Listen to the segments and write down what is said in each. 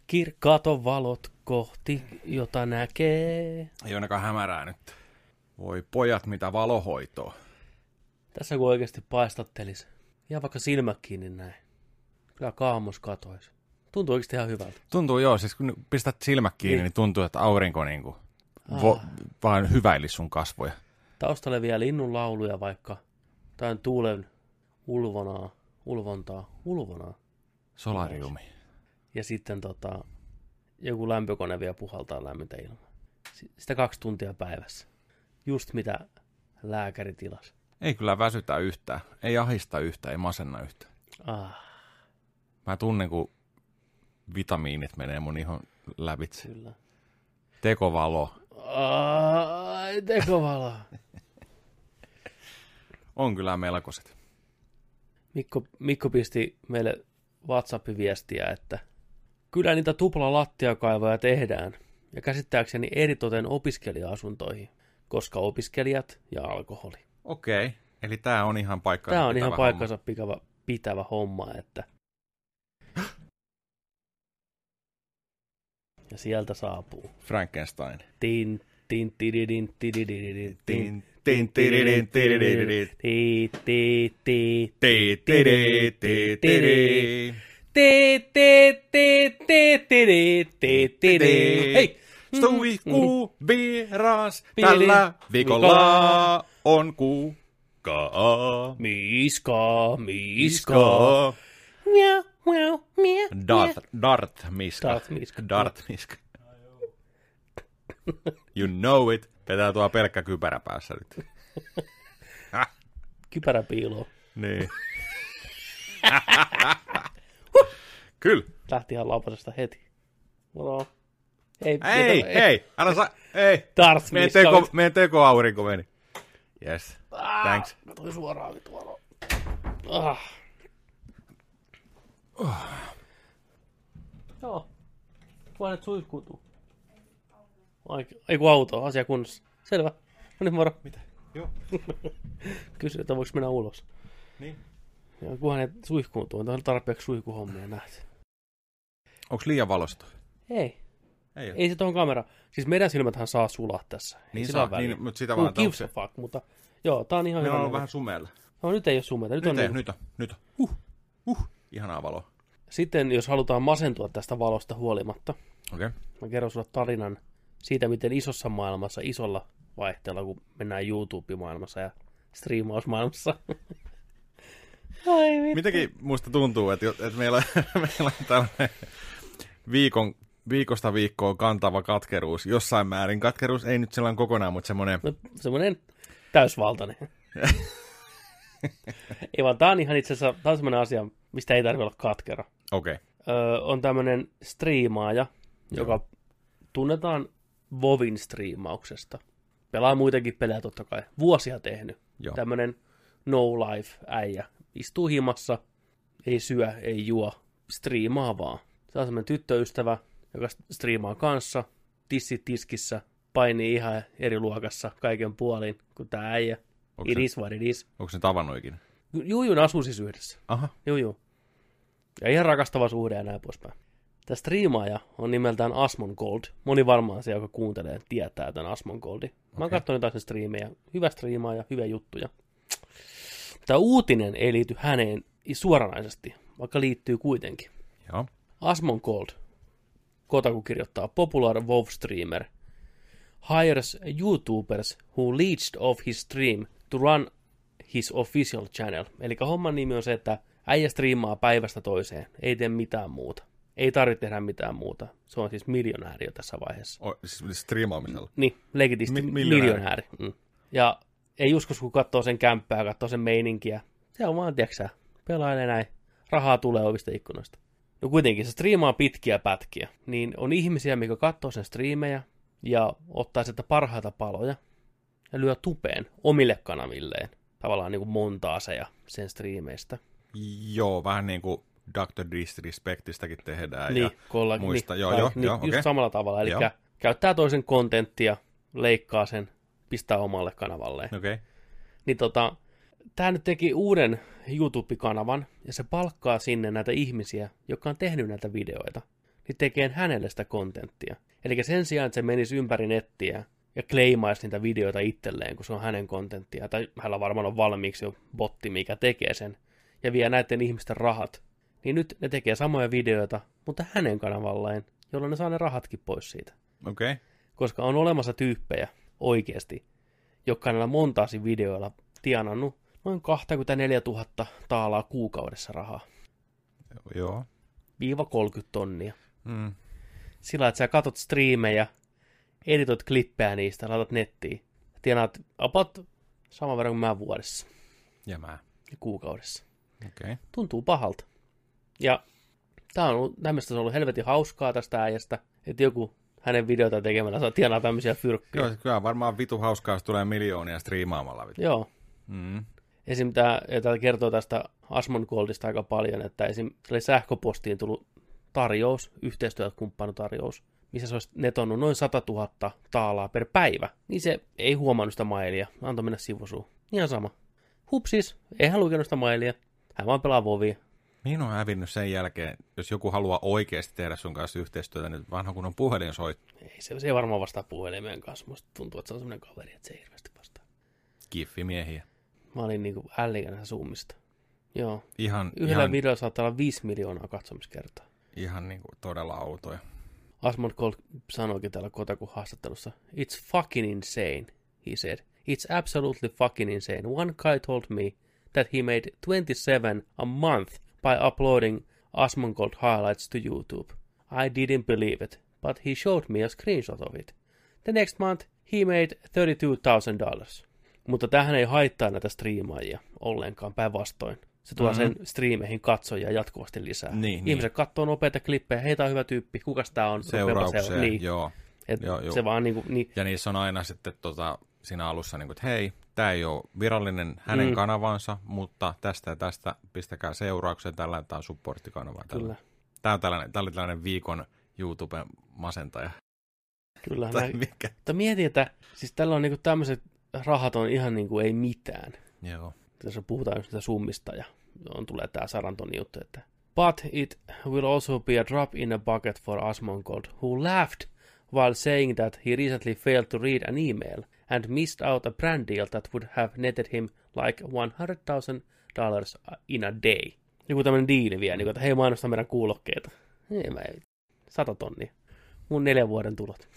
Kirkkaat on valot kohti, jota näkee. Ei ainakaan hämärää nyt. Voi pojat, mitä valohoitoa. Tässä kun oikeasti paistattelis. Ihan vaikka silmät kiinni näin. Kyllä kaamos katoisi. Tuntuu oikeasti ihan hyvältä. Tuntuu joo, siis kun pistät silmät kiinni, niin tuntuu, että aurinko niinku vaan hyväilisi sun kasvoja. Taustalle vielä linnun lauluja vaikka. Tai tuulen ulvontaa. Solariumi. Ja sitten joku lämpökone vielä puhaltaa lämmintä ilmaa. Sitä 2 tuntia päivässä. Just mitä lääkäri tilasi. Ei kyllä väsytä yhtään. Ei ahista yhtään, ei masenna yhtään. Mä tunnen, kun vitamiinit menee mun ihon lävitse. Kyllä. Tekovalo. Tekovalo. On kyllä melkoiset. Mikko pisti meille WhatsApp-viestiä, että kyllä niitä tupla-lattiakaivoja tehdään. Ja käsittääkseni eritoten opiskelija-asuntoihin, koska opiskelijat ja alkoholi. Okei, eli tää on ihan paikkansa Tää on pitävä ihan paikkansa pitävä homma, että... Ja sieltä saapuu. Frankenstein. Tin, tin, tididin, tidididin, tin, Tin, tididin, tidididin. ti, ti, ti, Ti, tidi, ti, tidi. ti, ti, ti, ti, ti, ti, ti, ti. Hei! Suihku vieras tällä viikolla on kuukaa. Miska. Miau. Miau, miau, Darth-miska. Darth-miska. You know it. Petää tuo pelkkä kypärä päässä nyt. Kypärä piiloo. Niin. Kyllä. Lähti ihan lapasesta heti. Moro. Hei, älä saa, ei. Darth-miska. Meidän tekoaurinko meni. Yes, thanks. Mä tulin suoraan tuolla. Joo. Vaan nyt suihkuutuu. Ei kun auto, asia kunnossa. Selvä. No niin, moro. Mitä? Joo. Kysy, että voiko mennä ulos. Niin. Ja kunhan ne suihkuutuu, on tarpeeksi suihkuhommia nähty. Onks liian valosta? Ei se tuohon kamera. Siis meidän silmäthän saa sulaa tässä. Niin saa, niin, mutta sitä vaan... Gives a fuck, mutta joo, tää on ihan hyvä. Meillä on vähän sumeella. No nyt ei ole sumeita. Nyt on. Ihanaa valoa. Sitten jos halutaan masentua tästä valosta huolimatta, Okei. mä kerron sulle tarinan siitä, miten isossa maailmassa, isolla vaihteella, kun mennään YouTube-maailmassa ja striimausmaailmassa. Ai vittu. Mitenkin musta tuntuu, että meillä on tällainen viikosta viikkoon kantava katkeruus. Jossain määrin katkeruus, ei nyt sellainen kokonaan, mutta semmoinen... No, semmoinen täysvaltainen. Ei vaan, tää on ihan itse asiassa, tää on semmoinen asia, mistä ei tarvitse olla katkera. Okei. On tämmöinen striimaaja, joka tunnetaan Vovin striimauksesta. Pelaa muitakin pelejä totta kai. Vuosia tehnyt. Joo. Tämmöinen no-life-äijä. Istuu himassa, ei syö, ei juo, striimaa vaan. Se on semmoinen tyttöystävä, joka striimaa kanssa, tissit tiskissä, painii ihan eri luokassa kaiken puolin kuin tää äijä. It is what it is. Onko se tavannut ikinä? Juu, ne asuu siis yhdessä. Aha. Juu. Ja ihan rakastava suhde ja näin poispäin. Tämä striimaaja on nimeltään Asmongold. Moni varmaan se, joka kuuntelee, tietää tämän Asmongoldin. Mä oon katsonut taas sen striimejä. Hyvä striimaaja, hyviä juttuja. Tämä uutinen ei liity häneen suoranaisesti, vaikka liittyy kuitenkin. Joo. Asmongold, Kotaku kirjoittaa, popular WoW-streamer, hires YouTubers who leached off his stream to run his official channel. Eli homman nimi on se, että äijä striimaa päivästä toiseen, ei tee mitään muuta. Ei tarvitse tehdä mitään muuta. Se on siis miljonääri jo tässä vaiheessa. Siis striimaamisella? Niin, legitisti miljonääri. Ja ei uskos, kun katsoo sen kämppää, katsoo sen meininkiä. Se on vaan, tiiäksä, pelailee näin. Rahaa tulee ovista ikkunoista. No kuitenkin, se striimaa pitkiä pätkiä. Niin on ihmisiä, mikä katsoo sen striimejä ja ottaa sieltä parhaita paloja ja lyö tupeen omille kanavilleen. Tavallaan niin kuin montaaseja sen striimeistä. Joo, vähän niin kuin Dr. Disrespectistäkin tehdään niin, ja muista. Joo, just okay. Samalla tavalla. Eli käyttää toisen kontenttia, leikkaa sen, pistää omalle kanavalleen. Okay. Niin tämä nyt teki uuden YouTube-kanavan, ja se palkkaa sinne näitä ihmisiä, jotka on tehnyt näitä videoita. niin tekee hänelle sitä kontenttia. Eli sen sijaan, että se menisi ympäri nettiä ja kleimaisi niitä videoita itselleen, kun se on hänen kontenttia, tai hänellä varmaan on valmiiksi jo botti, mikä tekee sen, ja vie näiden ihmisten rahat, niin nyt ne tekee samoja videoita, mutta hänen kanavalleen, jolloin ne saa ne rahatkin pois siitä. Okei. Okay. Koska on olemassa tyyppejä oikeasti, jotka näillä montaasin videoilla tienannut noin 24 000 taalaa kuukaudessa rahaa. Joo. 30 tonnia. Sillä, että sä katot striimejä, editoit klippejä niistä, laitat nettiin. Tienaat about saman verran kuin mä vuodessa. Ja mä. Ja kuukaudessa. Okei. Tuntuu pahalta. Ja tämmöistä on ollut helvetin hauskaa tästä äijästä, että joku hänen videota tekemällä saa tienaa tämmöisiä fyrkkyjä. Joo, kyllä varmaan vitu hauskaa, jos tulee miljoonia striimaamalla. Joo. Esim. Tämä kertoo tästä Asmongoldista aika paljon, että esim. Sähköpostiin tullut tarjous, yhteistyökumppanutarjous, missä se olisi netonnut noin 100 000 taalaa per päivä, niin se ei huomannut sitä mailia, antoi mennä sivusuun. Ihan sama. Hupsis, ei hän lukenut sitä mailia, hän vaan pelaa Vovia. Mihin on hävinnyt sen jälkeen, jos joku haluaa oikeasti tehdä sun kanssa yhteistyötä, niin vanha kun on puhelinsoitto? Ei, se ei varmaan vastaa puhelimeen kanssa. Musta tuntuu, että se on semmoinen kaveri, että se ei hirveästi vastaa. Kiffimiehiä. Mä olin niinku ällikänä Zoomista. Joo. Yhdellä videolla saattaa olla 5 miljoonaa katsomiskertaa. Ihan niinku todella autoja. Asmongold sanoikin täällä Kotakun haastattelussa, "It's fucking insane," he said. "It's absolutely fucking insane. One guy told me that he made 27 a month by uploading Asmongold highlights to YouTube. I didn't believe it, but he showed me a screenshot of it. The next month he made $32,000. Mutta tämähän ei haittaa näitä striimaajia ollenkaan, päinvastoin. Se tuo sen striimeihin katsojia jatkuvasti lisää. Ihmiset katsoo nopeita klippejä, hei, tää on hyvä tyyppi, kukas tää on? Seuraukseen, niin. joo. Se vaan niin. Ja niissä on aina sitten siinä alussa, niin kuin, että hei, tämä ei ole virallinen hänen kanavansa, mutta tästä ja tästä pistäkää seurauksia, tällä tämä on supporttikanava. Kyllä. Tämä oli tällainen viikon YouTuben masentaja. Kyllä. Mutta mietin, että siis tällä on niinku tämmöiset rahat on ihan niinku ei mitään. Joo. Tässä puhutaan just sitä summista ja tulee tämä Saranton juttu, että but it will also be a drop in a bucket for Asmongold, who laughed while saying that he recently failed to read an email and missed out a brand deal that would have netted him like $100,000 in a day. Joku tämmöinen diili vielä, niin että hei, mainosta meidän kuulokkeita. Ei, 100 tonnia. Mun 4 vuoden tulot.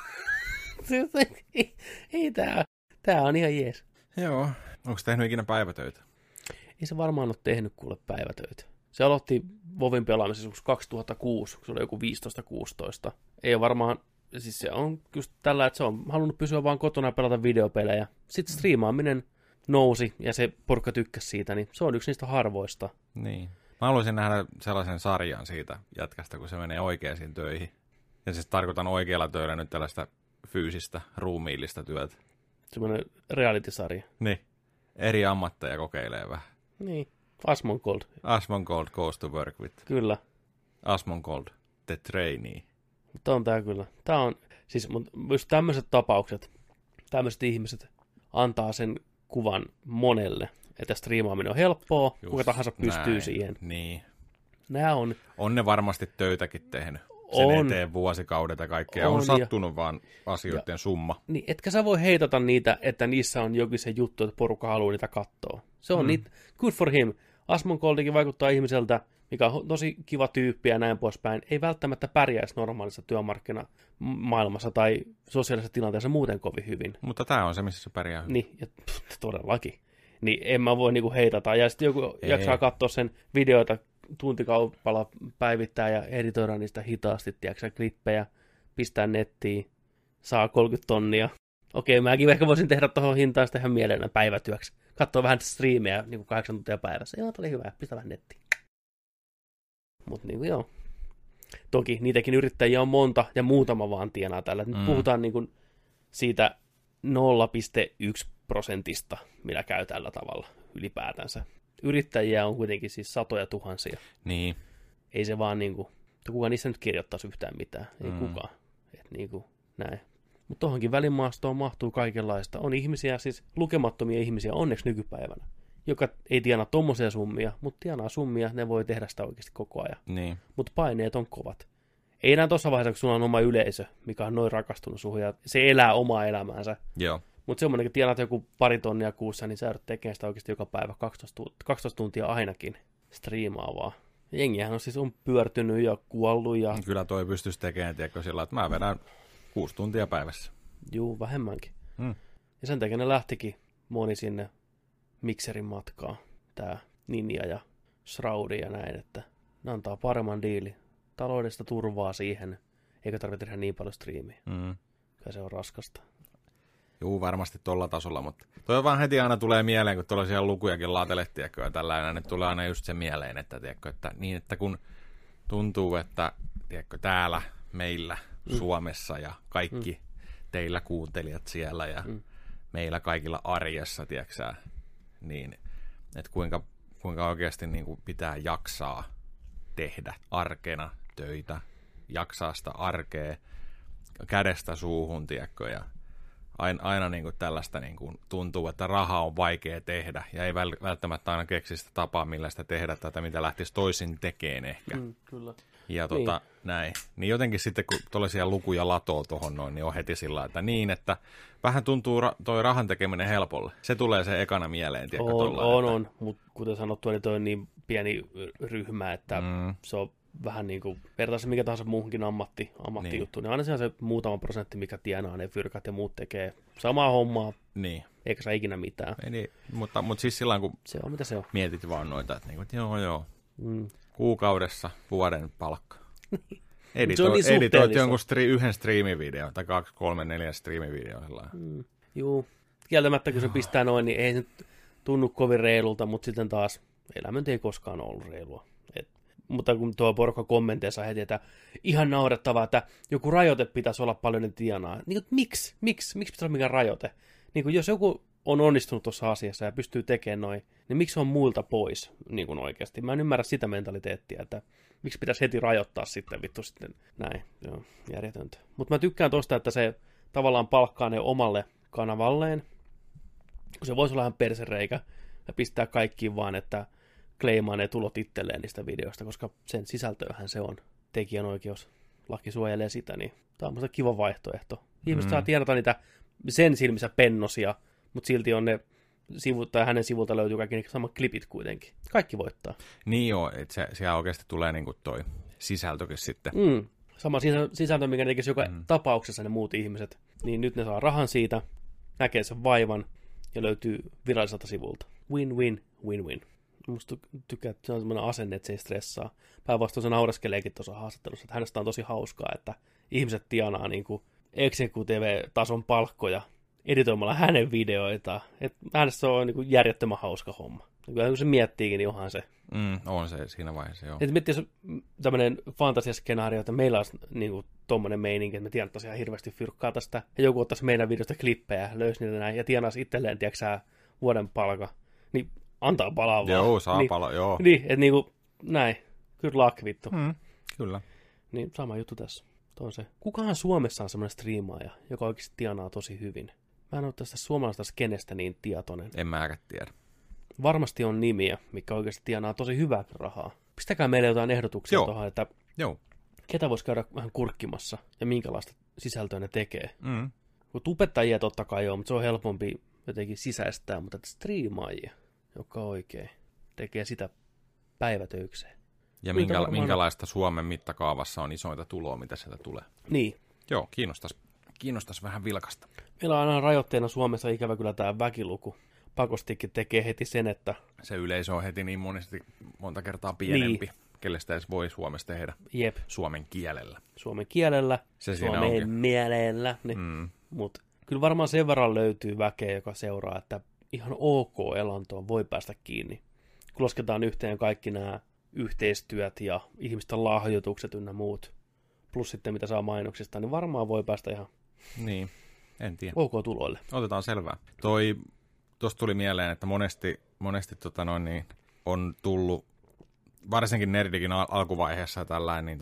ei tää on ihan jees. Joo. Onko tehnyt ikinä päivätöitä? Ei se varmaan ole tehnyt kuule päivätöitä. Se aloitti Vovin pelaamisessa 2006, kun se oli joku 15-16. Ei ole varmaan, siis se on just tällä, että se on halunnut pysyä vaan kotona ja pelata videopelejä. Sitten striimaaminen nousi ja se porukka tykkäsi siitä, niin se on yksi niistä harvoista. Niin. Mä haluaisin nähdä sellaisen sarjan siitä jätkästä, kun se menee oikeisiin töihin. Ja siis tarkoitan oikealla töillä nyt tällaista fyysistä, ruumiillista työtä. Semmoinen reality-sarja. Niin. Eri ammatteja kokeilee vähän. Niin. Asmongold. Asmongold goes to work with. Kyllä. Asmongold, the trainee. Mutta on tää kyllä. Tää on, siis just tämmöiset tapaukset, tämmöiset ihmiset antaa sen kuvan monelle, että striimaaminen on helppoa, just kuka tahansa pystyy näin siihen. Niin. Nää on ne varmasti töitäkin tehnyt. Sen eteen vuosikaudet ja kaikkea. On sattunut vaan asioiden summa. Niin, etkä sä voi heitata niitä, että niissä on jokin se juttu, että porukka haluaa niitä katsoa. Se on niitä, good for him. Asmongoldikin vaikuttaa ihmiseltä, mikä on tosi kiva tyyppi ja näin poispäin. Ei välttämättä pärjäisi normaalissa työmarkkinamaailmassa tai sosiaalisessa tilanteessa muuten kovin hyvin. Mutta tämä on se, missä se pärjää hyvin. Niin, ja todellakin. Niin en mä voi niinku heitata. Ja sitten joku jaksaa katsoa sen videoita tuntikaupalla päivittää ja editoida niistä hitaasti, tiedätkö, klippejä, pistää nettiin, saa 30 tonnia. Okei, mäkin ehkä voisin tehdä tuohon hintaan sitä ihan mielellään päivätyöksi. Katsoa vähän striimejä niin kuin 8 tuntia päivässä. Joo, oli hyvä, pistä vähän nettiin. Mutta niin kuin joo. Toki niitäkin yrittäjiä on monta ja muutama vaan tienaa tällä. Nyt puhutaan niin kuin siitä 0,1%, millä käy tällä tavalla ylipäätänsä. Yrittäjiä on kuitenkin siis satoja tuhansia. Niin. Ei se vaan niinku, kuka niissä nyt kirjoittaisi yhtään mitään. Ei kukaan. Et niinku, näin. Mutta tuohonkin välimaastoon mahtuu kaikenlaista. On ihmisiä, siis lukemattomia ihmisiä onneksi nykypäivänä, joka ei tienaa tommosia summia, mutta tienaa summia, ne voi tehdä sitä oikeasti koko ajan. Niin. Mutta paineet on kovat. ei enää tuossa vaiheessa, kun sulla on oma yleisö, mikä on noin rakastunut suhun, ja se elää omaa elämäänsä. Joo. Mutta semmoinen, kun tienaat joku 2 tonnia kuussa, niin sä joudut tekemään sitä oikeasti joka päivä 12 tuntia ainakin striimaavaa. Jengihän on siis pyörtynyt ja kuollut. Ja... Kyllä toi pystyisi tekemään, tiedätkö, sillä että mä vedän 6 tuntia päivässä. Juu, vähemmänkin. Ja sen takia ne lähtikin moni sinne mikserin matkaan. Tää Ninja ja Shroudi ja näin, että ne antaa paremman diili. Taloudesta turvaa siihen, eikä tarvitse tehdä niin paljon striimiä. Kyllä se on raskasta. Juu, varmasti tolla tasolla, mutta toi vaan heti aina tulee mieleen, kun tuollaisia lukujakin laatelet, tiedätkö, ja tällainen, niin tulee aina just se mieleen, että, tiedätkö, että niin, että kun tuntuu, että tiedätkö, täällä meillä Suomessa ja kaikki teillä kuuntelijat siellä ja meillä kaikilla arjessa, tiedätkö, niin että kuinka oikeasti niin kuin pitää jaksaa tehdä arkena töitä, jaksaa sitä arkea kädestä suuhun, tiedätkö, ja aina niin kuin tällaista niin kuin tuntuu, että raha on vaikea tehdä ja ei välttämättä aina keksi sitä tapaa, millä sitä tehdä tai mitä lähtisi toisin tekemään ehkä. Kyllä. Ja näin. Niin jotenkin sitten, kun tuollaisia lukuja latoo tuohon noin, niin on heti sillä että niin, että vähän tuntuu toi rahan tekeminen helpolle. Se tulee se ekana mieleen, tiedätkö, on. Mutta kuten sanottu, niin toi on niin pieni ryhmä, että se on vähän niin kuin vertaisi mikä tahansa muuhunkin ammattijuttu, niin aina se muutama prosentti, mikä tienaa ne fyrkat ja muut tekee samaa hommaa, eikä saa ikinä mitään. Niin, mutta siis silloin, kun se on, mitä se on. Mietit vaan noita, että niinku, joo, kuukaudessa vuoden palkka. Editoit jonkun yhden striimivideon, tai 2, 3, 4 striimivideoilla. Juu, kieltämättä kun se pistää noin, niin ei se tunnu kovin reilulta, mutta sitten taas elämä ei koskaan ollut reilua. Mutta kun tuo porukka kommenteissa heti, että ihan naurettavaa, että joku rajoite pitäisi olla paljon ne tienaa. Niin, miksi? Miksi pitäisi olla mikään rajoite? Niin kuin jos joku on onnistunut tuossa asiassa ja pystyy tekemään noin, niin miksi on muilta pois niin kuin oikeasti? Mä en ymmärrä sitä mentaliteettiä, että miksi pitäisi heti rajoittaa sitten vittu sitten näin. Joo, järjetöntä. Mutta mä tykkään tosta, että se tavallaan palkkaa ne omalle kanavalleen, kun se voisi olla ihan persereikä ja pistää kaikkiin vaan, että kleimaa ne tulot itselleen niistä videoista, koska sen sisältöähän se on. Tekijänoikeuslaki suojelee sitä, niin tämä on musta kiva vaihtoehto. Ihmiset saa tiedota niitä sen silmissä pennosia, mutta silti on ne sivut, tai hänen sivulta löytyy kaikki ne samat klipit kuitenkin. Kaikki voittaa. Niin joo, että siellä oikeasti tulee niinku toi sisältökin sitten. Sama sisältö, mikä ne tekisi joka tapauksessa ne muut ihmiset. Niin nyt ne saa rahan siitä, näkee sen vaivan ja löytyy viralliselta sivulta. Win-win, win-win. Musta tykkää, että se on semmoinen asenne, että se ei stressaa. Päinvastoin se naureskeleekin tuossa haastattelussa, että hänestä on tosi hauskaa, että ihmiset tienaa niin kuin executive-tason palkkoja editoimalla hänen videoitaan. Että hänestä on niin kuin järjettömän hauska homma. Ja kyllä kun se miettiikin, niin onhan se. On se siinä vaiheessa, joo. Että miettii, jos tämmöinen fantasiaskenaario, että meillä olisi niin kuin tommoinen meininki, että me tienattaisiin ihan hirveästi fyrkkaa tästä, ja joku ottaisi meidän videosta klippejä, löysi niitä näin, ja tienaisi itselleen, tiedätkö vuoden palka. Niin antaa palaa vaan. Joo, saa palaa, joo. Niin, että niinku, näin. Good luck, vittu. Kyllä. Niin, sama juttu tässä. On se. Kukahan Suomessa on semmoinen striimaaja, joka oikeasti tienaa tosi hyvin? Mä en ole tästä suomalaisesta skenestä niin tietoinen. En mäkään tiedä. Varmasti on nimiä, mikä oikeasti tienaa tosi hyvää rahaa. Pistäkää meille jotain ehdotuksia tuohon, että ketä voisi käydä vähän kurkkimassa ja minkälaista sisältöä ne tekee. Kun tubettajia totta kai on, mutta se on helpompi jotenkin sisäistää, mutta striimaajia, joka oikein tekee sitä päivätöikseen. Ja minkälaista Suomen mittakaavassa on isointa tuloa, mitä sieltä tulee. Niin. Joo, kiinnostaisi vähän vilkasta. Meillä on aina rajoitteena Suomessa ikävä kyllä tämä väkiluku. Pakostikin tekee heti sen, että se yleisö on heti niin monta kertaa pienempi, niin. Kelle sitä edes voi Suomessa tehdä. Jep. Suomen kielellä. Suomen kielellä, se Suomen mielellä. Niin. Mutta kyllä varmaan sen verran löytyy väkeä, joka seuraa, että ihan ok elantoon voi päästä kiinni. Kun lasketaan yhteen kaikki nämä yhteistyöt ja ihmisten lahjoitukset ynnä muut, plus sitten mitä saa mainoksista, niin varmaan voi päästä ihan en tiedä. Ok tuloille. Otetaan selvää. Tuosta tuli mieleen, että monesti on tullut, varsinkin Nerdikin alkuvaiheessa tällainen, niin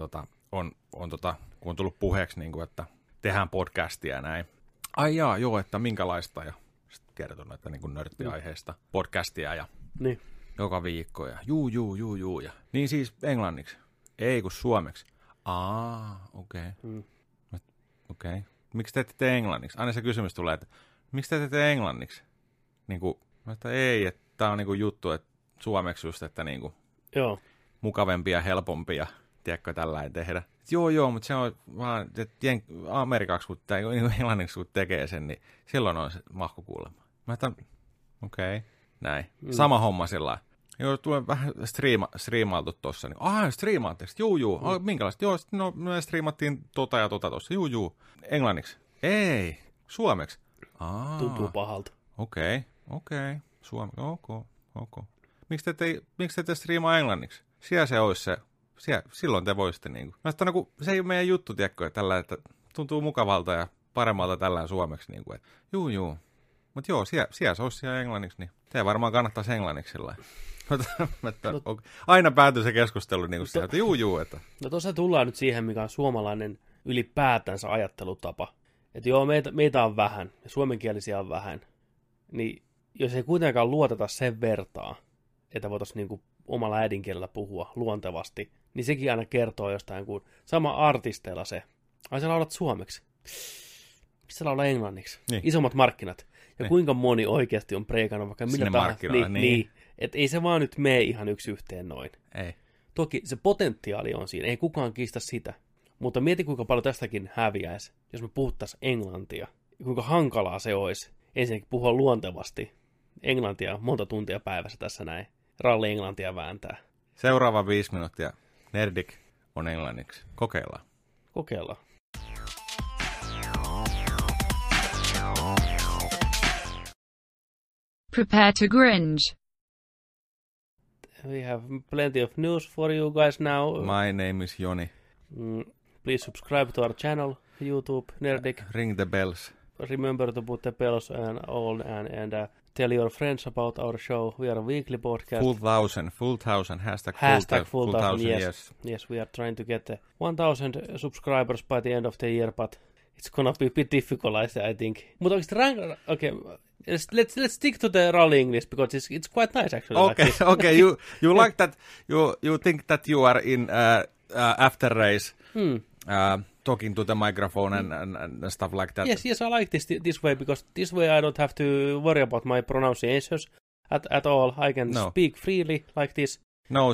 kun on tullut puheeksi, niin kuin, että tehdään podcastia ja näin. Ai joo, että minkälaista, ja sitten kertonut, että niin nörttiaiheesta podcastia ja joka viikko, ja juu, ja niin siis englanniksi, ei kun suomeksi. Okei. Okei. Miksi te ette tee englanniksi? Aina se kysymys tulee, että miksi te ette tee englanniksi? Niinku, että ei, että tää on niinku juttu, että suomeksi just, että niinku mukavempia, helpompia, tiedätkö, tällainen tehdä. Joo, mutta se on vaan, että amerikaksi tai englanniksi kun tekee sen, niin silloin on se mahku kuulemaan. Mä ajattelin, okei, näin. Sama homma sillä. Joo, tulee vähän striimailtu tossa. Niin, striimaatteko? Juu. Minkälaista? Joo, no me striimattiin tota ja tota tossa. Juu. Englanniksi? Ei. Suomeksi? Tuntuu pahalta. Okei. Suomeksi. Ok. Miksi te ette striimaa englanniksi? Siellä se olisi se. Silloin te voisitte niinku. Mä sanon, kun se ei ole meidän juttu, tiedätkö, tällä, että tuntuu mukavalta ja paremmalta tällä suomeksi. Niinku, että juu. Mutta joo, siellä se olisi siellä englanniksi, niin te varmaan kannattaisi englanniksi sillä aina päätyy se keskustelu niin kuin siihen, että juu. Että. No tuossa tullaan nyt siihen, mikä on suomalainen ylipäätänsä ajattelutapa. Että joo, meitä on vähän, ja suomenkielisiä on vähän. Niin jos ei kuitenkaan luoteta sen vertaa, että voitaisiin niinku omalla äidinkielellä puhua luontevasti, niin sekin aina kertoo jostain, kun sama artisteilla se. Ai sä laulat suomeksi. Mistä sä laulaa englanniksi? Niin. Isommat markkinat. Ja niin. Kuinka moni oikeasti on preikannut vaikka millä tahansa. Niin. Että ei se vaan nyt mene ihan yksi yhteen noin. Ei. Toki se potentiaali on siinä. Ei kukaan kiistä sitä. Mutta mieti kuinka paljon tästäkin häviäisi, jos me puhuttaisiin englantia. Kuinka hankalaa se olisi ensinnäkin puhua luontevasti englantia monta tuntia päivässä tässä näin. Ralli englantia vääntää. Seuraava 5 minuuttia. Nerdik on englanniksi. Kokeillaan. Prepare to cringe. We have plenty of news for you guys now. My name is Joni. Please subscribe to our channel, YouTube, Nerdik. Ring the bells. Remember to put the bells and all and tell your friends about our show. We are a weekly podcast. Full thousand, full thousand, yes, we are trying to get 1,000 subscribers by the end of the year, but it's gonna be a bit difficult, I think. But okay, let's stick to the rally English because it's quite nice actually. Okay, you like that? You think that you are in after race? Talking to the microphone and stuff like that. Yes, I like this way because this way I don't have to worry about my pronunciations at all. I can speak freely like this. No,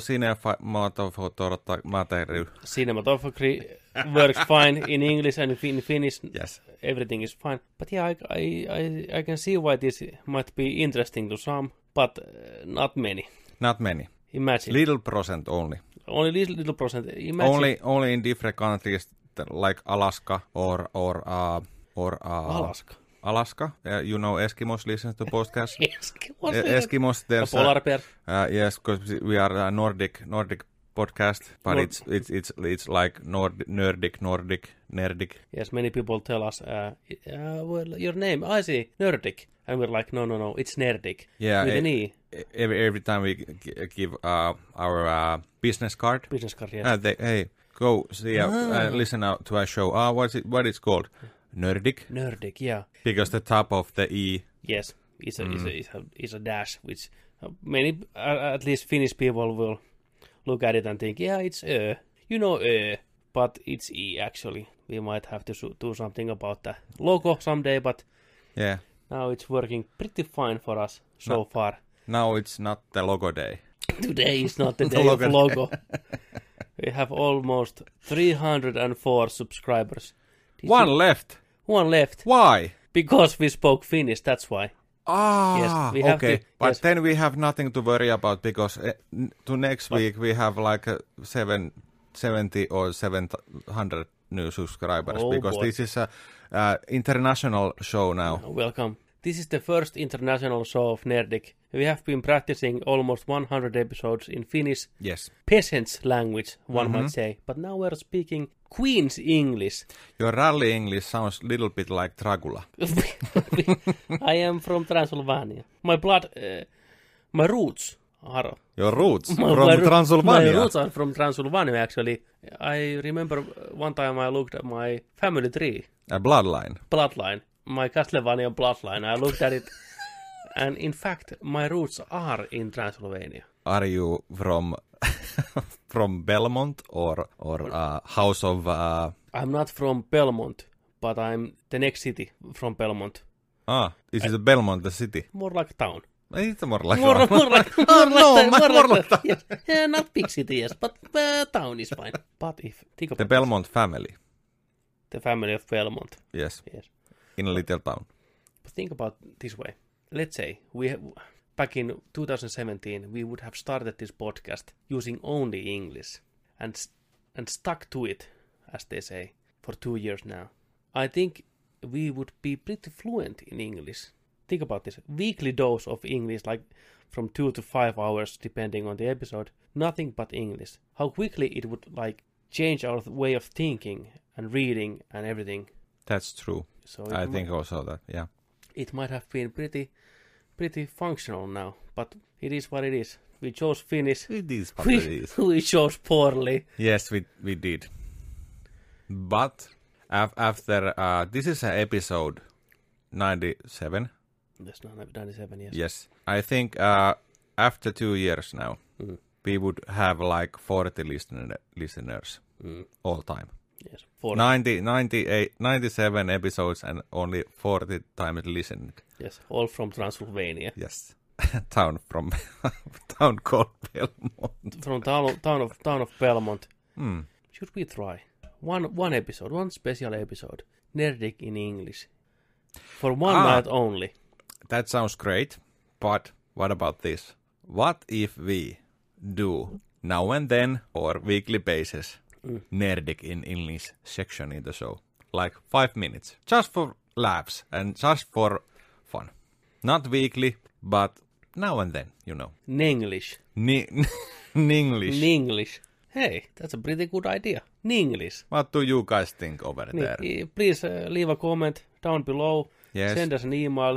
cinematography works fine in English and in Finnish. Yes, everything is fine. But yeah, I can see why this might be interesting to some, but not many. Not many. Imagine. Little percent only. Only little percent. Imagine. Only in different countries like Alaska or Alaska. Alaska. You know Eskimos listen to podcast. Eskimos. There's polar bear. Yes, because we are a Nordic podcast, but it's like Nordic. Yes, many people tell us, well, your name, I see, Nerdik. And we're like, no, it's Nerdik. Yeah, with an E. Every time we give our business card. Business card, yes. Hey, go see, listen to our show. What it's called? Nerdik. Nerdik, yeah. Because the top of the E. Yes, is a dash, which many, at least Finnish people will look at it and think, yeah, it's you know but it's E actually. We might have to do something about the logo someday, but yeah, now it's working pretty fine for us so far. Now it's not the logo day. Today is not the day of logo. We have almost 304 subscribers. One left. Why? Because we spoke Finnish, that's why. Yes, we have okay. But then we have nothing to worry about because to next week we have like 770 or 700 new subscribers because this is a international show now. Welcome. This is the first international show of Nerdik. We have been practicing almost 100 episodes in Finnish. Yes. Peasants' language, one might say. But now we're speaking Queen's English. Your rally English sounds a little bit like Dracula. I am from Transylvania. My roots are... Your roots from Transylvania? My roots are from Transylvania, actually. I remember one time I looked at my family tree. A bloodline? Bloodline. My Castlevania bloodline. I looked at it, and in fact, my roots are in Transylvania. are you from Belmont or House of... I'm not from Belmont, but I'm the next city from Belmont. Is it Belmont the city? More like a town. It's more like More like town. Yes. Yeah, not big city, yes, but town is fine. But if think about The Belmont family. the family of Belmont. Yes. Yes. In a little town. But think about this way. Let's say back in 2017, we would have started this podcast using only English and stuck to it, as they say, for 2 years now. I think we would be pretty fluent in English. Think about this. Weekly dose of English, like from 2 to 5 hours, depending on the episode. Nothing but English. How quickly it would like change our way of thinking and reading and everything. That's true. So I think also that, yeah. It might have been pretty functional now, but it is what it is. We chose Finnish. It is what it is. We chose poorly. Yes, we did. But after this is episode 97. Yes, 97 years. Yes, I think after 2 years now, we would have like 40 listeners all time. Yes, 97 episodes and only 40 times listened. Yes, all from Transylvania. Yes, town called Belmont. From town of Belmont. Should we try one episode, one special episode, Nerdic in English, for one night only? That sounds great, but what about this? What if we do now and then or weekly basis Nerdic in English section in the show? Like 5 minutes, just for laughs and just for fun. Not weekly, but now and then, you know. Nenglish. Ninglish. Ninglish. Hey, that's a pretty good idea. Ninglish. What do you guys think over there? Please leave a comment down below. Yes. Send us an email,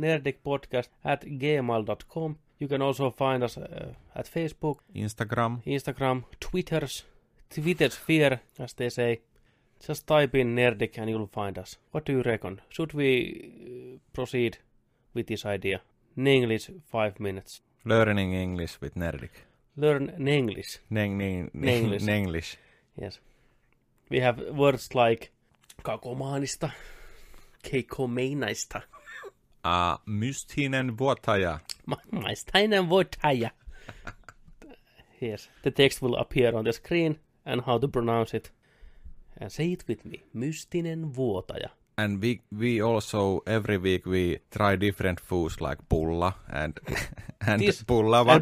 nerdicpodcast@gmail.com. You can also find us at Facebook, Instagram, Twitter sphere, as they say. Just type in Nerdic and you'll find us. What do you reckon? Should we proceed with this idea? English 5 minutes. Learning English with Nerdic. Learn English. Nenglish. Yes. We have words like kakomaanista, keikomeinaista. Mystinen vuotaja. Maistainen vuotaja. Yes. The text will appear on the screen and how to pronounce it. And say it with me. Mystinen vuotaja. And we also every week we try different foods like pulla and pullava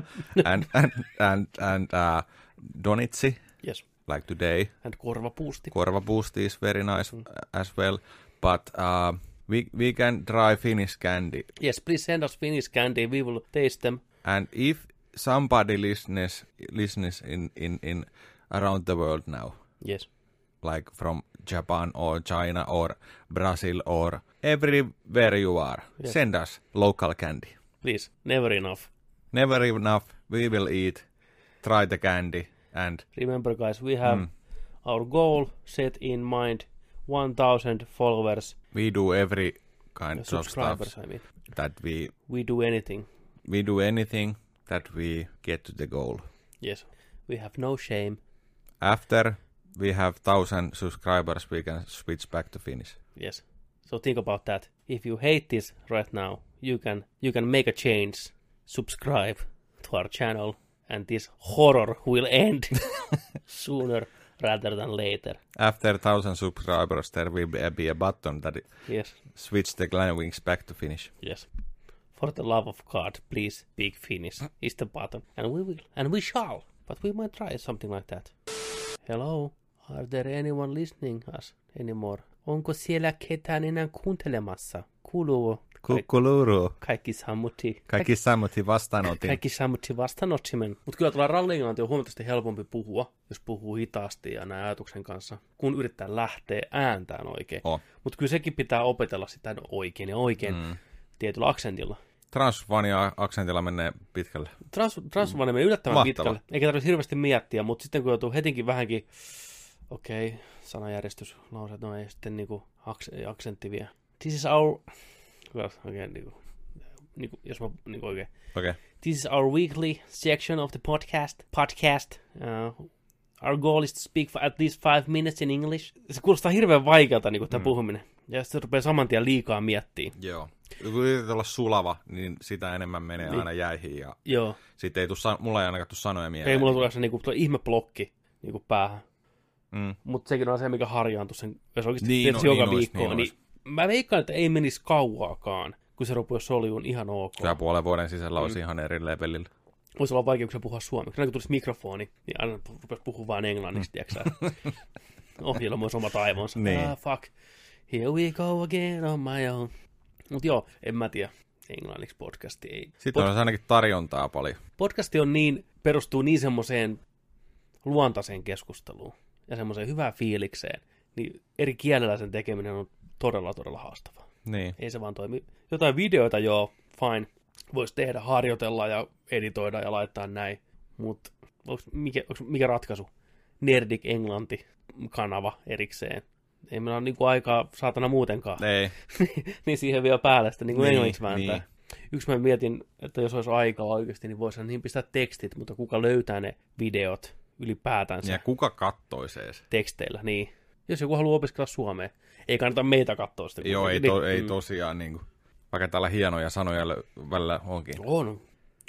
and donitsi. Yes. Like today. And korvapuusti. Korvapuusti is very nice as well. But we can try Finnish candy. Yes, please send us Finnish candy. We will taste them. And if somebody listens in around the world now. Yes. Like from Japan or China or Brazil or everywhere you are. Yes. Send us local candy. Please, never enough. Never enough. We will eat, try the candy and... Remember guys, we have our goal set in mind, 1,000 followers. We do every kind of stuff I mean. That we do anything. We do anything that we get to the goal. Yes, we have no shame. After we have 1,000 subscribers, we can switch back to Finnish. Yes. So think about that. If you hate this right now, you can make a change. Subscribe to our channel, and this horror will end sooner rather than later. After 1,000 subscribers, there will be a button that switch the language back to Finnish. Yes. For the love of God, please speak Finnish is the button. And we will. And we shall. But we might try something like that. Hello? Are there anyone listening us anymore? Onko siellä ketään enää kuuntelemassa? Kuuluuko? Kaikki sammutti. Kaikki sammutti vastaanotin. Kaikki sammutti vastaanottimen. Mutta kyllä tuolla rallienglanti on huomattavasti helpompi puhua, jos puhuu hitaasti ja näin ajatuksen kanssa, kun yrittää lähteä ääntään oikein. Mutta kyllä sekin pitää opetella sitä oikein tietyllä aksentilla. Transylvania-aksentilla menee pitkälle. Transylvania menee yllättävän pitkälle. Eikä tarvitse hirveästi miettiä, mutta sitten kun joutuu hetinkin vähänkin, sanajärjestys, lauseet, no ei sitten niinku aksentti vie. This is our... Oikein, jos mä niinku oikein. Okay. This is our weekly section of the podcast. Our goal is to speak for at least 5 minutes in English. Se kuulostaa hirveän vaikealta niin tämä puhuminen. Ja sitten rupeaa saman tien liikaa miettimään. Joo. Kun yrität olla sulava, niin sitä enemmän menee aina jäihin. Ja joo. Sitten mulla ei ainakaan tule sanoja mieleen. Ei, mulla tulee se niinku, ihmeblokki niinku päähän. Mutta sekin on se, mikä harjaantuu sen, jos oikeasti joka viikko. Niin mä veikkaan, että ei menisi kauaakaan, kun se rupeaa soljuun ihan ok. Kyllä puolen vuoden sisällä olisi ihan eri levelillä. Voisi olla vaikeuksia puhua suomeksi. Kun tulisi mikrofoni, niin aina rupesi puhua vain englanniksi, tiiäksä. Ohjelma olisi omat aivonsa. Niin. Fuck. Here we go again on my own. Mut joo, en mä tiedä. Englanniksi podcasti ei. Sitten on ainakin tarjontaa paljon. Podcasti on perustuu niin semmoiseen luontaiseen keskusteluun ja semmoiseen hyvään fiilikseen. Niin eri kielellä sen tekeminen on todella, todella haastavaa. Niin. Ei se vaan toimi. Jotain videoita joo, fine. Voisi tehdä, harjoitella ja editoida ja laittaa näin. Mutta mikä ratkaisu? Nerdik Englanti-kanava erikseen. Ei meillä ole niinku aikaa saatana muutenkaan. Ei. Niin siihen vielä päälle sitä niinku englanniksi vääntää. Niin. Yksi mä mietin, että jos olisi aikaa oikeasti, niin voisihan niihin pistää tekstit, mutta kuka löytää ne videot ylipäätänsä? Ja kuka kattoisi edes? Teksteillä, niin. Jos joku haluaa opiskella suomea, ei kannata meitä katsoa sitä. Joo, ei tosiaan niinku. Vaikka täällä hienoja sanoja välillä onkin. On.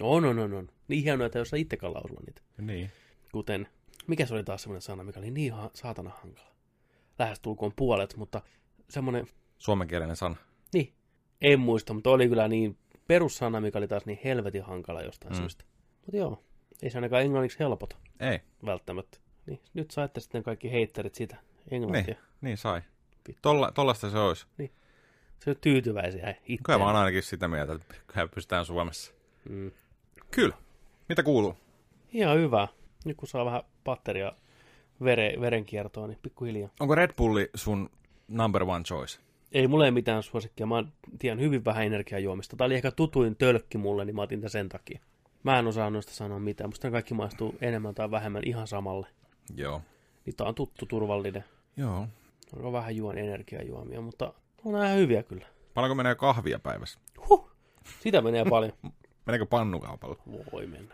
Niin hienoja, että jos sä itsekään lausua niitä. Niin. Kuten, mikä se oli taas semmoinen sana, mikä oli niin saatana hankala. Lähestulkoon puolet, mutta semmoinen... Suomenkielinen sana. Niin. En muista, mutta oli kyllä niin perussana, mikä oli taas niin helvetin hankala jostain syystä. Mutta joo, ei se ainakaan englanniksi helpota. Ei. Välttämättä. Niin, nyt saitte sitten kaikki heitterit sitä englantia. Niin sai. Tollaista se olisi. Niin. Se on tyytyväisiä itseään. Kyllä mä oon ainakin sitä mieltä, että pystytään Suomessa. Kyllä. Mitä kuuluu? Ihan hyvä. Nyt kun saa vähän batteria verenkiertoa, niin pikkuhiljaa. Onko Red Bulli sun number one choice? Ei mulla ei mitään suosikkia. Mä tiedän hyvin vähän energiajuomista. Tää oli ehkä tutuin tölkki mulle, niin mä otin tämän sen takia. Mä en osaa noista sanoa mitään. Musta ne kaikki maistuu enemmän tai vähemmän ihan samalle. Joo. Niin tää on tuttu, turvallinen. Joo. Onko vähän juon energiajuomia, mutta on ihan hyviä kyllä. Paljonko menee kahvia päivässä? Sitä menee paljon. Meneekö pannukaupalla? Voi mennä.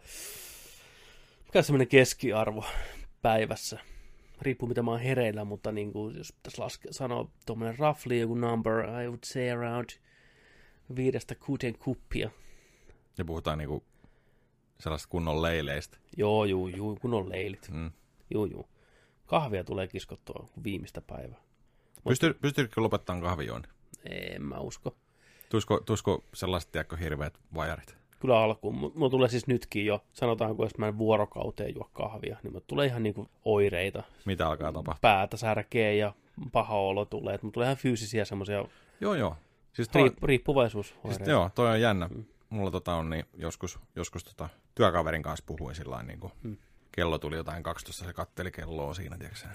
Mikä on semmoinen keskiarvo päivässä? Riippuu mitä mä oon hereillä, mutta niin kuin, jos pitäisi sanoa tuommoinen roughly joku number, I would say around 5-6 kuppia. Ja puhutaan niinku sellaista kunnon leileistä. Joo, kunnon leilit. Joo. Kahvia tulee kiskottua viimeistä päivää. Pystytkö lopettamaan kahvijoinnin? En mä usko. Tuisko sellaiset, tiedätkö, hirveät vajarit? Kyllä alkuun. Mulla tulee siis nytkin jo, sanotaanko, jos mä en vuorokauteen juo kahvia, niin mulla tulee ihan niinku oireita. Mitä alkaa tapahtua? Päätä särkee ja paha olo tulee. Mulla tulee ihan fyysisiä semmoisia Siis riippuvaisuusoireita. Siis, joo, toi on jännä. Mulla on niin joskus työkaverin kanssa puhuin sillain niinku. Kello tuli jotain 12, se katteli kelloa siinä,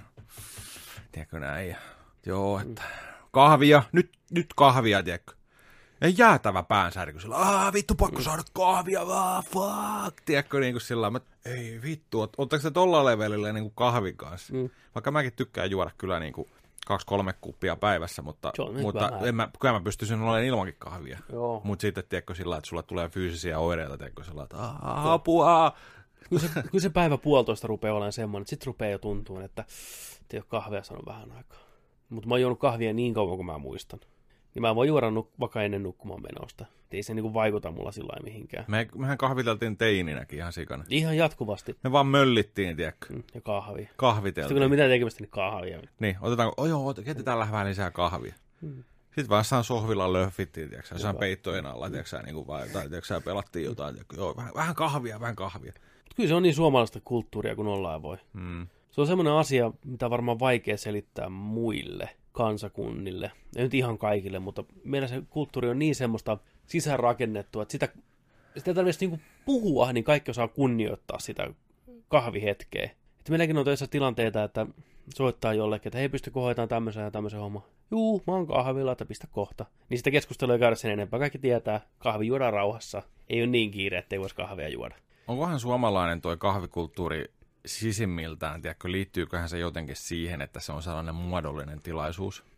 tiedätkö näin. Joo, että kahvia, nyt kahvia, tiedätkö. Ei jäätävä päänsärky sillä, vittu pakko saada kahvia, fuck, tiedätkö, niin kuin sillä ei vittu, ootteko te tolla levelillä niin kuin kahvin kanssa? Vaikka mäkin tykkään juoda kyllä niin kuin 2-3 kuppia päivässä, mutta kyllä mä pystyisin olemaan ilmankin kahvia. Mutta sitten, tiedätkö, sillä että sulla tulee fyysisiä oireita, tiedätkö, sillä että apua. Kyllä se päivä puolitoista rupeaa olemaan semmoinen, että sitten rupeaa jo tuntuu, että ei ole kahvia saanut vähän aikaa. Mutta mä oon juonut kahvia niin kauan kuin mä muistan. Niin mä voin juoda vaikka ennen nukkumaan menosta. Ei se niinku vaikuta mulla sillä lailla mihinkään. Mehän kahviteltiin teininäkin ihan sikana. Ihan jatkuvasti. Me vaan möllittiin, tiedätkö? Ja kahvia. Kahviteltiin. Sitten kun on mitään tekemistä, niin kahvia. Niin, jätetään vähän lisää kahvia. Sitten vaan jossain sohvilla löffittiin, tiedätkö? Jossain peittojen alla, tiedätkö? Niin vai tiedätkö? Pelattiin jotain, joo, vähän kahvia. Kyllä se on niin suomalaista kulttuuria kuin ollaan voi. Se on semmoinen asia, mitä varmaan vaikea selittää muille kansakunnille. Ei nyt ihan kaikille, mutta meillä se kulttuuri on niin semmoista sisäänrakennettua, että sitä ei tarvitse niinku puhua, niin kaikki osaa kunnioittaa sitä kahvihetkeä. Että meilläkin on toisessa tilanteita, että soittaa jollekin, että hei, pystykö hoitamaan tämmöisen ja tämmöisen homman. Juu, mä oon kahvilla, että pistä kohta. Niin sitä keskustelua ei käydä sen enempää. Kaikki tietää, kahvi juodaan rauhassa. Ei ole niin kiire, ettei voisi kahvia juoda. Onkohan suomalainen toi kahvikulttuuri sisimmiltään, tiedätkö, liittyyköhän se jotenkin siihen, että se on sellainen muodollinen tilaisuus?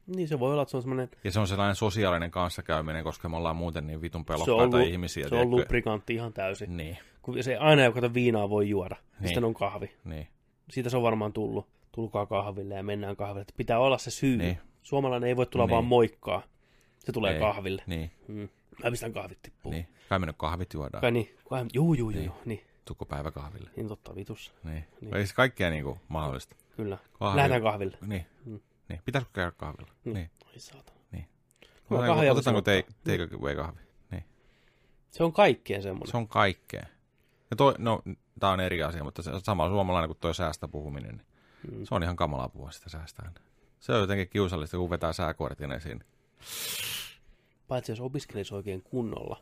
Niin se voi olla, että se on semmoinen... Ja se on sellainen sosiaalinen kanssakäyminen, koska me ollaan muuten niin vitun pelokkaita ihmisiä. Se on lubrikantti ihan täysin. Niin. Kun se aina joka viinaa voi juoda, niin. Sitten on kahvi. Niin. Siitä se on varmaan tullut. Tulkaa kahville ja mennään kahville. Että pitää olla se syy. Niin. Suomalainen ei voi tulla vaan moikkaa. Se tulee kahville. Niin. Mä pistän kahvit tippuun. Niin. Kai me nyt kahvit juodaan. Kai niin. Juu. Niin. Tukko päivä kahville. Niin totta vitussa. Niin. Ei se kaikkea niinku mahdollista. Kyllä. Lähdetään kahville. Niin. Niin. Pitäisikö käydä kahvilla? Niin. Ai saatana. Niin. Otetaanko take kahvi? Niin. Se on kaikkeen semmoinen. Se on kaikkea. Ja tää on eri asia, mutta se on sama suomalainen kuin toi säästä puhuminen. Niin se on ihan kamalaa puhua sitä säästään. Se on jotenkin kiusallista, kun vetää sääkortin esiin. Paitsi jos opiskelisi oikein kunnolla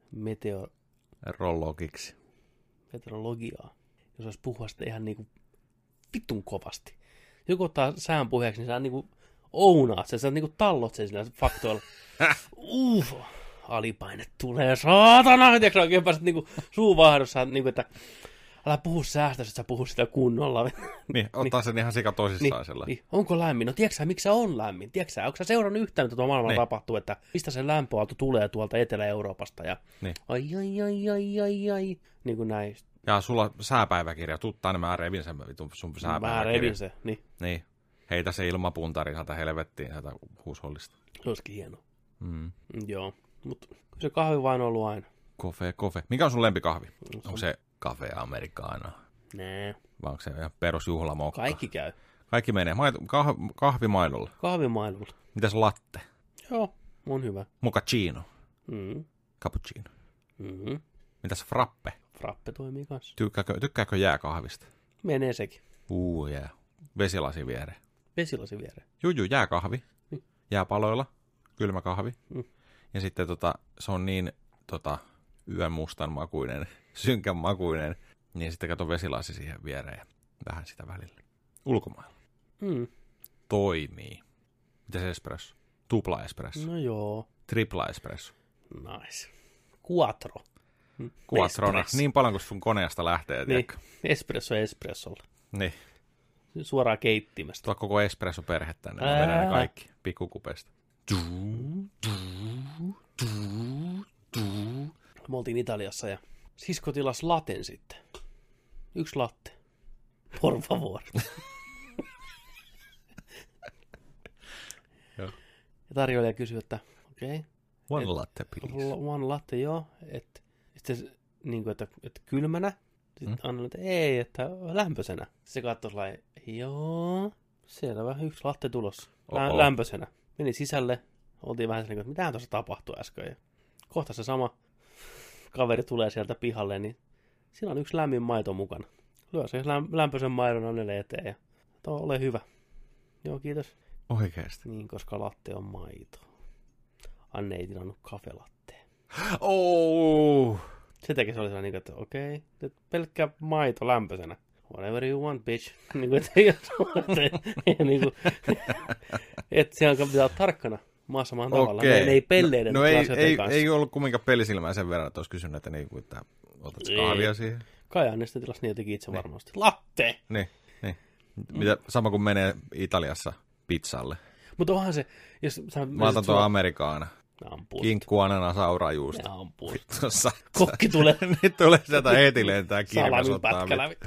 meteorologiaa, jos olisi puhua sitä ihan niinku vittun kovasti. Joku ottaa sään puheeksi, niin sä niinku ounaat sen, sä niinku tallot sen sillä faktoilla. Alipaine tulee, saatana! Tiedätkö oikein pääset niinku suuvahdossa, niinku, että älä puhu säästä, että sä puhu sitä kunnolla. Niin, ottaa sen ihan sika tosissaan sellainen. Niin. Onko lämmin? No tiedätkö sä, miksi se on lämmin? Tiedätkö sä, onko sä seurannut yhtään, mitä tuolla maailmalla tapahtuu, että mistä se lämpöaalto tulee tuolta Etelä-Euroopasta ja niin. ai, niin kuin näin. Ja sulla sääpäiväkirja, tuttaa, niin mä revin sen sun sääpäiväkirja. Mä revin se, niin. Niin, heitä se ilmapuntari sieltä helvettiin, sieltä huushollista. Se olisikin hienoa. Joo, mutta se kahvi vain on ollut aina. Kofe. Mikä on sun lempikahvi? Onko se Cafe Americano? Nää. Vai onko se ihan perusjuhlamokka? Kaikki käy. Kaikki menee. Kahvimaidolla. Kahvimaidolla. Mitäs latte? Joo, on hyvä. Mochaccino. Cappuccino. Mitäs frappe? Frappe toimii kanssa. Tykkääkö jääkahvista? Menee sekin. Jää. Vesilasi viereen. Vesilasi viereen. Juu, jääkahvi. Jääpaloilla. Kylmä kahvi. Ja sitten se on niin yömustan makuinen, synkän makuinen, niin sitten kato vesilasi siihen viereen ja vähän sitä välillä. Ulkomailla. Toimii. Mitäs espresso? Tupla espresso. No joo. Tripla espresso. Nice. Quattro. Quattrona. Niin paljon kuin sun koneesta lähtee, niin. tiedätkö? Espresso espressolla. Niin. Suoraan keittimestä. Tuo koko espresso-perhettä, niin vedän ne kaikki pikkukupeista. Me oltiin Italiassa ja sisko tilasi laten sitten. 1 latte. Por favor. Ja tarjoilija kysyi, että okei. One latte, please. One latte, joo. Sitten niin että kylmänä. Sitten annoin, että ei, että lämpöisenä. Se katsoi sellainen, joo, selvä, 1 latte tulossa. Lämpöisenä. Meni sisälle. Oltiin vähän sellainen, että mitähän tuossa tapahtui äsken. Ja kohta se sama kaveri tulee sieltä pihalle, niin siinä on 1 lämmin maito mukana. Lyö se lämpöisen maidon annelle eteen ja ole hyvä. Joo, kiitos. Oikeesti? Niin, koska latte on maito. Anne ei tilannut kafelatteen. Se teki se oli sellainen, että okei, pelkkä maito lämpöisenä. Whatever you want, bitch. Niin kuin, että siellä pitää olla tarkkana maassamaan tavalla. Ne ei pelleiden. No ei ollut kumminkaan pelisilmää sen verran, että olisi kysynyt, että niin kuin, että otat kahvia siihen. Kai Anne sitten tilasi jotenkin itse varmasti. Latte! Niin. Mitä, sama kuin menee Italiassa pizzalle. Mutta onhan se, jos mä otan tuon Amerikaana. Kinkku, ananas, aurajuusto. Ne on puhut. Kokki tulee. Nyt tulee sieltä heti lentää kirves ottaa.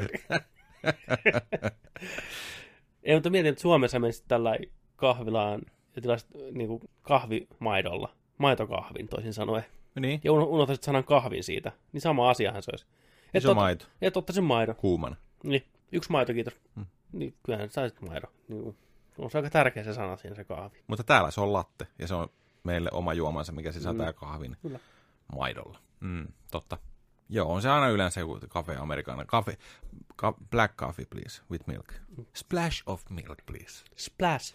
Ei, mutta mietin, että Suomessa menisit tällä kahvilaan ja tilaisit niin kahvimaidolla. Maitokahvin toisin sanoen. Niin. Ja unohtaisit sanan kahvin siitä. Niin sama asiahan se olisi. Iso maito. Et ottaisin maidon. Kuumana. Niin. 1 maito, kiitos. Niin kyllähän saisit maidon. Niin, on se aika tärkeä se sana siinä, se kahvi. Mutta täällä se on latte. Ja se on meille oma juomansa, mikä sisältää kahvin maidolla. Totta. Joo, on se aina yleensä joku Cafe Americano. Black coffee, please, with milk. Splash of milk, please. Splash.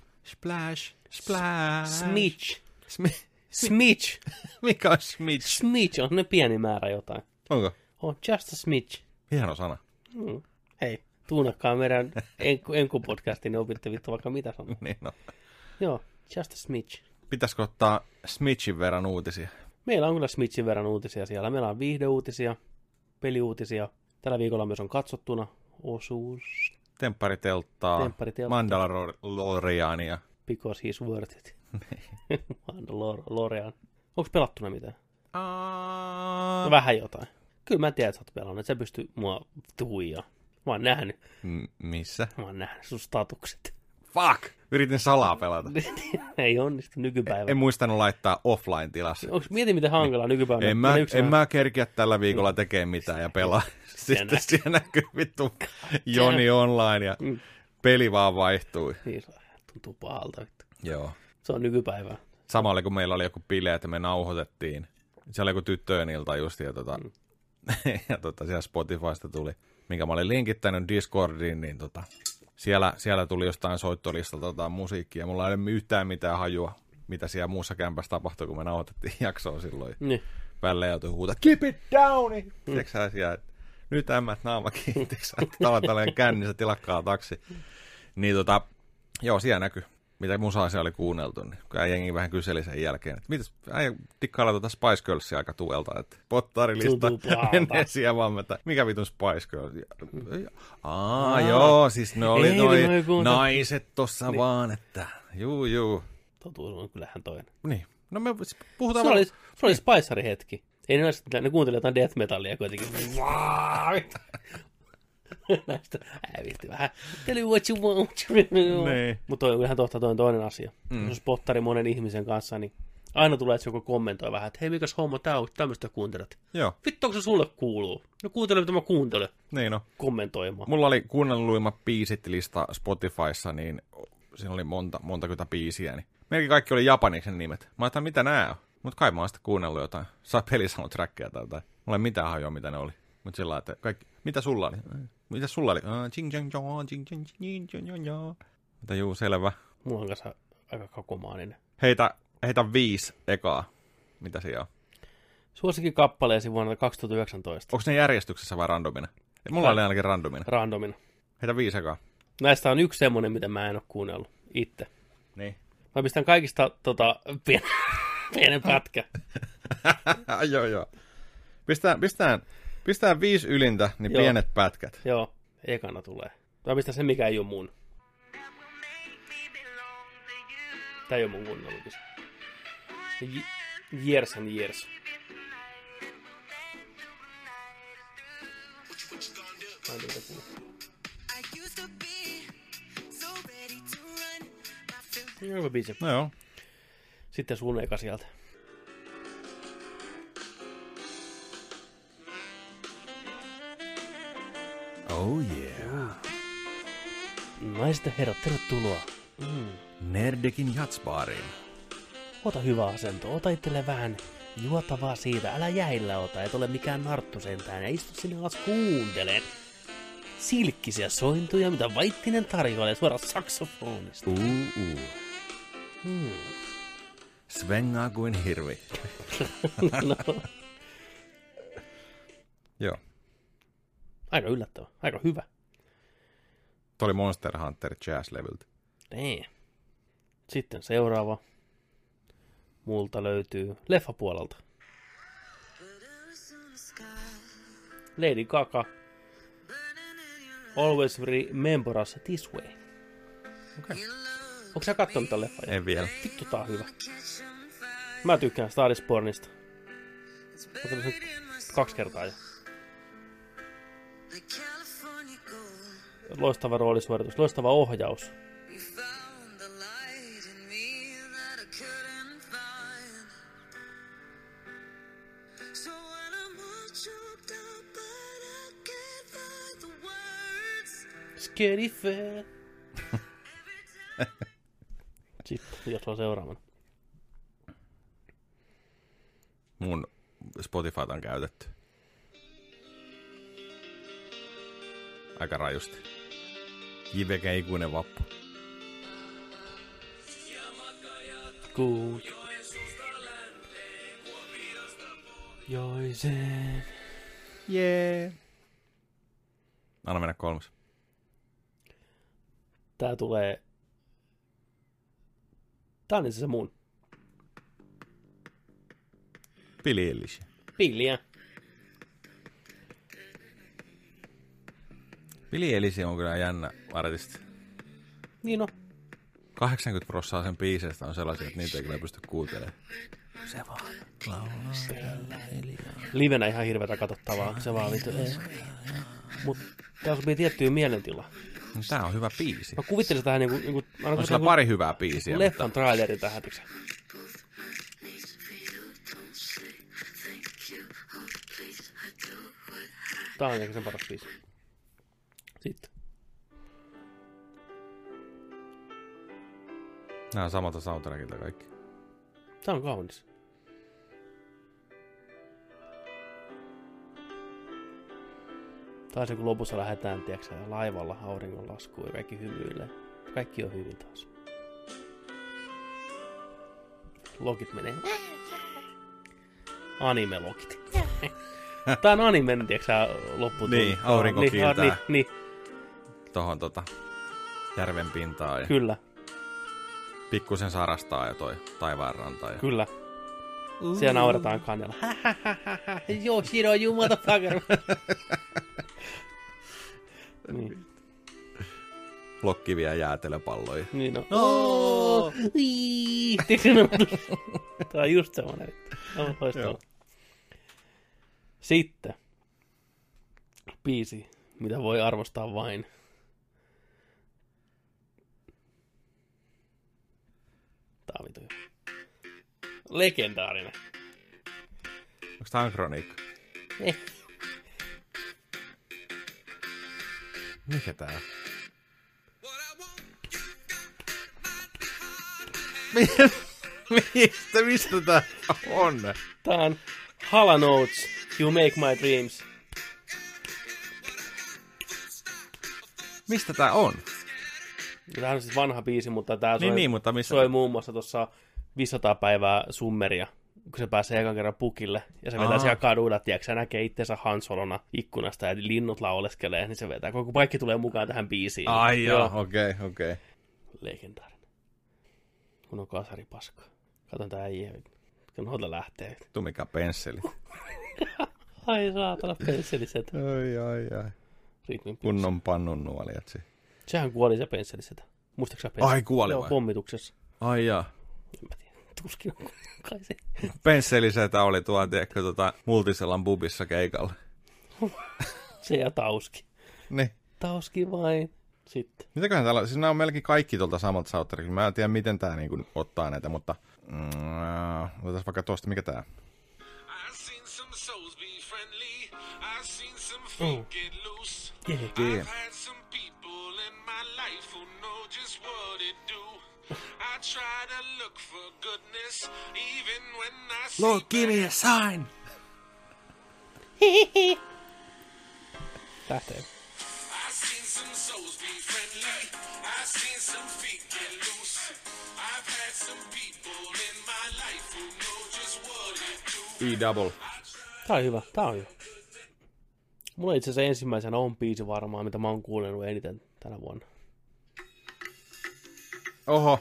Smidge. Smidge. Mikä on smidge? Smidge on ne pieni määrä jotain. Onko? On just a smidge. Hieno sana. Hei, tuunakkaa meidän Enku-podcastin, niin opitte vittu vaikka mitä sanoo. Niin no. Joo, just a smidge. Pitäisikö ottaa smidgin verran uutisia? Meillä on kyllä smidgin verran uutisia siellä. Meillä on viihdeuutisia, peliuutisia. Tällä viikolla myös on katsottuna osuus. Tempparitelttaa. Mandaloriania. because he's worth it. Lorean. Onko pelattuna mitään? No, vähän jotain. Kyllä mä tiedän, että sä oot pelannut. Se pystyy mua huijaa. Mä oon nähnyt. Missä? Mä oon nähnyt sun statukset. Fuck! Yritin salaa pelata. Ei onnistu nykypäivänä. En muistanut laittaa offline-tilassa. Mieti, miten hankalaa nykypäivänä. En mä kerkiä tällä viikolla tekemään mitään ja pelaa. Sitten siellä näkyy vittu Joni online ja peli vaan vaihtui. Niin, tuntuu pahalta vittu. Joo. Se on nykypäivää. Sama oli, kun meillä oli joku bileet, että me nauhoitettiin. Se oli joku tyttöjen ilta just, ja siellä Spotifysta tuli, minkä mä olin linkittänyt Discordiin, niin siellä tuli jostain soittolistalta musiikkia. Mulla ei ole yhtään mitään hajua, mitä siellä muussa kämpässä tapahtui, kun me nauhoitettiin jaksoa silloin. Niin. Välillä joutui huutaa, keep it down! Tiedätkö siellä, että nyt ämmät naama kiinni, täällä tällainen kännissä tilakkaa taksi. Niin joo, siellä näkyy, mitä musaa siellä oli kuunneltu. Niin kun jengi vähän kyseli sen jälkeen, että mitäs, dikkailla Spice Girlsia aika tuelta, että pottarilista menee siellä vaan, että mikä vitun Spice Girls? Joo, siis ne oli naiset tossa niin. Vaan, että juu. Totuus on kyllähän toinen. Niin, no me puhutaan se oli Spiceri hetki. Ei ne kuuntele jotain death metallia kuitenkin. Näistä hävitti vähän. Tell you what you want. Nee. Mutta toi on kyllähän toinen asia. Jos on spottari monen ihmisen kanssa, niin aina tulee, että joku kommentoi vähän, että hei, mikäs homma tää on, tämmöistä kuuntelet. Joo. Vittu, onko se sulle kuuluu? No kuuntele, mitä mä kuuntelen. Niin no. Kommentoimaan. Mulla oli kuunnelluimmat biisit lista Spotifyssa, niin siinä oli monta biisiä, niin melkein kaikki oli japaniksi nimet. Mä ajattelin, mitä nää on? Mut kai mä oon sitten kuunnellut jotain. Saa pelisoundtrackia tai jotain. Mulla ei mitään hajoa, mitä ne oli. Mut sillä lailla, että kaikki, mitä sulla oli? Mitä sulla oli? Mutta juu, selvä. Mulla on kanssa aika kakomaaninen. Heitä 5 ekaa. Mitä siellä on? Suosikin kappaleesi vuonna 2019. Onko ne järjestyksessä vai randomina? Mulla oli ainakin randomina. Randomina. Heitä 5 ekaa. Näistä on yksi semmonen, mitä mä en ole kuunnellut itse. Niin. Mä pistän kaikista pienen pätkä. Joo. Pistään 5 ylintä, niin joo. Pienet pätkät. Joo, ekana tulee. Mä pistän sen, mikä ei ole mun. Tää ei ole mun kuunnellukin. Years and Years. Hyvä biisi. No joo. Sitten sun eka sieltä. Oh yeah. Naiset ja herrat, tervetuloa. Nerdekin jatsbaariin. Ota hyvä asento, ota itselle vähän juotavaa siitä, älä jäillä ota, et ole mikään narttu sentään ja istu sinne alas kuuntelen. Silkkisiä sointuja, mitä Vaittinen tarjoilee suoraan saksofonista. Svengaa kuin hirvi. No. Joo. Aika yllättävä, aika hyvä. Tuo oli Monster Hunter Jazz-levyltä. Niin. Sitten seuraava. Multa löytyy leffapuolelta. Lady Gaga. Always remember us this way. Okay. Onko sä kattonut tämän leffan? En vielä. Vittu, tää on hyvä. Mä tykkään Star is Bornista. Otan sen 2 kertaa jo. Loistava roolisuoritus, loistava ohjaus. Scary fair. Sitten, jos on seuraavana. Mun Spotifyta on käytetty. Aika rajusti. Jivekä ikuinen vappu. Joisen. Jee. Anna mennä 3. Tää tulee... Tää on se mun. Billie Eilish. Billiä. Billie Eilish on kyllä jännä artisti. Niin on. 80% sen biiseistä on sellaisia, että niitä ei kyllä pysty kuuntelemaan. Se vaan laulaa Livenä ihan hirveätä katsottavaa, se vaan vittu. Mutta tää sopii tiettyyn mielentilaa. No, tää on hyvä biisi. Mä kuvittelin tähän niinku on siellä pari hyvää biisiä. Leffan traileri tähän, tiiäksä. Tää on ehkä sen paras biisi. Sitten. Nää on samalta soundtrackilta kaikki. Tää on kaunis. Taas kun lopussa lähdetään, tiiäksä, laivalla auringon laskuun ja kaikki hymyilee. Kaikki on hyvin taas. Logit menee. Anime-logit. Tää on animen, tiiäksä, loppuun. Niin, aurinko kiiltää. Niin. Tohon järven pintaan. Ja kyllä. Pikkusen sarastaa ja toi taivaanranta. Ja kyllä. Siellä nauretaan kannella. Joo, Shiro, you motherfucker. Niin. Lokkiviä jäätelöpalloja. Niin no. No! Tää on just semmonen. Loistavaa. Sitten. Biisi, mitä voi arvostaa vain. Tää on vitu. Legendaarinen. Onks tää Ankroniikka? Mikä tää on? Mistä tää on? Tää on Hala Notes, You Make My Dreams. Mistä tää on? Tää on siis vanha biisi, mutta tää mutta soi muun muassa tuossa 500 päivää Summeria, kun se pääsee ekan kerran pukille, ja se vetää siellä kaduilla, tiiäksä, näkee itsensä Han Solona ikkunasta, ja linnut lauleskelee, niin se vetää. Koko kaikki tulee mukaan tähän biisiin. Ai joo, okei. Legendaarinen. Kun on kasaripaska. Katon tää äijä. Noilta lähtee. Tuu mikä pensseli. Ai saatana pensseliset. Ai. Kunnon pannun nuoliatsi. Sehän kuoli se pensselisetä. Muistatko sä pensselisetä? Ai kuoli vai? Joo, pommituksessa. Ai jaa. En mä tiedä. Tuskin on kai se. Pensselisetä oli Multisellan bubissa keikalla. Se ja Tauski. Niin. Tauski vain. Sitten. Mitäköhän täällä, siis nämä on melkein kaikki tuolta samalta soundtrackilta. Mä en tiedä, miten tää niinku ottaa näitä, mutta otetaan vaikka tosta, mikä tää? Yeah. Lord, give me a sign! Lähtee. E-double. Tää on hyvä. Mulla itse asiassa ensimmäisenä on biisi varmaan, mitä mä oon kuunnellut eniten tänä vuonna. Oho.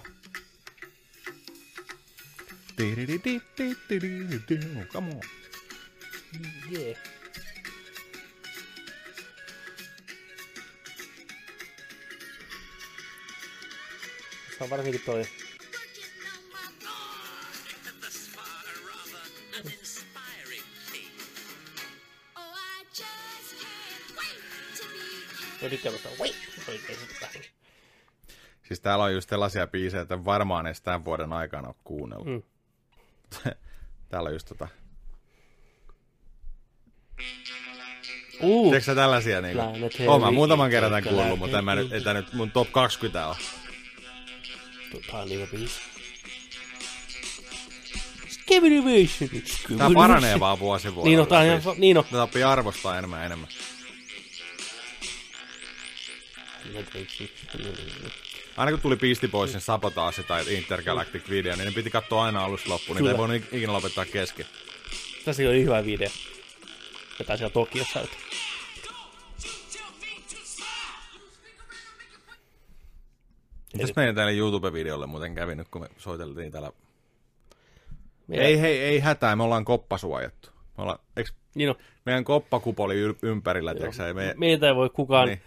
Come on. Yeah. Se on varsinkin toi. Mä tykkään tuosta oikein sitten. Siis täällä on just sellaisia biisejä, että varmaan edes tämän vuoden aikana on kuunnellut. Täällä on just Tiedätkö sä tällaisia niinku? Oon mä muutaman kerran tämän kuullut, mutta ei tää nyt mun top 20 ole. Tää on live biisi. Tää paranee vaan vuosi vuodella. Niin on, tää on ihan... Niin on. Tää oppii arvostaa enemmän. Aina kun tuli Beastie Boysin Sabotage tai Intergalactic video, niin ne piti katsoa aina alusta loppuun. Niitä ei voinut ikinä lopettaa kesken. Tässä oli hyvä video. Vetää siellä Tokiossa. Mitäs meidän täällä YouTube-videolle muuten kävi nyt, kun me soiteltiin täällä? Ei hätää, me ollaan koppasuojattu. Niin on. Meidän koppakupoli ympärillä, meitä ei voi kukaan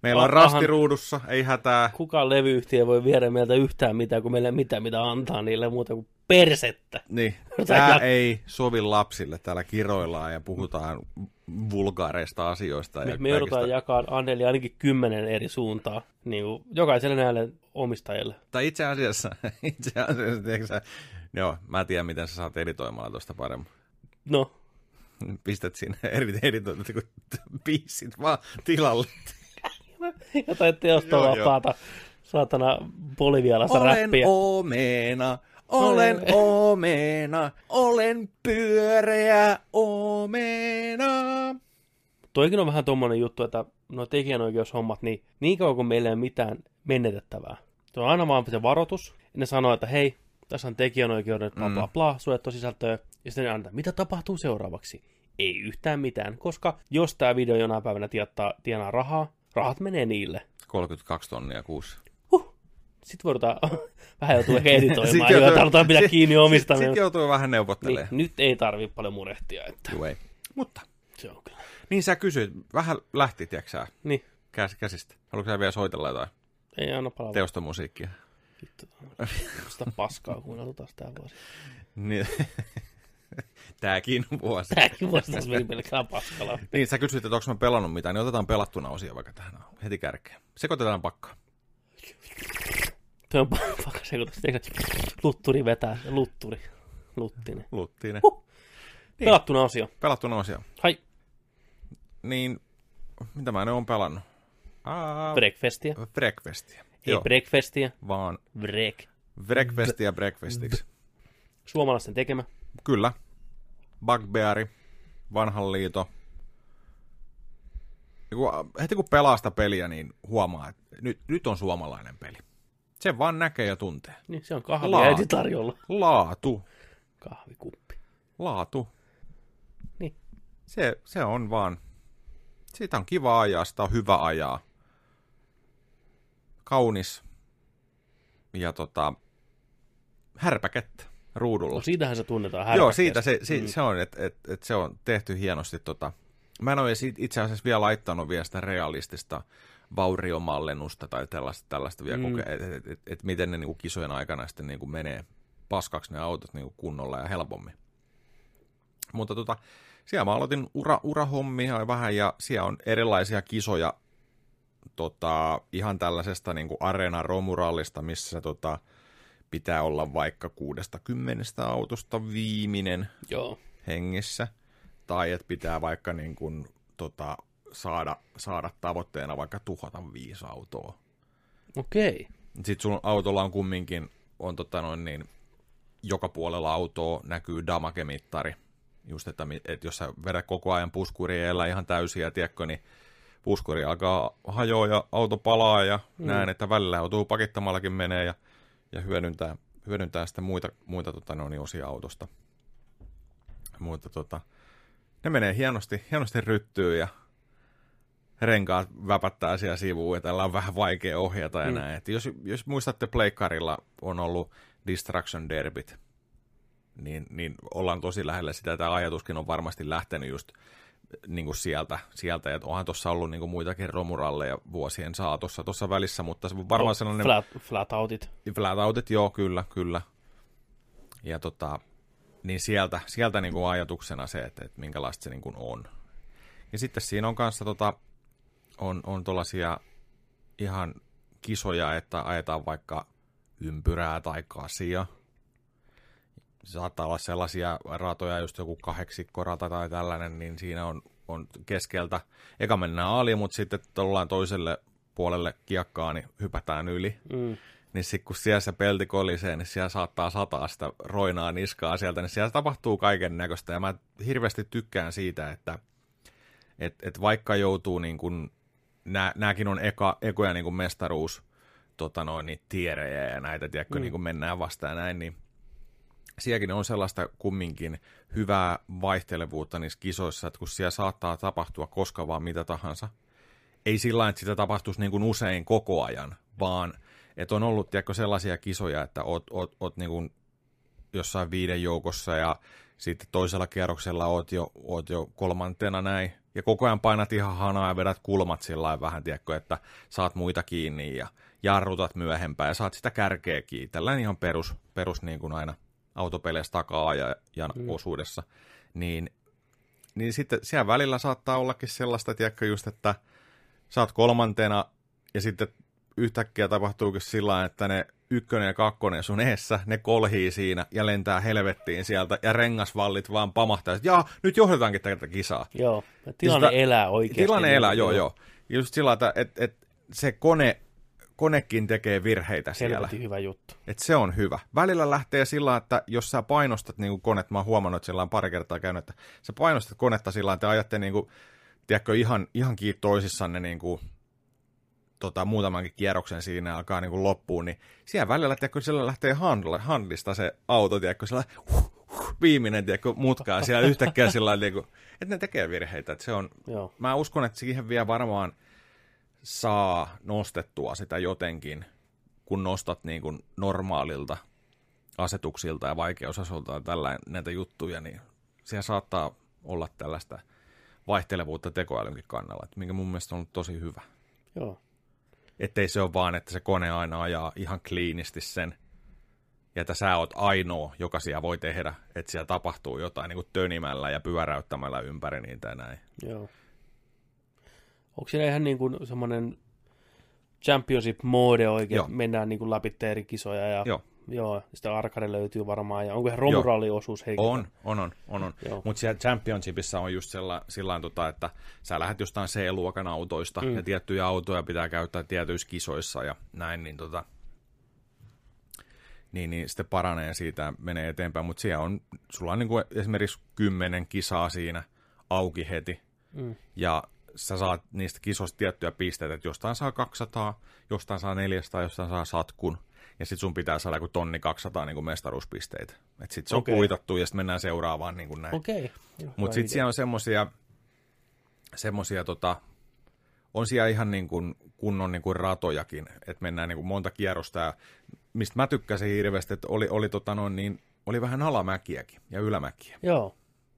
Meillä on rastiruudussa, ei hätää. Kukaan levyyhtiö voi viedä meiltä yhtään mitään, kun meillä ei mitään mitä antaa niille muuta kuin persettä. Niin, tämä ei sovi lapsille. Täällä kiroillaan ja puhutaan vulgaareista asioista. Me joudutaan jakaa Anneli ainakin 10 eri suuntaa, niin kuin jokaiselle näille omistajille. Tai itse asiassa tiedätkö, joo, mä tiedän, miten sä saat editoimalla tuosta paremmin. No. Pistät sinne editoimat, kun biisit vaan tilalle. Jotain teostovapaata, saatana bolivialaista räppiä. Olen omena, olen pyöreä omena. Toikin on vähän tommonen juttu, että nuo tekijänoikeushommat, niin kauan kuin meillä ei ole mitään menetettävää. Se on aina vaan se varoitus. Ne sanoo, että hei, tässä on tekijänoikeudet, bla bla bla, suojattu sisältöä. Ja sitten ne antaa, mitä tapahtuu seuraavaksi? Ei yhtään mitään, koska jos tämä video jonain päivänä tienaa rahaa, rahat menee niille. 32 tonnia kuussa. Sitten voidaan vähän joutua ehkä editoimaan, ja tarvitaan pitää kiinni omista. Sitten joutuu vähän neuvottelemaan. Niin, nyt ei tarvitse paljon murehtia. Että... Ei. Mutta. Se on kyllä. Niin sä kysyit, vähän lähti, tiiäksä, niin. Käsistä. Haluatko sä vielä soitella jotain? Ei anna palaa. Teostomusiikkia. Vittu, sitä paskaa kuunneltu taas tää vuosi. Niin. Tääkin vuosi. Tääkin vuosi taas meni pelkkään paskalla. Niin, sä kysyit, että onko mä pelannut mitään, niin otetaan pelattuna osia vaikka tähän heti kärkeen. Sekoitetaan pakkaa. Tuo on pakka sekoitus. Lutturi vetää. Luttinen. Niin. Pelattuna osio. Pelattuna osio. Hai. Niin, mitä mä ne oon pelannut? Breakfastia. Breakfastia. Ei breakfastia. Vaan Breakfastia breakfastiksi. Suomalaisten tekemä. Kyllä. Bugbeari, Vanhan liito. Heti kun pelaa sitä peliä, niin huomaa, että nyt on suomalainen peli. Se vaan näkee ja tuntee. Niin, se on kahvia heti tarjolla. Laatu. Kahvikuppi. Laatu. Niin. Se on vaan, siitä on kiva ajaa, sitä on hyvä ajaa. Kaunis. Ja härpäkettä ruudulla. No siitähän se tunnetaan härpäkkeessä. Joo, siitä se on, että se on tehty hienosti. Mä en ole itse asiassa vielä laittanut vielä sitä realistista vauriomallennusta tai tällaista vielä että miten ne niinku kisojen aikana sitten niinku menee paskaksi ne autot niinku kunnolla ja helpommin. Mutta siellä mä aloitin urahommia vähän ja siellä on erilaisia kisoja ihan tällaisesta niinku areenaromurallista, missä pitää olla vaikka 60 autosta viimeinen hengissä. Tai että pitää vaikka niin kuin, saada tavoitteena vaikka 1005 autoa. Okei. Sitten sun autolla on kumminkin, joka puolella autoa näkyy damage-mittari. Just, että jos sä vedät koko ajan puskuria ihan täysiä, tiedätkö, niin puskuri alkaa hajoa ja auto palaa ja näen, että välillä joutuu pakittamallakin menee ja hyödyntää sitten muita osia autosta. Mutta ne menee hienosti ryttyyn ja renkaat väpättää siellä sivuun ja tällä on vähän vaikea ohjata ja näin. Et jos muistatte pleikkarilla on ollut Distraction Derbyt, niin ollaan tosi lähellä sitä. Tämä ajatuskin on varmasti lähtenyt just niin kuin sieltä, että onhan tuossa ollut niin kuin muitakin romuralleja vuosien saatossa tuossa välissä, mutta se on varmaan sellainen... Flatoutit. Flatoutit, joo, kyllä. Ja niin sieltä niin kuin ajatuksena se, että minkälaista se niin kuin on. Ja sitten siinä on kanssa on tuollaisia ihan kisoja, että ajetaan vaikka ympyrää tai kasia. Saattaa olla sellaisia ratoja, just joku 8-korata tai tällainen, niin siinä on keskeltä. Eka mennään aliin, mutta sitten ollaan toiselle puolelle kiekkaa, niin hypätään yli. Niin sitten kun siellä se pelti kolisee, niin siellä saattaa sataa sitä roinaa niskaa sieltä, niin siellä tapahtuu kaiken näköistä. Ja mä hirveästi tykkään siitä, että vaikka joutuu, niin nämäkin on ekoja niin kuin mestaruus, tierejä ja näitä, tiedätkö, niin kuin mennään vastaan ja näin, niin sielläkin on sellaista kumminkin hyvää vaihtelevuutta niissä kisoissa, että kun siellä saattaa tapahtua koska vaan mitä tahansa. Ei sillä että sitä tapahtuisi niin kuin usein koko ajan, vaan että on ollut tiedätkö, sellaisia kisoja, että oot niin kuin jossain 5 joukossa ja sitten toisella kierroksella oot jo 3. näin, ja koko ajan painat ihan hanaa ja vedät kulmat sillä lailla vähän, tiedätkö, että saat muita kiinni ja jarrutat myöhempään ja saat sitä kärkeä kiinni. Tällainen ihan perus niin kuin aina autopeleissä takaa-ajan osuudessa. Niin sitten siellä välillä saattaa ollakin sellaista, tiedätkö, just, että sä oot kolmantena ja sitten yhtäkkiä tapahtuukin sillä tavalla, että ne 1 ja 2 sun eessä, ne kolhii siinä ja lentää helvettiin sieltä ja rengasvallit vaan pamahtaa. Ja nyt johdetaankin tätä kisaa. Joo, tilanne elää oikeasti. Tilanne elää, joo. Just sillä tavalla, että se konekin tekee virheitä siellä. Helvetin hyvä juttu. Että se on hyvä. Välillä lähtee sillä, että jos sä painostat niin kuin konet, mä oon huomannut, että sillä on pari kertaa käynyt, että sä painostat konetta sillä, että ajatte niin kuin, tiedätkö, ihan kiinni toisissanne niin kuin, muutamankin kierroksen siinä alkaa niin kuin loppuun, niin siellä välillä, tiedätkö, siellä lähtee handlista se auto, tiedätkö, sillä viimeinen, tiedätkö, mutkaa siellä yhtäkkiä sillä niin kuin, että ne tekee virheitä. Että se on, mä uskon, että siihen vielä varmaan saa nostettua sitä jotenkin, kun nostat niin kuin normaalilta asetuksilta ja vaikeusasolta ja näitä juttuja, niin siellä saattaa olla tällaista vaihtelevuutta tekoälynkin kannalla, että minkä mun mielestä on ollut tosi hyvä. Joo. Ettei se ole vaan, että se kone aina ajaa ihan kliinisti sen, ja että sä oot ainoa, joka siellä voi tehdä, että siellä tapahtuu jotain niin kuin tönimällä ja pyöräyttämällä ympäri niitä ja näin. Joo. Onko siinä ihan niin kuin semmoinen championship-mode oikein, että mennään niin kuin läpi eri kisoja ja joo, sitä arcade löytyy varmaan, ja onko ihan romuralliosuus heikko? On. Mutta siellä Championshipissa on just sillain, että sä lähdet jostain C-luokan autoista, ja tiettyjä autoja pitää käyttää tietyissä kisoissa, ja näin, niin sitten paranee siitä ja menee eteenpäin, mutta siellä on, sulla on niin kuin esimerkiksi 10 kisaa siinä auki heti, ja sä saat niistä kisoista tiettyjä pisteitä, että jostain saa 200, jostain saa 400, jostain saa satkun, ja sit sun pitää saada 1200 niin kuin mestaruuspisteitä. Että sit se on kuitattu, ja sit mennään seuraavaan niin kuin näin. Mutta sit siellä on semmosia on siellä ihan niin kuin kunnon niin kuin ratojakin, että mennään niin kuin monta kierrosta, ja mistä mä tykkäsin hirveästi, että oli vähän alamäkiäkin ja ylämäkiä. Joo.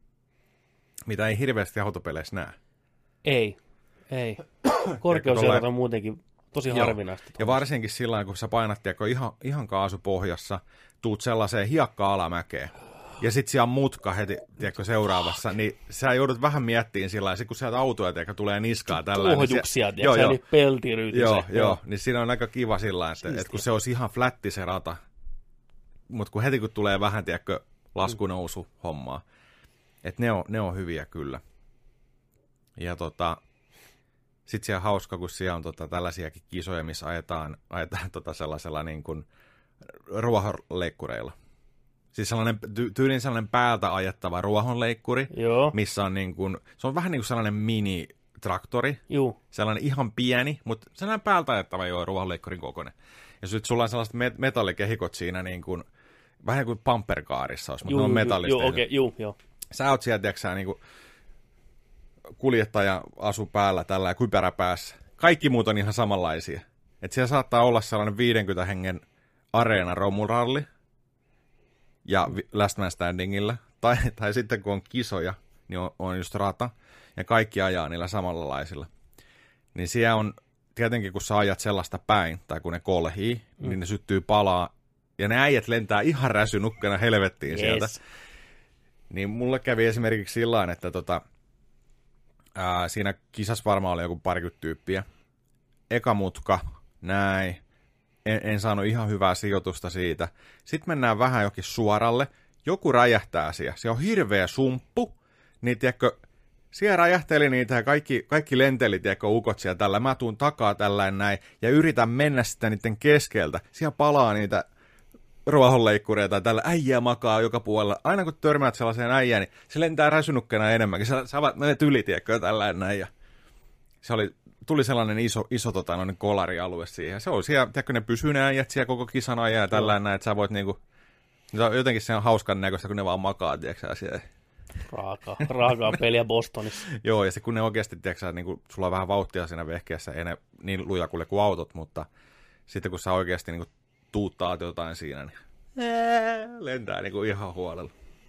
Mitä ei hirveästi autopeleissä näe. Ei. Korkeuserot on muutenkin tosi harvinaista. Ja varsinkin sillä kun sä painat ihan kaasupohjassa, tuut sellaiseen hiekka-alamäkeen, ja sit siellä on mutka heti seuraavassa, niin sä joudut vähän miettimään sillä tavalla, kun sieltä autoja tulee niskaa tällä. Pohjuksia, niin peltiryytisiä. Joo, niin siinä on aika kiva sillä että kun se olisi ihan flätti se rata, mutta kun tulee vähän, laskunousu hommaa, että ne on hyviä kyllä. Ja sitten siellä on hauska, kun siellä on tällaisiakin kisoja, missä ajetaan sellaisella niin kuin ruohonleikkureilla. Siis tyylin sellainen päältä ajettava ruohonleikkuri, missä on niin kuin, se on vähän niin kuin sellainen mini-traktori. Sellainen ihan pieni, mutta sellainen päältä ajettava ruohonleikkurin kokoinen. Ja sitten sulla on sellaiset metallikehikot siinä niin kuin, vähän kuin pamperkaarissa olisi, mutta ne on metallista. Sä oot siellä, tiedätkö niin kuin, kuljettaja asu päällä tällä ja kypärä päässä. Kaikki muut on ihan samanlaisia. Että siellä saattaa olla sellainen 50 hengen areena romuralli ja last man standingillä. Tai sitten kun on kisoja, niin on just rata. Ja kaikki ajaa niillä samanlaisilla. Niin siellä on, tietenkin kun sä ajat sellaista päin, tai kun ne kolhii, niin ne syttyy palaa. Ja ne äijät lentää ihan räsynukkana helvettiin sieltä. Niin mulle kävi esimerkiksi sillain, että siinä kisassa varmaan oli joku 20 tyyppiä. Eka mutka, näin. En saanut ihan hyvää sijoitusta siitä. Sitten mennään vähän jokin suoralle. Joku räjähtää siellä. Se on hirveä sumppu. Niin tiedätkö, siellä räjähteli niitä ja kaikki lenteli, tiedätkö, ukot siellä tällä. Mä tuun takaa tällainen näin ja yritän mennä sitä niiden keskeltä. Siellä palaa niitä ruohonleikkureita tai tällä äijää makaa joka puolella. Aina kun törmäät sellaiseen äijään, niin se lentää räsynukkena enemmänkin. Sä menet yli, tiedätkö, tällainen näin. Ja tuli sellainen iso kolarialue siihen. Se oli siellä, tiedätkö, ne pysyy ne äijät siellä koko kisan ajan ja tällainen näin, että sä voit niinku, jotenkin se on hauskan näköistä, kun ne vaan makaa, tiedätkö, siellä. Raakaa peliä Bostonissa. Joo, ja se kun ne oikeasti, tiedätkö, niin sulla on vähän vauhtia siinä vehkeessä, ei ne niin luja kuin autot, mutta sitten kun sä oikeasti niin tuuttaat jotain siinä, niin lentää niin kuin ihan huolella.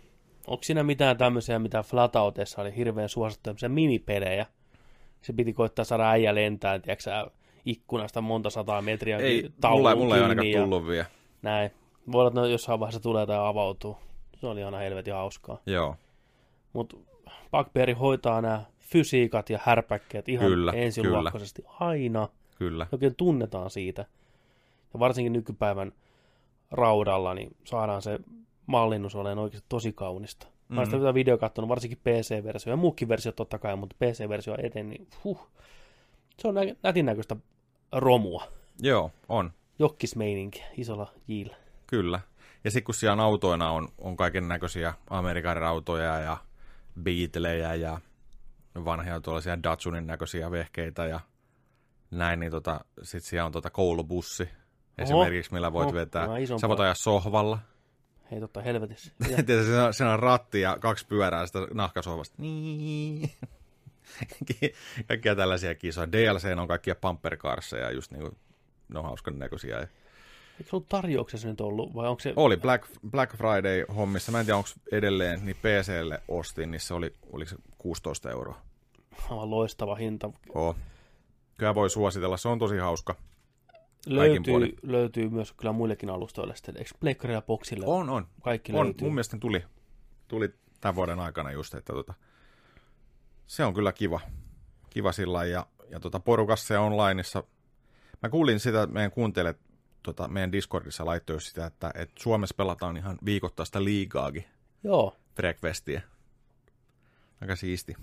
Onko siinä mitään tämmöisiä, mitä Flatouteissa oli hirveän suosittuja minipelejä? Se piti koittaa saada äijä lentää, tiedätkö ikkunasta monta 100 metriä. Ei, mulla ei ainakaan tullut vielä. Näin. Voi olla, että jossain vaiheessa tulee tai avautuu. Se oli aina helvetin hauskaa. Joo. Mutta Bugbear hoitaa nämä fysiikat ja härpäkkeet ihan ensiluokkaisesti aina. Kyllä. Oikein tunnetaan siitä. Ja varsinkin nykypäivän raudalla, niin saadaan se mallinnus olemaan oikeasti tosi kaunista. Mä oon sitä video katsonut, varsinkin PC-versio ja muukin versio totta kai, mutta PC-versio eteen, niin se on nätin näköistä romua. Joo, on. Jokkismeininki isolla jillä. Kyllä. Ja sitten kun siellä autoina on kaiken näköisiä Amerikan rautoja ja Beatlejä ja vanhoja tuollaisia Datsunin näköisiä vehkeitä ja näin, niin sitten siellä on koulubussi esimerkiksi, millä voit vetää. Sä voit ajaa sohvalla. Hei, totta helvetissä. Se on ratti ja 2 pyörää sitä nahkasohvasta. Niin. Kaikkia tällaisia kisoja. DLC on kaikkia bumpercarseja, just niin kuin ne on hauskan näköisiä. Eikö se ollut tarjouksessa nyt ollut? Vai onko se... Oli Black Friday-hommissa. Mä en tiedä, onko edelleen, niin PC:lle ostin, niin se oliko se 16 €. Aivan loistava hinta. Kyllä voi suositella, se on tosi hauska. Löytyy myös kyllä muillekin alustoille sitten. Eikö Pleikkarilla ja Boxille? On. Kaikki on. löytyy. Mun mielestä tuli tämän vuoden aikana just, että se on kyllä kiva sillä ja porukassa ja onlineissa. Mä kuulin sitä, meidän kuuntelijat meidän Discordissa laittoi sitä, että Suomessa pelataan ihan viikoittaista liigaakin. Joo. Breakfastia. Aika siisti.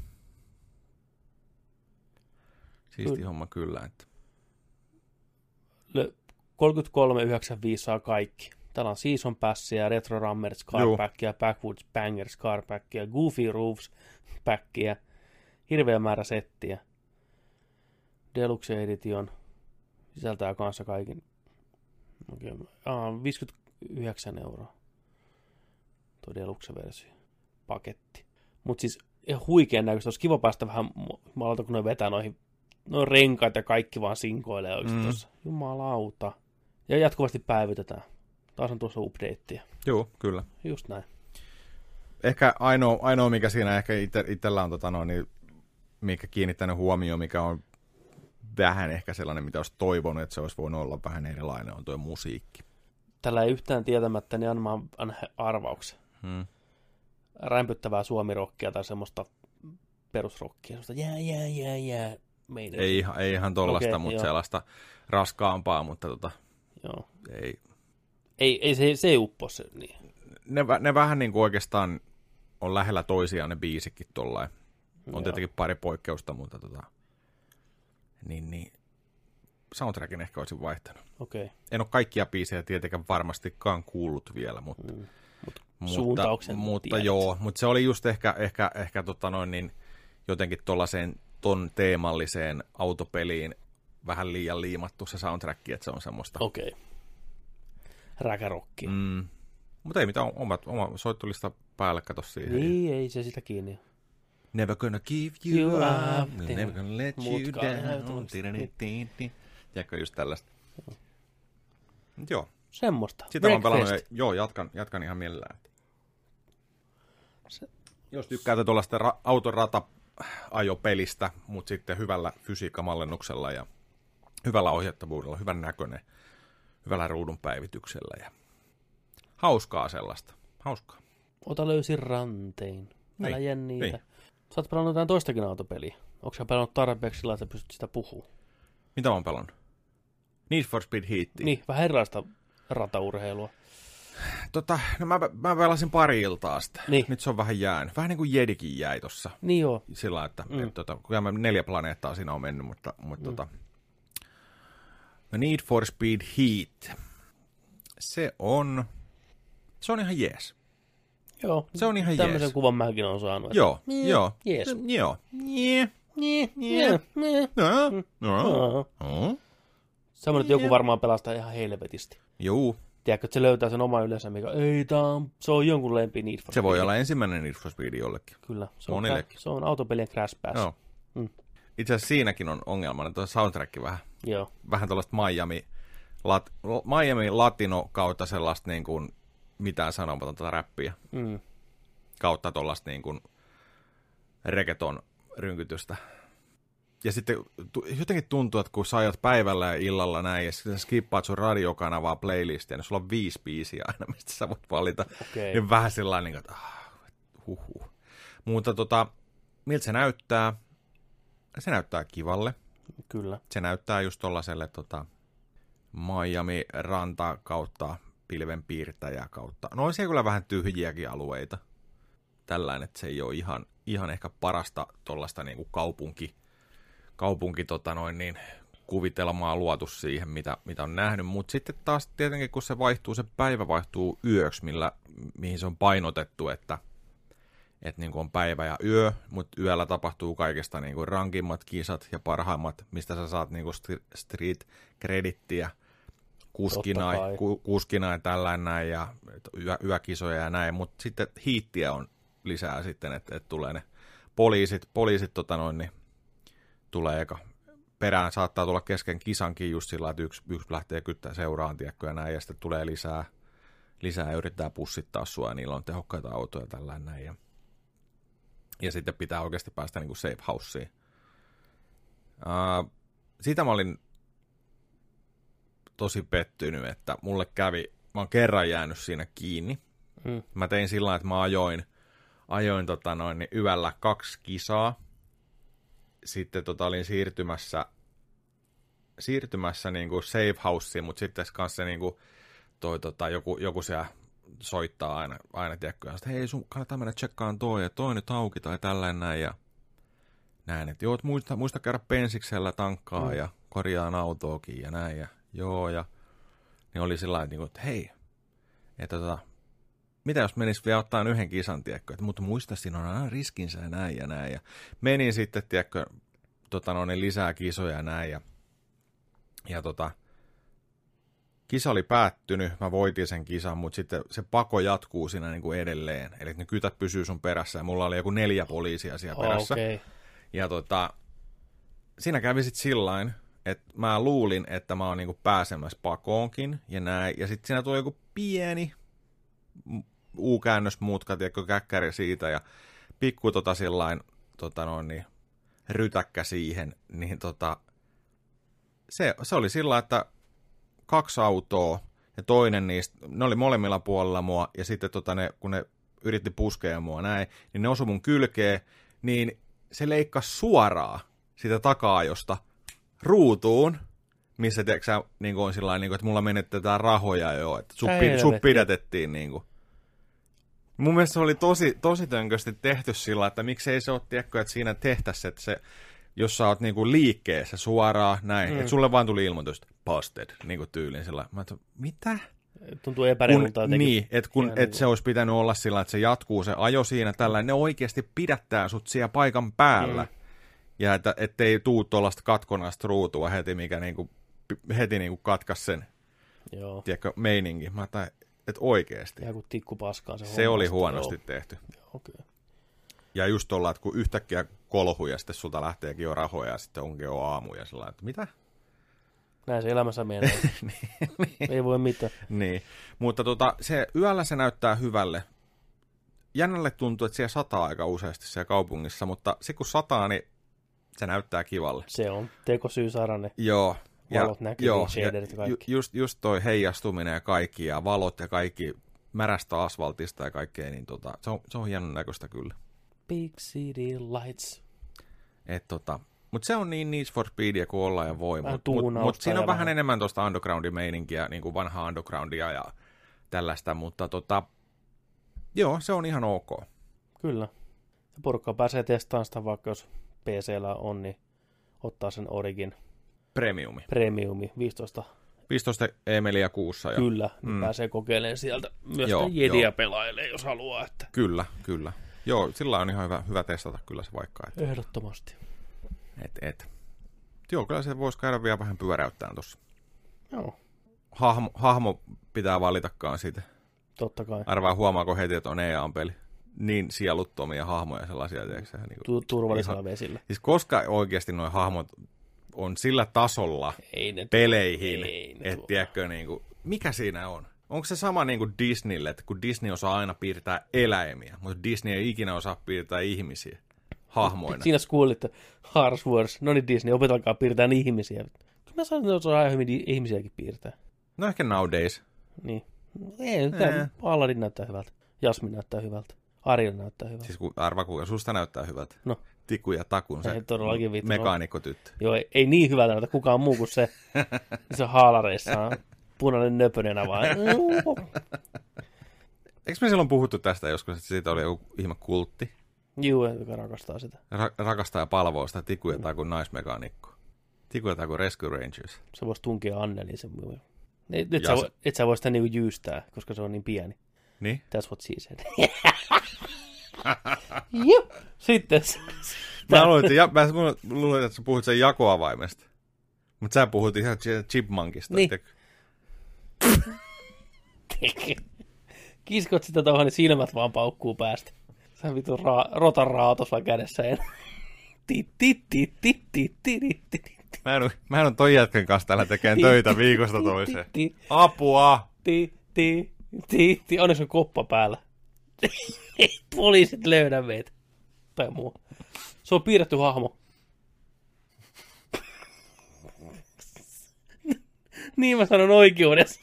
Siisti homma kyllä. Että. 33,95 saa kaikki. Täällä on Season Passia, Retro Rummers Carpackia, Backwoods Bangers Carpackia, Goofy Roofs Packia, hirveä määrä settiä. Deluxe Edition sisältää kanssa kaikin. 59 €. Tuo Deluxe-versio. Paketti. Mutta siis ihan huikean näköistä. Olisi kiva päästä vähän malta, kun ne vetää noihin renkaat ja kaikki vaan sinkoilee oikeasti tuossa. Jumalauta. Ja jatkuvasti päivitetään. Taas on tuossa updateia. Joo, kyllä. Just näin. Ehkä ainoa mikä siinä ehkä itsellä on niin, mikä kiinnittänyt huomioon, mikä on vähän ehkä sellainen, mitä olisi toivonut, että se olisi voinut olla vähän erilainen, on tuo musiikki. Tällä ei yhtään tietämättä, niin anna arvauksen. Rämpyttävää suomirokkia tai semmoista perusrokkia. Semmoista jää. Ei ihan tollaista, mutta sellaista raskaampaa, mutta joo. Ei. Se ei uppo se. Niin. Ne vähän niin kuin oikeastaan on lähellä toisiaan ne biisikin tollain. On tietenkin pari poikkeusta, mutta niin soundtrackin ehkä olisin vaihtanut. Okay. En ole kaikkia biisejä tietenkään varmastikaan kuullut vielä, mutta suuntauksen mutta joo, mutta se oli just ehkä niin jotenkin tuollaiseen ton teemalliseen autopeliin vähän liian liimattu se soundtrack, että se on semmoista. Okei. Räkärokkia. Mutta ei mitään, oma soittolista päälle, kato siihen. Niin, ei se sitä kiinni. Never gonna give you up, never gonna let you down. Tiedätkö just tällaista? Joo. Semmoista. Sitä mä oon pelannut, joo, jatkan ihan mielellään. Jos tykkäätte tuollaista autorata-ajopelistä, mutta sitten hyvällä fysiikkamallennuksella ja hyvällä ohjattavuudella, hyvän näköinen, hyvällä ruudun päivityksellä ja hauskaa sellaista. Hauskaa. Ota löysin rantein. Älä niitä. Sä oot pelannut jotain toistakin autopeliä. Onko sä pelannut tarpeeksi sillä, että sä pystyt sitä puhumaan? Mitä mä oon pelannut? Need for Speed Heat. Niin, vähän erilaista rataurheilua. No mä pelasin pari iltaa sitä. Niin. Nyt se on vähän jäänyt. Vähän niin kuin Jedikin jäi tossa. Niin joo. Sillä, että kun mä 4 planeettaa siinä on mennyt, mutta Need for Speed Heat. Se on ihan jees. Joo. Se on ihan tämmöisen jees. kuvan mäkin on saanut. Joo. Jees. Joo. Semmoinen, että joku varmaan pelastaa ihan helvetisti. Juu. Tiedätkö, että se löytää sen oman yleensä, mikä se on jonkun lempi Need for Speed. Se voi olla ensimmäinen Need for Speed jollekin. Kyllä. Se on autopelien Crash Bash. Joo. Itse asiassa siinäkin on ongelma, että tuo soundtrack vähän tuollaista Miami Latino kautta sellaista niin kuin mitään sanomatonta räppiä. kautta tuollaista niin kuin reggaeton rynkytystä. Ja sitten jotenkin tuntuu, että kun sä ajat päivällä ja illalla näin, ja sitten sä skippaat sun radiokanavaa playlistia, niin sulla on 5 biisiä aina, mistä sä voit valita. Okei. Niin vähän sellainen, että Mutta miltä se näyttää? Se näyttää kivalle. Kyllä. Se näyttää just tollaselle Miami-ranta kautta pilvenpiirtäjä kautta. No on siellä kyllä vähän tyhjiäkin alueita. Tällainen, että se ei ole ihan ehkä parasta tollasta niinku kaupunki kuvitelmaa luotu siihen, mitä on nähnyt. Mutta sitten taas tietenkin, kun se päivä vaihtuu yöksi, mihin se on painotettu, että niin kuin on päivä ja yö, mutta yöllä tapahtuu kaikesta niin kuin rankimmat kisat ja parhaimmat, mistä sä saat niin kuin street credittiä kuskina ja tällainen näin, ja yökisoja ja näin, mutta sitten hiittiä on lisää sitten, että tulee ne poliisit niin tulee eka perään, saattaa tulla kesken kisankin just sillä, että yksi lähtee kyttää seuraan, tiedätkö, ja näin, ja sitten tulee lisää ja yrittää pussittaa sua, ja niillä on tehokkaita autoja tällainen näin, ja sitten pitää oikeasti päästä niin kuin safe houseen. Siitä mä olin tosi pettynyt, että mulle mä oon kerran jäänyt siinä kiinni. Mä tein sillä lailla, että mä ajoin niin yöllä 2 kisaa. Sitten olin siirtymässä niin kuin safe houseen, mutta sitten kanssa niin kuin joku siellä soittaa aina tiedätkö, että hei, sun kannattaa mennä tsekkaan toi nyt auki tai tällainen näin, ja näin, että joo, muista käydä pensiksellä tankkaa ja korjaan autoakin ja näin, ja joo, ja niin oli sillä lailla, että hei, että mitä jos menis vielä ottaa yhden kisan, tiedätkö, että mutta muista, siinä on aina riskinsä ja näin, ja menin sitten, tiedätkö, lisää kisoja ja näin, ja kisa oli päättynyt, mä voitin sen kisan, mutta sitten se pako jatkuu siinä niin kuin edelleen. Eli ne kytät pysyy sun perässä, ja mulla oli joku 4 poliisia siellä perässä. Okay. Ja siinä kävi sitten sillain, että mä luulin, että mä oon niin kuin pääsemässä pakoonkin, ja näin. Ja sitten siinä tuli joku pieni U-käännösmutka, tiedätkö, käkkäri siitä, ja pikku sillain, rytäkkä siihen, niin se oli sillä, että 2 autoa, ja toinen niistä, ne oli molemmilla puolella mua, ja sitten kun ne yritti puskea mua näin, niin ne osui mun kylkeen, niin se leikkasi suoraan sitä taka-ajosta ruutuun, missä tiedätkö, niin on sillä tavalla, että mulla menetetään rahoja jo, että sut pidätettiin. Niin kuin. Mun mielestä se oli tosi tönkösti tehty sillä, että miksei se ole, tiedätkö, että siinä tehtäisiin, että se, jos sä oot niinku liikkeessä suoraan näin, että sulle vaan tuli ilmoitus, busted, niinku tyylin sillä. Mä ajattelin, mitä? Tuntuu epäreilulta. Niin, että se olisi pitänyt olla sillä, että se jatkuu se ajo siinä tällainen, ne oikeasti pidättää sut siellä paikan päällä. Ja ettei tuu tuollaista katkonaista ruutua heti, mikä heti katkaisi sen, tiedätkö, meininki. Mä ajattelin, että oikeasti. Ja kun tikku paskaan se oli huonosti tehty. Okay. Ja just tuolla, että kun yhtäkkiä kolhu ja sitten sulta lähteekin jo rahoja ja sitten onkin jo aamu ja sellainen, että mitä? Näin se elämässä menee. Ei voi mitään. Niin, mutta se yöllä se näyttää hyvälle. Jännälle tuntuu, että siellä sataa aika useasti siellä kaupungissa, mutta se kun sataa, niin se näyttää kivalle. Se on tekosyy saada ne joo. valot näkyviin, shaderit ja kaikki. Just toi heijastuminen ja kaikki ja valot ja kaikki märästä asfaltista ja kaikkea, niin se on hienon näköistä kyllä. Big City Lights. Mutta se on niin Need for Speedia kuin ollaan ja voi. Mutta siinä on vähän enemmän tuosta underground-meininkiä, niin kuin vanhaa undergroundia ja tällaista, mutta joo, se on ihan ok. Kyllä. Porukka pääsee testaamaan sitä, vaikka jos PC:llä on, niin ottaa sen Origin. Premiumi, 15 emeliä kuussa. Ja, kyllä, niin pääsee kokeilemaan sieltä myös Jediä pelailee, jos haluaa. Että. Kyllä. Joo, sillä on ihan hyvä testata kyllä se vaikka. Että. Ehdottomasti. Joo, kyllä se voisi käydä vielä vähän pyöräyttämään tuossa. Joo. Hahmo pitää valitakaan siitä. Totta kai. Arvaa huomaako heti, että on EA-peli. Niin sieluttomia hahmoja sellaisia. Niin turvallisella vesillä. Siis koska oikeasti nuo hahmot on sillä tasolla peleihin, että tiedätkö, niin kuin, mikä siinä on? onko se sama niin kuin Disneylle, että kun Disney osaa aina piirtää eläimiä, mutta Disney ei ikinä osaa piirtää ihmisiä hahmoina. Siinä kuulit, että Harsh Words, no niin Disney, opetelkaa piirtää ihmisiä. Mä sanon, että osaa hyvin ihmisiäkin piirtää. No ehkä nowadays. Niin. Ei, Aladdin näyttää hyvältä. Jasmin näyttää hyvältä. Ariel näyttää hyvältä. Siis arva kuinka susta näyttää hyvältä. No. Tiku ja Takun, se mekaanikkotyttö. Joo, ei niin hyvältä näytä kukaan muu kuin se. Se on haalareissaan. Punainen nöpönenä vaan. Eikö me silloin puhuttu tästä joskus, että siitä oli joku ihme kultti? Juu, joka rakastaa sitä. Rakastaa ja palvoo sitä Tiku ja Takun naismekaanikkoa. Tiku ja Takun Rescue Rangers. Se voisi tunkea Anneliin sen. Et sä voi sitä niinku jyystää, koska se on niin pieni. Niin? That's what she said. Jep. Sitten. Mä luulen, että sä puhut sen jakoavaimesta. Mutta sä puhut ihan chipmunkista. Niin. Kiskot sitä tuohon, niin silmät vaan paukkuu päästä. Sä vittu rotan raatossa kädessä. Mä en ole toi jätkän kanssa täällä tekemään töitä viikosta toiseen. Apua! Onneksi on koppa päällä. Poliisit löydä meitä. Tai muu. Se on piirretty hahmo. Niin mä sanon oikeudessa.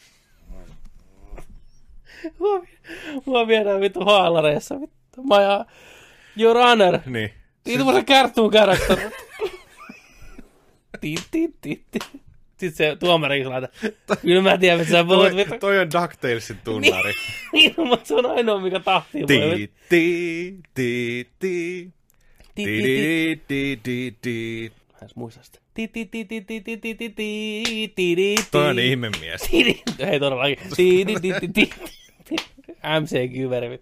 Mua viedään vittu haalareissa. Vittu. Your Honor. Niin. Siitä mun se cartoon character. Sitten se tuomarikin laita. Kyllä mä tiedän, että sä puhut vittu. Toi on DuckTalesin tunnari. Niin, mutta se on ainoa, mikä tahtii. Mä en muista sitä. Toi on ihmemies. Hei todellakin. MC-kyveri.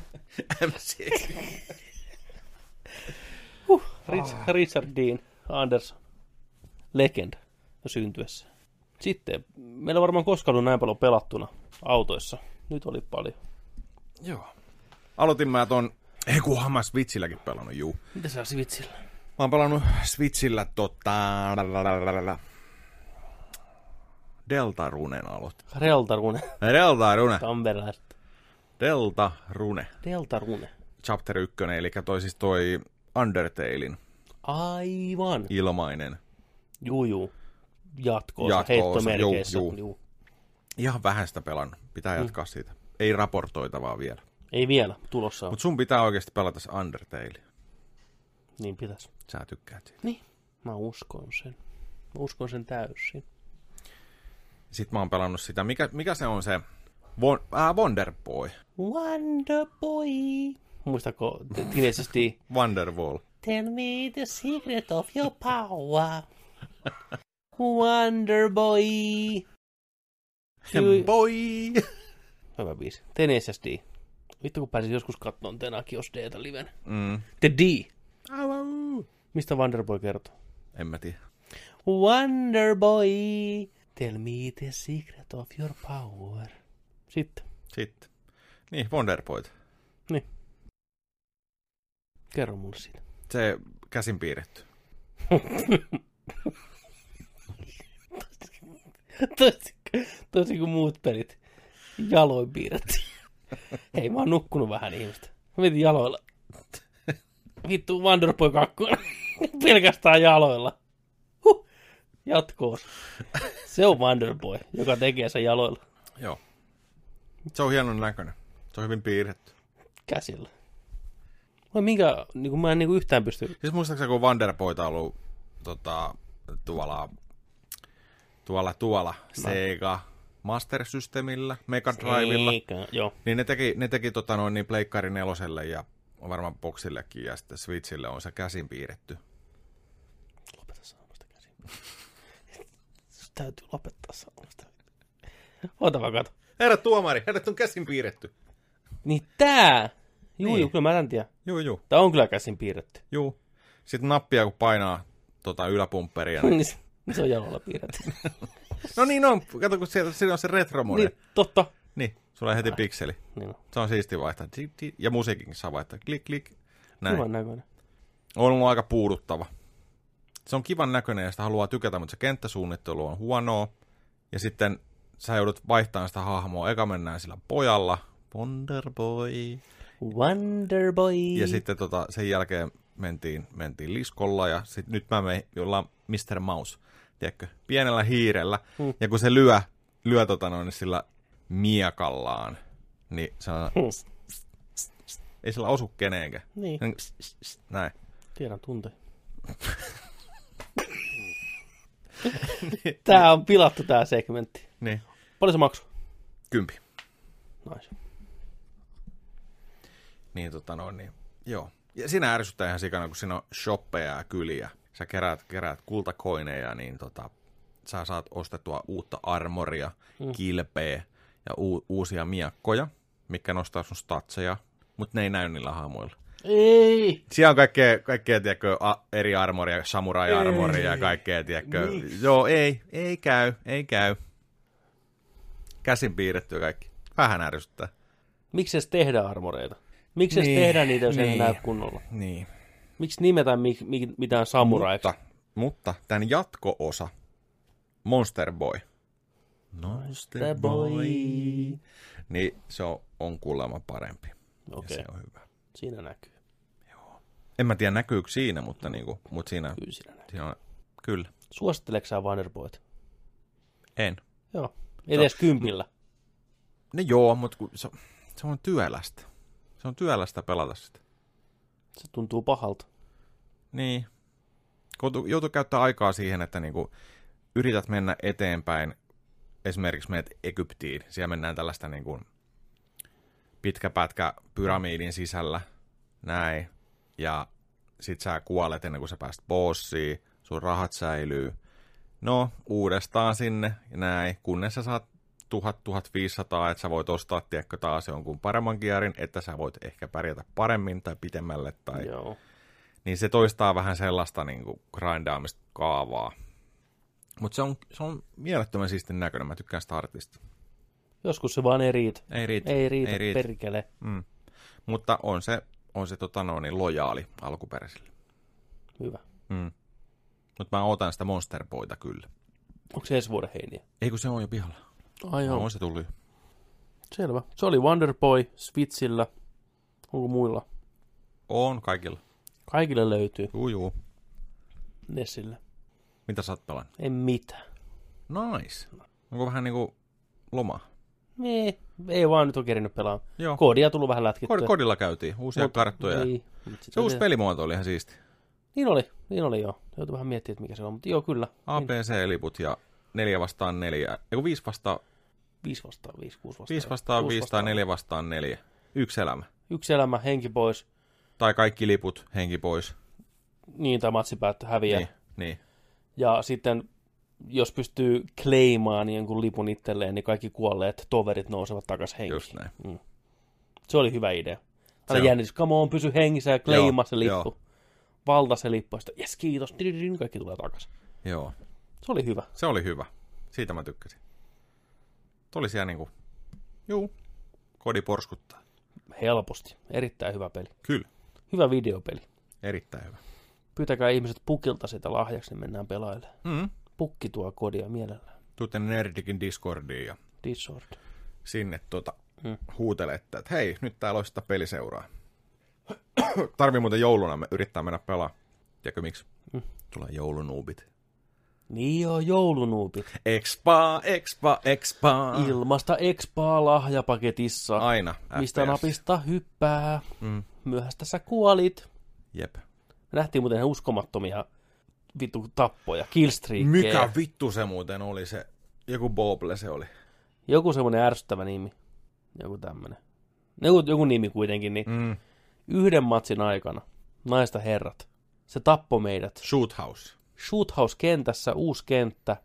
Richard Dean Anderson. Legend syntyessä. Sitten, meillä on varmaan koskaan ollut näin paljon pelattuna autoissa. Nyt oli paljon. Joo. Aloitin mä ton, kunhan mä Switchilläkin pelannut, juu. Mitä sä Switchillä? Mä oon pelannut Switchillä Deltarunen aloitin. Deltarune. Tamperelaista. Deltarune. Chapter 1, eli toi Undertalein. Aivan. Ilmainen. Juu. Jatkoosa, heittomerkeissä. Juu. Ihan vähän sitä pelannut. Pitää jatkaa siitä. Ei raportoitavaa vielä. Ei vielä, tulossa on. Mut sun pitää oikeasti pelata se Undertale. Niin pitäis. Sä tykkäät siitä. Niin, mä uskon sen. Mä uskon sen täysin. Sitten mä oon pelannut sitä, mikä se on se Wonder Boy. Wonder Boy. Muistako Teenage D? Wonderwall. Tell me the secret of your power. Wonder Boy. Boy. Hyvä biisi. Teenage D. Vittu kun pääsis joskus katsomaan Tenakios D:tä liven. Mm. The D. Au. Mistä Wonder Boy kertoo? En mä tiedä. Wonder Boy. Tell me the secret of your power. Sitten. Niin, Wonder Boy. Niin. Kerro mulle siitä. Se käsin piirretty. Tosi kuin muut pelit. Jaloin piirretty. Hei, mä oon nukkunut vähän ihmistä. Mä mietin jaloilla. Vittu, Wonder Boy 2. Pelkästään jaloilla. Jatkoos. Se on Wonder Boy, joka tekee sen jaloilla. Joo. Se on hienon näköinen. Se on hyvin piirretty. Käsillä. Vai minkä, niin mä en niin yhtään pysty... Siis muistaakseni, kun Wonder Boyta on ollut tuolla Sega Master Systemillä, Mega Drivella, joo. niin ne teki niin Pleikkari 4 ja varmaan Boxillekin ja sitten Switchille on se käsin piirretty. Lopeta sanomasta käsin. Täytyy lopettaa sanomasta. Oota vaan kato. Herra tuomari, herrat on käsin piirretty. Niin tää! Juu, niin. Kyllä mä tämän tiedän. Juu. Tää on kyllä käsin piirretty. Juu. Sitten nappia kun painaa yläpumpperia. Niin se on jalolla piirretty. No niin on. Kato kun siinä on se retro-mode. Niin, totta. Niin, sulla on heti pikseli. Niin on. Se on siisti vaihtaa. Ja musiikinkin saa vaihtaa. Klik. Näin. Kivan näköinen. On ollut aika puuduttava. Se on kivan näköinen ja sitä haluaa tykätä, mutta se kenttäsuunnittelu on huonoa. Ja sitten sä joudut vaihtamaan sitä hahmoa. Eka mennään sillä pojalla, Wonderboy. Wonderboy. Ja sitten sen jälkeen mentiin liskolla ja sit nyt mä ollaan Mr. Mouse, tiedätkö, pienellä hiirellä. Ja kun se lyö sillä miekallaan, niin se on, ei sillä osu keneenkään. Niin. Näin. Tiedän tunteen. Tää on pilattu tää segmentti. Niin. Paljon se maksoi? 10. Nice. Niin niin. Joo. Ja siinä ärsyttää ihan sikana, kun siinä on shoppeja ja kyliä. Sä keräät kultakoineja, niin sä saat ostettua uutta armoria, kilpeä ja uusia miakkoja, mitkä nostaa sun statseja, mutta ne ei näy niillä hahmoilla. Ei! Siellä on kaikkea tiedätkö, eri armoria, samurai-armoria ja kaikkea, tiedätkö. Joo, ei käy. Käsin piirrettyä kaikki. Vähän ärsyttää. Miksi edes tehdään armoreita? Miksi edes tehdään niitä, jos ei näy kunnolla? Niin. Miksi nimetään mitään samuraiksi? Mutta tämän jatko-osa, Monster Boy. Niin se on kuulemma parempi. Okei. Ja se on hyvä. Siinä näkyy. Joo. En mä tiedä näkyykö siinä, mutta siinä... Kyllä siinä näkyy. Siinä on, kyllä. Suositteleeko sä Wonderboyt? En. Joo. Edes 10. No joo, mutta se on työlästä. Se on työlästä pelata sitä. Se tuntuu pahalta. Niin. Kun joutuu käyttää aikaa siihen, että niinku yrität mennä eteenpäin, esimerkiksi menet Egyptiin, siellä mennään tällaista niinku pitkä pätkä pyramidin sisällä, näin, ja sit sä kuolet ennen kuin sä pääst bossiin, sun rahat säilyy, no uudestaan sinne, ja näin, kunnes sä saat 1000-1500, että sä voit ostaa, tiedätkö, taas jonkun paremman gearin, että sä voit ehkä pärjätä paremmin tai pitemmälle, tai... Joo. Niin se toistaa vähän sellaista niinku grindaamista kaavaa. Mutta se on mielettömän siistin näköinen. Mä tykkään sitä artista. Joskus se vaan ei riitä. Ei riitä. Perkele. Mutta on se lojaali alkuperäisille. Hyvä. Mutta mä otan sitä Monster Boyta kyllä. Onko se ensi vuoden heiniä? Ei kun se on jo pihalla. Ai joo. On se tullut. Selvä. Se oli Wonderboy Switchillä. Onko muilla? On kaikilla. Kaikille löytyy. Juu. Nessillä. Mitä sä oot pelannut? En mitään. Nice. Onko vähän niinku loma? Ei vaan nyt ole kerinyt pelaamaan. Joo. Koodia tullut vähän lätkittyä. Kodilla käytiin. Uusia karttoja. Se uusi pelimuoto oli ihan siisti. Niin oli joo. Joutui vähän miettimään, että mikä se on, mutta joo, kyllä. APC-liput ja 4 vastaan 4. Eiku 5 vastaan... 5 vastaan 5, 6 vastaan 5 vastaan 5 tai 4 vastaan 4. Yksi elämä. Yksi elämä, henki pois. Tai kaikki liput, henki pois. Niin, tai matsi päättää häviää. Niin. Ja sitten, jos pystyy kleimaan jonkun lipun itselleen, niin kaikki kuolleet toverit nousevat takaisin henkiin. Just näin. Se oli hyvä idea. Aina jännitys, come on, pysy hengissä ja kleimaa se lippu. Joo. Valta se lippu, ja sitten, jes, kiitos, kaikki tulee takaisin. Joo. Se oli hyvä. Se oli hyvä. Siitä mä tykkäsin. Tuli siellä niinku, kodi porskuttaa. Helposti. Erittäin hyvä peli. Kyllä. Hyvä videopeli. Erittäin hyvä. Pyytäkää ihmiset pukilta sitä lahjaksi, niin mennään pelailemaan. Pukki tuo kodia mielellään. Tuutte Nerdikin Discordiin ja Discord. sinne huutelette, että hei, nyt täällä olisi sitä peliseuraa. Tarvii muuten jouluna me yrittää mennä pelaa. Tiedätkö miksi? Tulee joulunuubit. Niin joo, joulunuubit. Expa. Ilmasta expaa lahjapaketissa. Aina. Mistä FPS. napista hyppää. Myöhästä sä kuolit. Jep. Me nähtiin muuten uskomattomia vittu tappoja, killstreakkejä. Mikä vittu se muuten oli se? Joku Boble se oli. Joku semmoinen ärsyttävä nimi. Joku tämmönen. Joku nimi kuitenkin. Niin yhden matsin aikana, naista herrat, se tappoi meidät. Shoothouse-kentässä, uusi kenttä,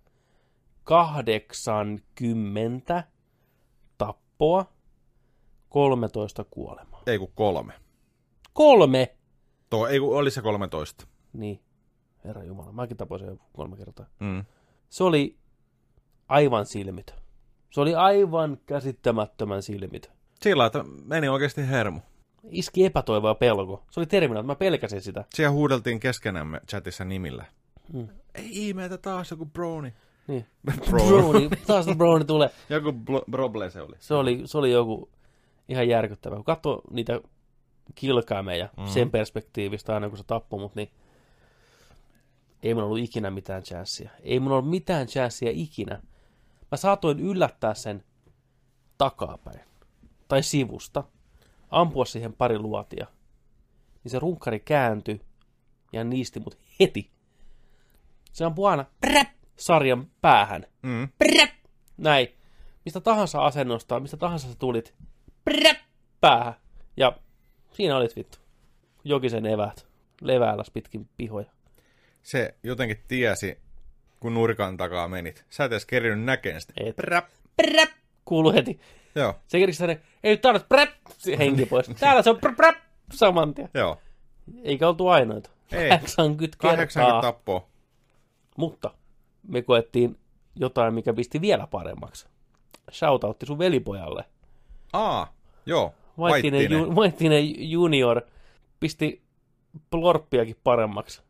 80 tappoa, 13 kuolemaa. Ei kun 3. 3? Oli se 13. Niin, herra jumala, mäkin tapoin sen 3 kertaa. Se oli aivan silmitön. Se oli aivan käsittämättömän silmitön. Sillä että meni oikeasti hermo. Iski epätoivo ja pelko. Se oli terminaali, mä pelkäsin sitä. Siellä huudeltiin keskenämme chatissa nimillä. Ei ihmeitä taas joku brownie. Niin. Brownie. Taas brownie tulee. Joku broble se oli. Se oli joku ihan järkyttävä. Kun katsoo niitä kilkaimeja sen perspektiivistä aina kun se tappoi mut, niin ei mun ollut ikinä mitään chanssia. Ei mun ollut mitään chanssia ikinä. Mä saatoin yllättää sen takapäin. Tai sivusta. Ampua siihen pari luotia. Niin se runkkari kääntyi ja niisti mut heti. Se ampui aina sarjan päähän. Näin. Mistä tahansa asennosta, mistä tahansa sä tulit. Päähän. Ja siinä olit vittu. Jokisen eväät. Levääläs pitkin pihoja. Se jotenkin tiesi, kun nurkan takaa menit. Sä et edes kerinyt näkeen sitä. Kuuluu heti. Joo. Se kerkisi tänne, ei nyt tarvitse henki pois. Täällä se on saman tien. Joo. Eikä oltu ainoita. Ei. 80 kertaa. 80 tappoa. Mutta me koettiin jotain, mikä pisti vielä paremmaksi. Shoutoutti sun velipojalle. Joo. Vaittinen junior pisti plorppiakin paremmaksi.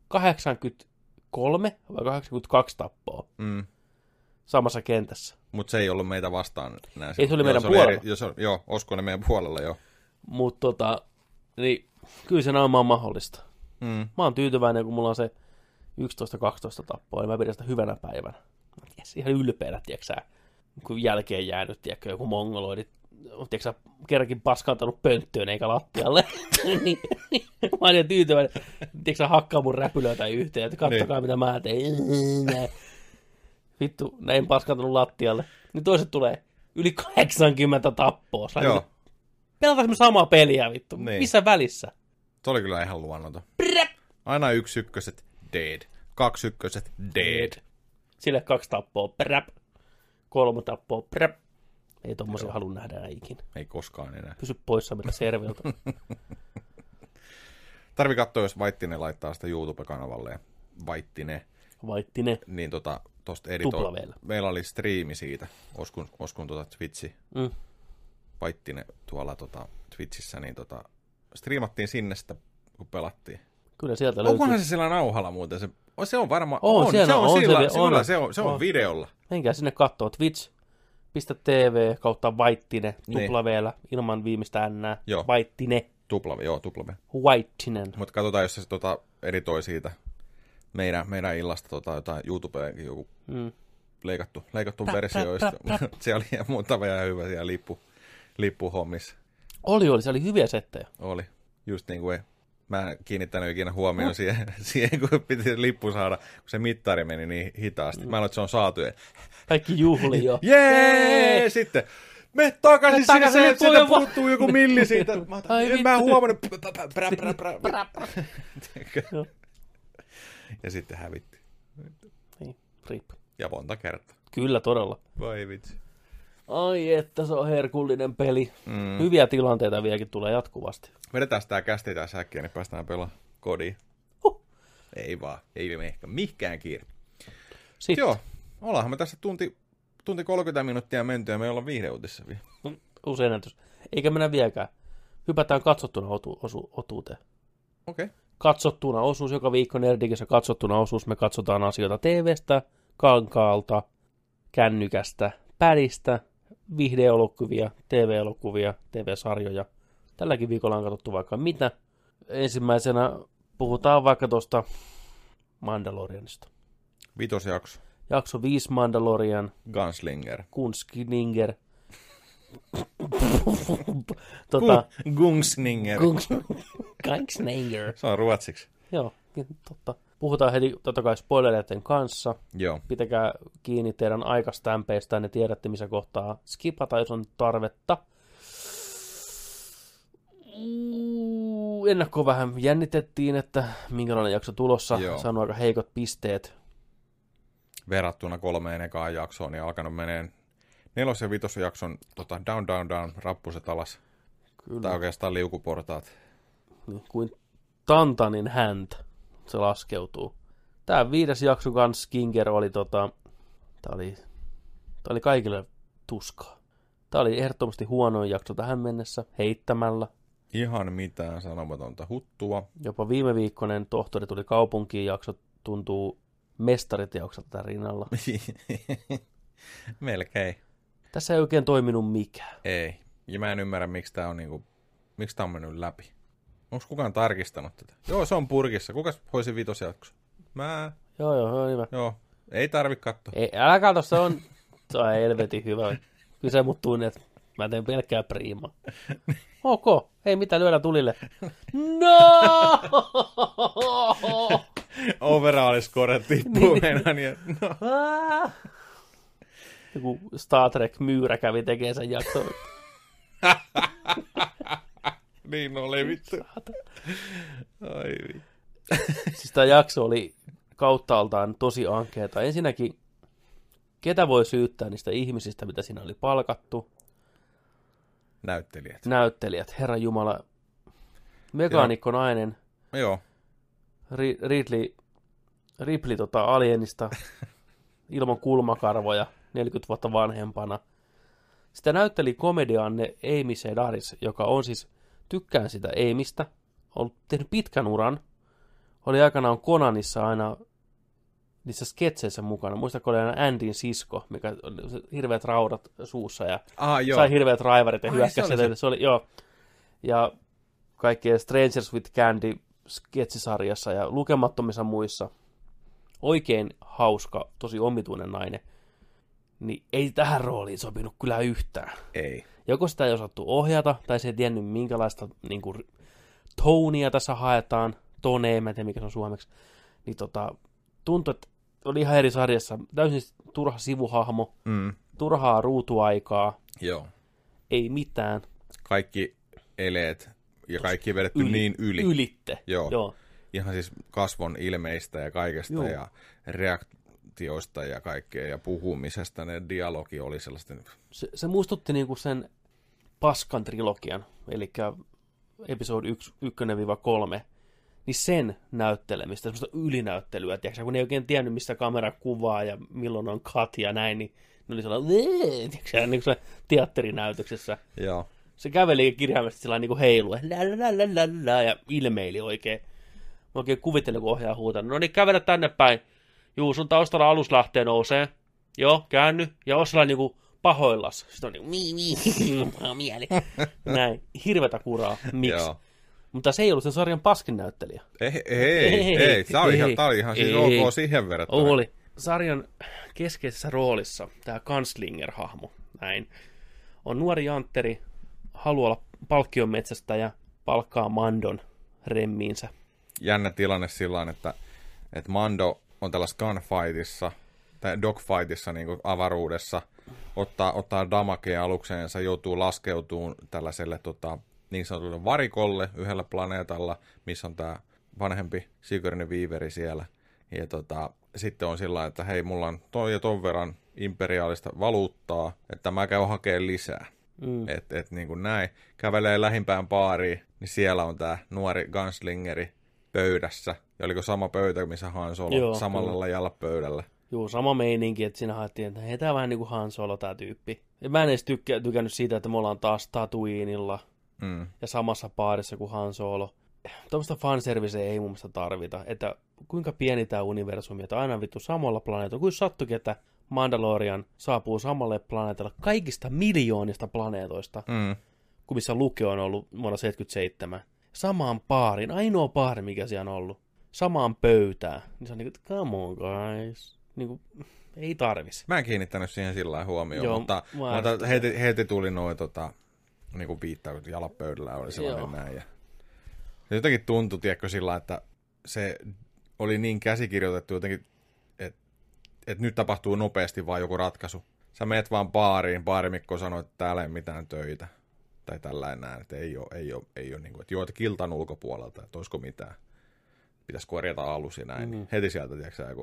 83 vai 82 tappoa. Samassa kentässä. Mutta se ei ollut meitä vastaan. Ei se oli meidän puolella. Joo, olisiko ne meidän puolella, joo. Mutta niin, kyllä se on mahdollista. Mä oon tyytyväinen, kun mulla on se 11-12 tappoa, ja mä pidän sitä hyvänä päivänä. Yes, ihan ylpeänä, tiiäksä, kun jälkeen jäänyt, tiiäkö, joku mongoloidi, tiiäksä, kerrankin paskantanut pönttöön eikä lattialle. niin, mä oon ihan tyytyväinen, tiiäksä, hakkaa mun räpylöitä yhteen, että kattokaa mitä mä tein. Vittu, näin paskantanut lattialle. Niin toiset tulee yli 80 tappoa. Joo. Pelataan me samaa peliä, vittu. Niin. Missä välissä? Se oli kyllä ihan luonnoton. Aina 1 ykköset, dead. 2 ykköset, dead. Sille 2 tappoa, 3 tappoa, Ei tommosia halua nähdä enää ikinä. Ei koskaan enää. Pysy poissa meiltä serviltä. Tarvii katsoa, jos Vaittinen laittaa sitä YouTube-kanavalle. Vaittinen. Niin tosta editoi. Meillä oli striimi siitä. Oskun Twitchi. Vaittinen tuolla Twitchissä, niin striimattiin sinne sitä, kun pelattiin. Kyllä sieltä löytyy. Onkohan se siellä nauhalla muuten? Se on varmaan. Se on videolla. Menkää sinne kattoo twitch.tv kautta Vaittinen tuplaveellä ilman viimeistä ännää. Vaittinen. Tuplave. Vaittinen. Mutta katsotaan, jos se editoi siitä meidän illasta jotain YouTubeenkin joku leikattu versio. Se oli ihan muutama ja hyvä siellä lippuhommissa. Oli, se oli hyviä settejä. Oli, just niin kuin mä en kiinnittänyt ikinä huomioon siihen, kun piti lippu saada, kun se mittari meni niin hitaasti. Mä luulen, että se on saatu. Kaikki juhli jo. Jee! Sitten me takaisin sinne, sieltä puuttuu joku milli siitä. Mä huomannut. Ja sitten hävitti. Niin, rip. Ja monta kertaa. Kyllä, todella. Vai vitsi. Ai että se on herkullinen peli. Hyviä tilanteita vieläkin tulee jatkuvasti. Vedetään tää kästi tää säkkiä, niin päästään pelaamaan kodiin. Ei vaan, ei me ehkä mihkään kiire. Sitten. Joo, ollaanhan me tässä tunti 30 minuuttia menty ja me ollaan viihdeuutissa vielä. Uusi ennätys. Eikä mennä vieläkään. Hypätään katsottuna otuuteen. Okei. Katsottuna osuus, joka viikko Nerdikissä katsottuna osuus. Me katsotaan asioita TV:stä, kankaalta, kännykästä, pädistä, viihdeelokuvia, TV-elokuvia, TV-sarjoja. Tälläkin viikolla on katsottu vaikka mitä. Ensimmäisenä puhutaan vaikka tuosta Mandalorianista. 5. jakso. Jakso 5 Mandalorian. Gunslinger. Gunslinger. Gunslinger. Gunslinger. Se on ruotsiksi. Joo, totta. Puhutaan heti totta kai spoilereiden kanssa. Joo. Pitäkää kiinni teidän aikastämpeistä, niin tiedätte missä kohtaa skipata, jos on tarvetta. Ennakkoon vähän jännitettiin, että minkälainen jakso tulossa. Saanut aika heikot pisteet. Verrattuna 3 ekaan jaksoon, niin alkanut meneen 4. ja 5. jakson down, rappuset alas. Kyllä. Tai oikeastaan liukuportaat. Niin, kuin Tantanin häntä se laskeutuu. Tämä 5. jakso kanssa Skinger oli Tää oli kaikille tuskaa. Tämä oli ehdottomasti huonoin jakso tähän mennessä, heittämällä. Ihan mitään sanomatonta huttua. Jopa viime viikkoinen Tohtori tuli kaupunkiin jakso tuntuu mestariteokselta tämän rinnalla. Melkein. Tässä ei oikein toiminut mikään. Ei. Ja mä en ymmärrä, miksi tää on mennyt läpi. Onko kukaan tarkistanut tätä? Joo, se on purkissa. Kukas hoisi vitosjakso? Mä. Joo, hyvä. Joo, ei tarvi katsoa. Ei, älä katso, se on helvetin hyvä. Kyllä se mut tunne, että mä teen pelkkää priimaa. Ok, ei mitään, lyödä tulille. No! Overalliskore tippuu meinaan. No. Joku Star Trek-myyrä kävi tekemään sen jakson. Niin oli vittu. Ai vittu. Siis tämä jakso oli kauttaaltaan tosi ankeeta. Ensinnäkin, ketä voi syyttää niistä ihmisistä, mitä siinä oli palkattu? Näyttelijät, Herran Jumala. Mekaanikko nainen. Joo. Ripley Alienista ilman kulmakarvoja 40 vuotta vanhempana. Sitä näytteli komedianne Amy Sedaris, joka on siis, tykkään sitä Amystä, on tehnyt pitkän uran. Oli aikanaan Conanissa aina niissä sketseissä mukana. Muistatko, oli aina Andyn sisko, mikä oli hirveät raudat suussa ja sai hirveät raivarit ja hyökkäsi. Se oli, joo. Ja kaikkea Strangers with Candy sketsisarjassa ja lukemattomissa muissa. Oikein hauska, tosi omituinen nainen. Niin ei tähän rooliin sopinut kyllä yhtään. Ei. Joko sitä ei osattu ohjata, tai se ei tiennyt minkälaista niin kuin, tonia tässä haetaan. Tone, mä en tiedä mikä se on suomeksi. Niin tuntui, että oli ihan eri sarjassa. Täysin turha sivuhahmo, turhaa ruutuaikaa. Joo. Ei mitään. Kaikki eleet ja kaikki vedetty niin yli. Ylitte. Joo. Ihan siis kasvon ilmeistä ja kaikesta ja reaktioista ja kaikkea ja puhumisesta. Ne dialogi oli sellaista. Se muistutti niinku sen paskan trilogian, eli episode 1-3, niin sen näyttelemistä, semmoista ylinäyttelyä, tiiäksä, kun ne ei oikein tiennyt, mistä kamera kuvaa ja milloin on cut ja näin, niin ne oli sellainen, tiiäksä, niin kuin se teatterinäytöksessä. Joo. Se käveli kirjaimellisesti sellainen niin kuin heilu, ja ilmeili oikein. Mä oikein kuvittelin, kun ohjaa huutaa, no niin, kävele tänne päin. Juu, sun taustalla alus lähtee nousee. Joo, käänny. Ja oo sellainen niin kuin pahoillas. Sitten on niin kuin, mieli. Näin, hirvetä kuraa. Miksi? Joo. Mutta se ei ollut sen sarjan paskin näyttelijä. Ei. Tämä oli ihan siis ok siihen verrattuna. Oli. Sarjan keskeisessä roolissa tämä Gunslinger-hahmo, näin, on nuori jantteri, haluaa olla palkkionmetsästäjä, palkkaa Mandon remmiinsä. Jännä tilanne sillä että Mando on tällaisessa gunfightissa, tai dogfightissa niin kuin avaruudessa, ottaa damakea alukseensa, joutuu laskeutumaan tällaiselle niin sanotulle varikolle yhdellä planeetalla, missä on tämä vanhempi Sigourney Weaveri siellä. Ja sitten on sillä että hei, mulla on ton ja ton verran imperiaalista valuuttaa, että mä käyn hakemaan lisää. Et niin kuin näin. Kävelee lähimpään baariin, niin siellä on tämä nuori gunslingeri pöydässä. Ja oliko sama pöytä, missä Han Solo samalla lajalla pöydällä? Joo, sama meininki, että siinä haettiin, että hei, tää on vähän niin kuin Han Solo tää tyyppi. Ja mä en edes tykännyt siitä, että me ollaan taas Tatooinilla ja samassa baarissa kuin Han Solo. Tuommoista fanserviceä ei mun mielestä tarvita, että kuinka pieni tämä universumi, että aina vittu samalla planeetalla. Kuin sattukin, että Mandalorian saapuu samalle planeetalle kaikista miljoonista planeetoista, kuin missä Luke on ollut vuonna 1977. Samaan baariin, ainoa baari, mikä siellä on ollut. Samaan pöytään. Niin se on niin kuin, come on guys. Niin kuin, ei tarvisi. Mä en kiinnittänyt siihen sillä lailla huomioon, mutta heti tuli noin niin kuin viittaukset jalapöydällä oli sellainen näin. Ja se jotenkin tuntui, tiedätkö, sillä että se oli niin käsikirjoitettu jotenkin, että nyt tapahtuu nopeasti vaan joku ratkaisu. Sä meet vaan baariin, baarimikko sanoo, että täällä ei mitään töitä. Tai tällainen näin, että ei ole niin kuin, että joo, että kiltan ulkopuolelta, että olisiko mitään. Pitäisi korjata alus ja näin. Heti sieltä, tiedätkö, joku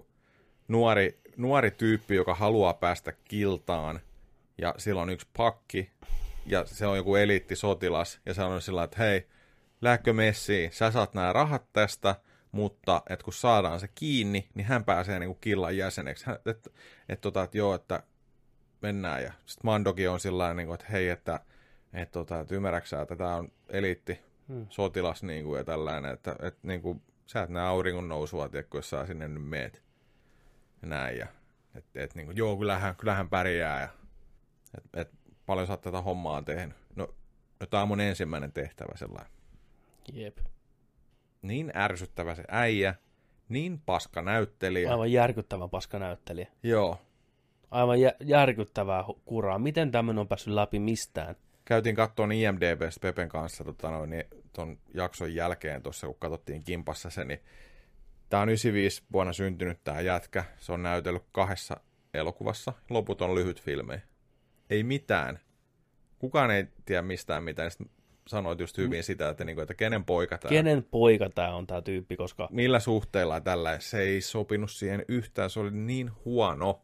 nuori tyyppi, joka haluaa päästä kiltaan, ja sillä on yksi pakki, ja se on joku eliittisotilas, ja se on sillä että hei, lähdekö messiin, sä saat nämä rahat tästä, mutta että kun saadaan se kiinni, niin hän pääsee niin kuin killan jäseneksi. Että joo, että mennään. Ja sitten Mandokin on sillä tavalla, että hei, että ymmärräksä, että tämä on eliitti sotilas niin kuin, ja tällainen, että niin kuin, sä et näe auringon nousua, tiedätkö, jos sä sinne nyt meet. ja näin. Ja, niin kuin, joo, kyllähän pärjää. Ja, paljon sä oot tätä hommaa tehnyt. No tää on mun ensimmäinen tehtävä sellainen. Jep. Niin ärsyttävä se äijä, niin paska näyttelijä. Aivan järkyttävän paska näyttelijä. Joo. Aivan järkyttävää kuraa. Miten tämmöinen on päässyt läpi mistään? Käytiin katsomaan IMDb:stä Pepen kanssa ton jakson jälkeen tuossa, kun katsottiin kimpassa se, niin tää on 95 vuonna syntynyt tää jätkä. Se on näytellyt 2 elokuvassa. Loput on lyhyt filmejä. Ei mitään. Kukaan ei tiedä mistään mitään. Sitten sanoit just hyvin sitä, että kenen poika tää on. Kenen poika tää on tää tyyppi, koska... Millä suhteilla tällä. Se ei sopinut siihen yhtään. Se oli niin huono.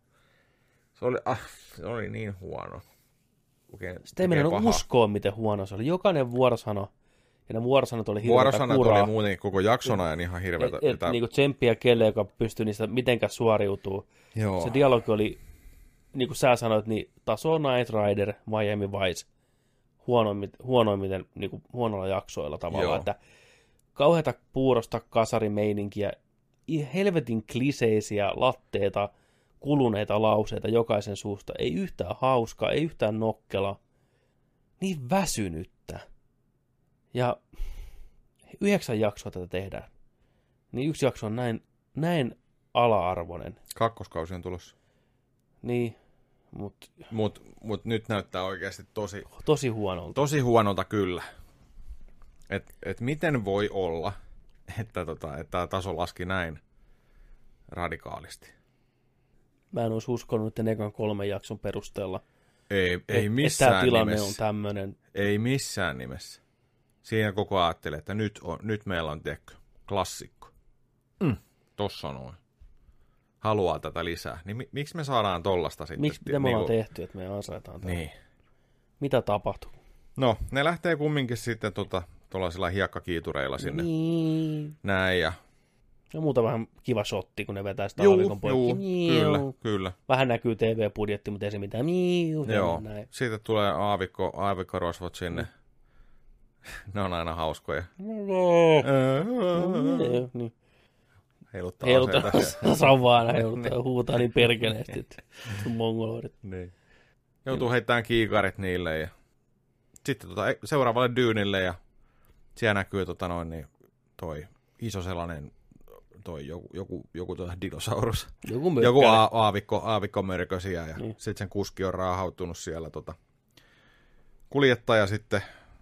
Se oli niin huono. Sitten ei mennä uskoa, miten huono se oli. Jokainen vuorosano, ja ne vuorosanat oli hirveätä vuorosanat kuraa. oli muutenkin koko jakson ajan ihan hirveätä. Niinku tsemppiä kelle, joka pystyi niistä mitenkään suoriutuu. Joo. Se dialogi oli, niin kuin sä sanoit, niin taso Knight Rider, Miami Vice, huonoimmiten, niin kuin huonolla jaksoilla tavallaan. Joo. Että kauheata puurosta kasarimeininkiä, helvetin kliseisiä latteita, kuluneita lauseita jokaisen suusta. Ei yhtään hauskaa, ei yhtään nokkela. Niin väsynyttä. Ja 9 jaksoa tätä tehdään. Niin 1 jakso on näin ala-arvoinen. 2. kausi on tulossa. Niin, Mut nyt näyttää oikeasti tosi huonolta. Tosi huonolta kyllä. Et miten voi olla, että tämä taso laski näin radikaalisti? Mä en olisi uskonut, että ekan 3 jakson perusteella. Ei missään tämä tilanne nimessä. On tämmöinen. Ei missään nimessä. Siinä koko ajattelee, että nyt meillä on klassikko. Tossa noin. Haluaa tätä lisää. Niin miksi me saadaan tollasta sitten? Mitä me ollaan tehty, että me ansaitaan tätä? Niin. Mitä tapahtuu? No, ne lähtee kumminkin sitten tuollaisilla hiekkakiitureilla sinne. Niin. Näin ja... Ja muuta vähän kiva shotti, kun ne vetää sitä aavikon poikki. Kyllä. Vähän näkyy TV-budjetti, mutta ei se mitään. Joo, näin. siitä tulee aavikkorosvot sinne. Ne on aina hauskoja. Niin. Heiluttaa sauvaa aina, huutaa niin perkeleesti, että mongoloidit. Niin. Joutuu heittämään kiikarit niille ja sitten seuraavalle dyynille ja siellä näkyy toi iso sellainen joku dinosaurus. Joku aavikkomörkösiä ja niin. Sitten sen kuski on raahautunut siellä kuljettaja sitten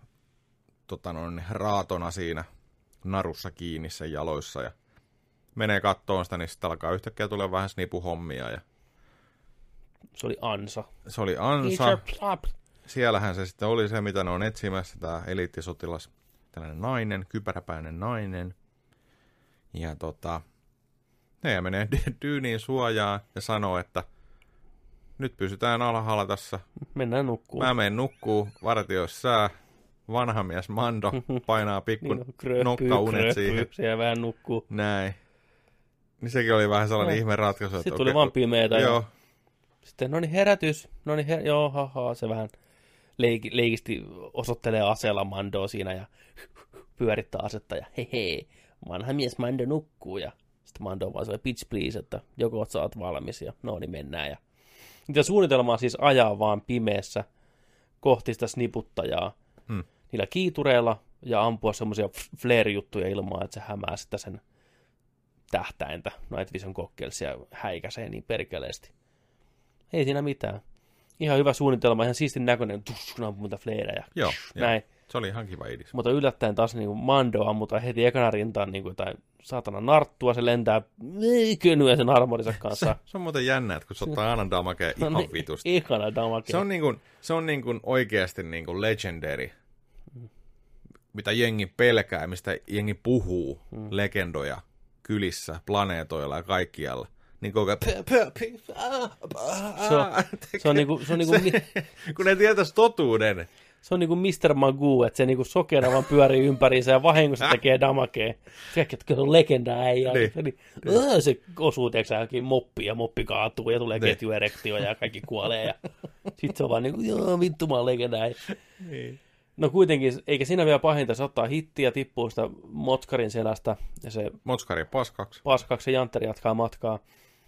raatona siinä narussa kiinni sen jaloissa ja menee kattoon sitä, niin sitten alkaa yhtäkkiä tulee vähän snipuhommia. Ja... Se oli ansa. Siellähän se sitten oli se, mitä ne on etsimässä, tämä eliittisotilas, tällainen nainen, kypäräpäinen nainen. Ja ne menee dyyniin suojaan ja sanoo, että nyt pysytään alhaalla tässä. Mennään nukkuun. Mä menen nukkuun, vartiois sää. Vanha mies Mando painaa pikku nokkaunet siihen. Siellä vähän nukkuu. Näin. Niin sekin oli vähän sellainen ihme ratkaisu. Sitten tuli vaan pimeätä. Joo. Sitten herätys. Joo, haha, se vähän leikisti osoittelee aseella Mandoa siinä ja pyörittää asetta ja hehe, vanha mies Mando nukkuu ja sitten Mando vaan se pitch please, että joko sä oot valmis ja no niin mennään. Ja niitä suunnitelmaa siis ajaa vaan pimeässä kohti sitä sniputtajaa niillä kiitureilla ja ampua semmoisia flare-juttuja ilmaan, että se hämää sitä sen tähtäintä Night Vision Goggles ja häikäisee niin perkeleesti. Ei siinä mitään. Ihan hyvä suunnitelma, ihan siistin näköinen, kun ampuu muita flareja. Joo, näin. Se oli ihan kiva idis. Mutta yllättäen taas niin Mando ammutaan heti ekana rintaan niin jotain saatana narttua, se lentää könyä sen armorinsa kanssa. Se on muuten jännä, että kun se ottaa aina damakea ihan vitusti. Ihana damakea. Se on niin kuin oikeasti niin kuin legendary, mitä jengi pelkää, mistä jengi puhuu, legendoja kylissä, planeetoilla ja kaikkialla. Niin koko se on niinku kun ne tietäisi totuuden. Se on niinku Mr. Magoo, että se niinku sokena vaan pyörii ympäriinsä ja vahingossa tekee damakea. Kaikki, että se on legenda äijä. Niin. Se osuu johonkin moppiin ja moppi kaatuu ja tulee ketjuerektio ja kaikki kuolee. Ja sitten se on vaan niinku, joo vittu mä oon legenda äijä. Niin. No kuitenkin, eikä siinä vielä pahinta, se ottaa hittiä ja tippuu sitä Motskarin selästä. Ja se Motskari paskaksi. Paskaksi ja Jantteri jatkaa matkaa.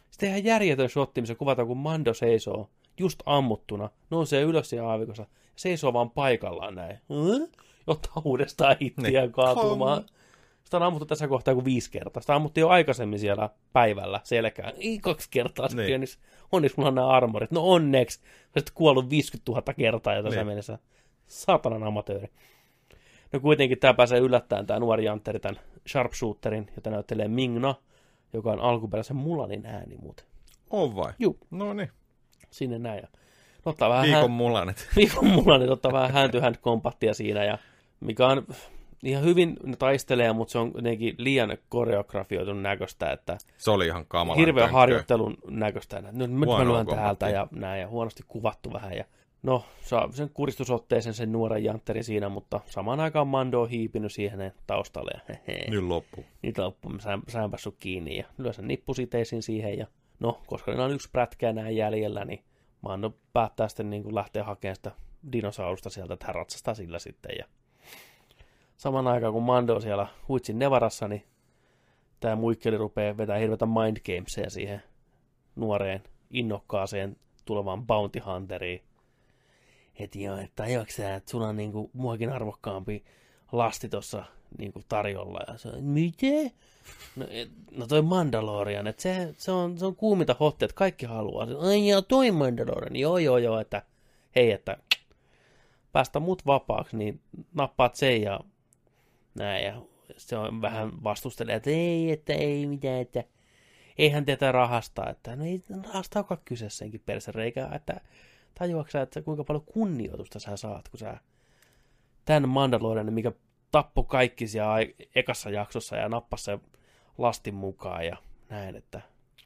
Sitten ihan järjetön shotti, missä kuvataan, kun Mando seisoo just ammuttuna, nousee ylös ja aavikossa, seisoo vaan paikallaan näin. Ottaa uudestaan hittiä kaatumaan. Sitä on ammuttu tässä kohtaa kuin 5 kertaa. Sitä ammuttiin jo aikaisemmin siellä päivällä selkään. 2 kertaa se pienissä. Onneksi mulla on nämä armorit. No onneksi. Sä oot kuollut 50 000 kertaa jo tässä mennessä. Saatanan amatööri. No kuitenkin tää pääsee yllättäen tää nuori jantteri tämän sharpshooterin, jota näyttelee Ming-Na, joka on alkuperäisen Mulanin ääni muuten. On vai? Juu. No niin. Sinne näin. Ottaa vähän Viikon Mulanet. Viikon Mulanet ottaa vähän hand-to-hand-kompattia siinä, ja mikä on ihan hyvin taistelee, mutta se on jotenkin liian koreografioitun näköistä, että se oli ihan kamalan hirveän harjoittelun näköistä. Nyt mä lyön täältä ja näin, ja huonosti kuvattu vähän, ja no, saa sen kuristusotteeseen sen nuoren jantterin siinä, mutta samaan aikaan Mando on hiipinyt siihen taustalle. Ja nyt loppu. Nyt loppu. Sään päässyt kiinni ja lyö sen nippusiteisiin siihen. Ja no, koska niillä on 1 prätkää näin jäljellä, niin Mando päättää sitten niin lähteä hakemaan sitä dinosaurusta sieltä, että hän ratsastaa sillä sitten. Ja samaan aikaan, kun Mando on siellä Huitsin Nevarassa, niin tämä muikkeli rupeaa vetämään hirveätä mind gamesia siihen nuoreen, innokkaaseen tulevaan bounty hunteriin. Että joo, että tajuatko sä, että sulla on niinku muakin arvokkaampi lasti tossa niinku tarjolla. Ja se on, miten? No toi Mandalorian, että se on kuuminta hottia, että kaikki haluaa. Ai joo, toi Mandalorian, joo, että hei, että päästä mut vapaaksi, niin nappaat sen ja näin. Ja se on vähän vastustelee, että ei mitään, että eihän tätä rahasta, että no ei rahasta olekaan kyse senkin persereikää, että tajuatko sä, että kuinka paljon kunnioitusta sä saat, kun sä tämän Mandalorianin, mikä tappoi kaikki siellä ekassa jaksossa ja nappasi se lastin mukaan ja näin, että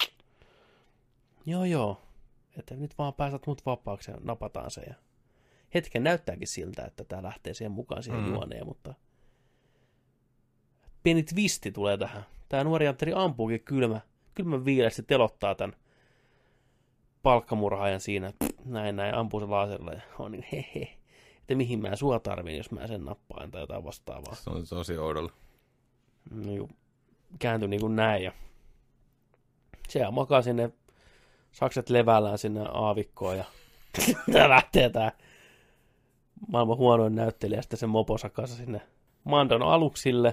joo, että nyt vaan päästät mut vapaaksi ja napataan se. Ja hetken näyttääkin siltä, että tää lähtee siihen mukaan siihen juoneen, mutta pieni twisti tulee tähän. Tää nuori jantteri ampuukin kylmän viileästi telottaa tämän palkkamurhaajan siinä, näin, ampuu se laaserilla ja on niin että mihin mä sua tarvin, jos mä sen nappaan tai jotain vastaavaa. Se on tosi oudolla. Niin kääntyi niin kuin näin ja siellä makaa sinne sakset levällään sinne aavikkoon ja tää lähtee tää maailman huonoin näyttelijä sitten sen moponsa kanssa sinne Mandon aluksille.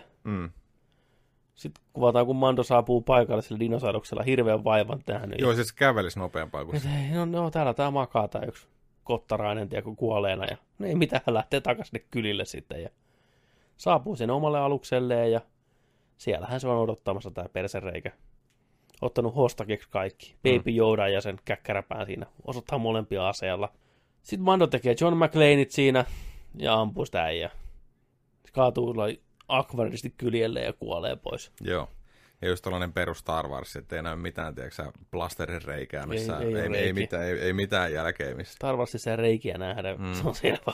Sitten kuvataan, kun Mando saapuu paikalle sillä dinosauruksella hirveän vaivan tähän. Joo, siis kävelisi nopeampaa kuin se. No täällä tää makaa tää yksi kottarainen tiedä, kuolleena. Ja no ei mitään, hän lähtee takaisin sinne kylille sitten. Ja saapuu sen omalle alukselleen ja siellähän se on odottamassa tää persereikä. Ottanut hostakiksi kaikki. Baby Yoda ja sen käkkäräpään siinä. Osoittaa molempia aseella. Sitten Mando tekee John McClaneit siinä ja ampuu sitä äijää. Kaatuu akvaristi kyljelle ja kuolee pois. Joo. Ja just tällainen perus Star Wars, ettei näy mitään, tiedätkö plasterin reikää, missä ei mitään jälkeä missä. Star Warsissa ei reikiä nähdä, se on selvä.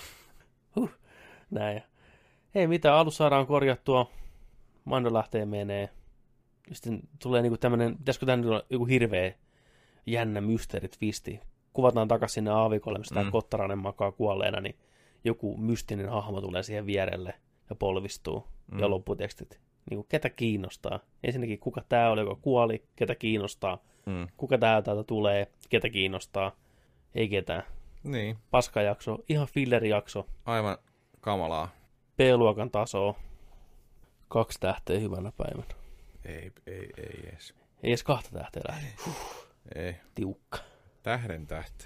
Näin. Ei mitään, alus saadaan korjattua, Mando lähtee menee. Sitten tulee niinku tämmönen, pitäisikö tämä nyt olla joku hirveä jännä mysteeritwisti. Kuvataan takaisin sinne aavikolle, missä tämä kottarainen makaa kuolleena, niin joku mystinen hahmo tulee siihen vierelle ja polvistuu. Ja lopputekstit. Niin ketä kiinnostaa? Ensinnäkin, kuka tää oli, joka kuoli, ketä kiinnostaa. Kuka täältä tulee, ketä kiinnostaa. Ei ketään. Niin. Paskajakso, ihan fillerijakso. Aivan kamalaa. B-luokan tasoa. 2 tähteä hyvänä päivänä. Ei edes. Ei edes 2 tähteä lähde. Ei. Tiukka. Tähden tähte.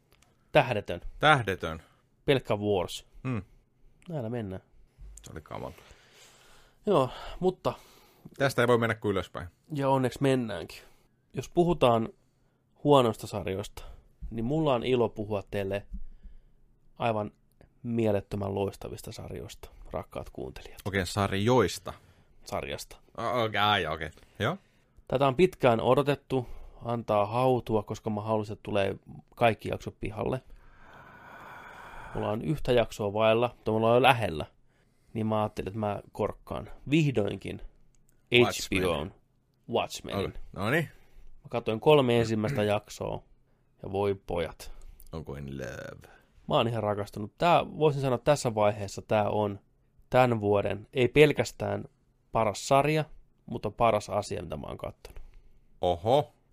Tähdetön. Pelkkä Wars. Näillä mennään. Se oli kamala. Joo, mutta tästä ei voi mennä kuin ylöspäin. Ja onneksi mennäänkin. Jos puhutaan huonoista sarjoista, niin mulla on ilo puhua teille aivan mielettömän loistavista sarjoista, rakkaat kuuntelijat. Okei, sarjoista. Sarjasta. Okei. Joo. Tätä on pitkään odotettu, antaa hautua, koska mä haluaisin, että tulee kaikki jaksot pihalle. Mulla on 1 jaksoa vailla, mutta mulla on jo lähellä. Niin mä ajattelin, että mä korkkaan vihdoinkin HBOn Watchmenin. Okay. No niin. Mä katsoin 3 ensimmäistä jaksoa ja voi pojat. Onko in love? Mä oon ihan rakastunut. Voisin sanoa, että tässä vaiheessa tää on tämän vuoden, ei pelkästään paras sarja, mutta paras asia, mitä mä oon katsonut. Oho.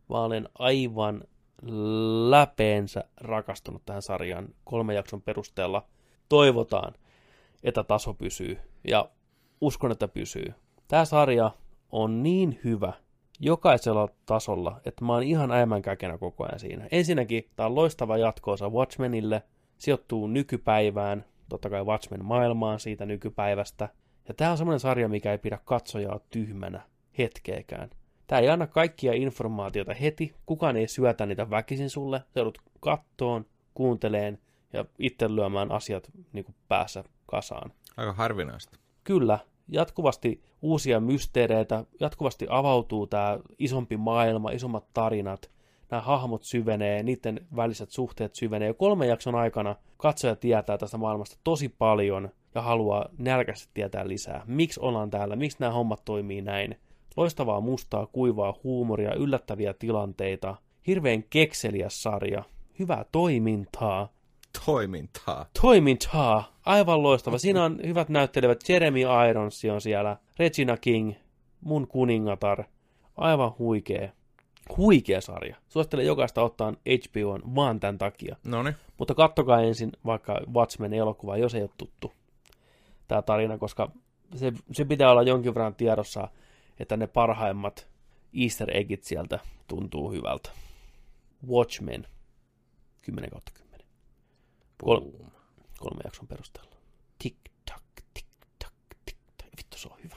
vaan olen aivan läpeensä rakastunut tähän sarjaan 3 jakson perusteella. Toivotaan, että taso pysyy, ja uskon, että pysyy. Tämä sarja on niin hyvä jokaisella tasolla, että mä oon ihan äimänkäkenä koko ajan siinä. Ensinnäkin tämä on loistava jatko-osa Watchmenille, sijoittuu nykypäivään, totta kai Watchmen-maailmaan siitä nykypäivästä. Ja tämä on semmoinen sarja, mikä ei pidä katsojaa tyhmänä hetkeäkään. Tämä ei anna kaikkia informaatiota heti, kukaan ei syötä niitä väkisin sulle. Sä joudut kattoon, kuunteleen ja itse lyömään asiat niin kuin päässä kasaan. Aika harvinaista. Kyllä, jatkuvasti uusia mysteereitä, jatkuvasti avautuu tämä isompi maailma, isommat tarinat, nämä hahmot syvenee, niiden väliset suhteet syvenee. Jo 3 jakson aikana katsoja tietää tästä maailmasta tosi paljon ja haluaa nälkäisesti tietää lisää. Miksi ollaan täällä, miksi nämä hommat toimii näin. Loistavaa mustaa, kuivaa huumoria, yllättäviä tilanteita, hirveän kekseliäs sarja, hyvää toimintaa. Toimintaa, aivan loistava. Siinä on hyvät näyttelevät, Jeremy Irons on siellä, Regina King, mun kuningatar, aivan huikea sarja. Suosittelen jokaista ottaa HBOn vaan tämän takia. Noniin. Mutta kattokaa ensin vaikka Watchmen-elokuva, jos ei ole tuttu tämä tarina, koska se pitää olla jonkin verran tiedossa, että ne parhaimmat easter eggit sieltä tuntuu hyvältä. Watchmen, 10/10. 3 jakson perusteella. Tik-tak, tik-tak, tik-tak. Vittu, se on hyvä.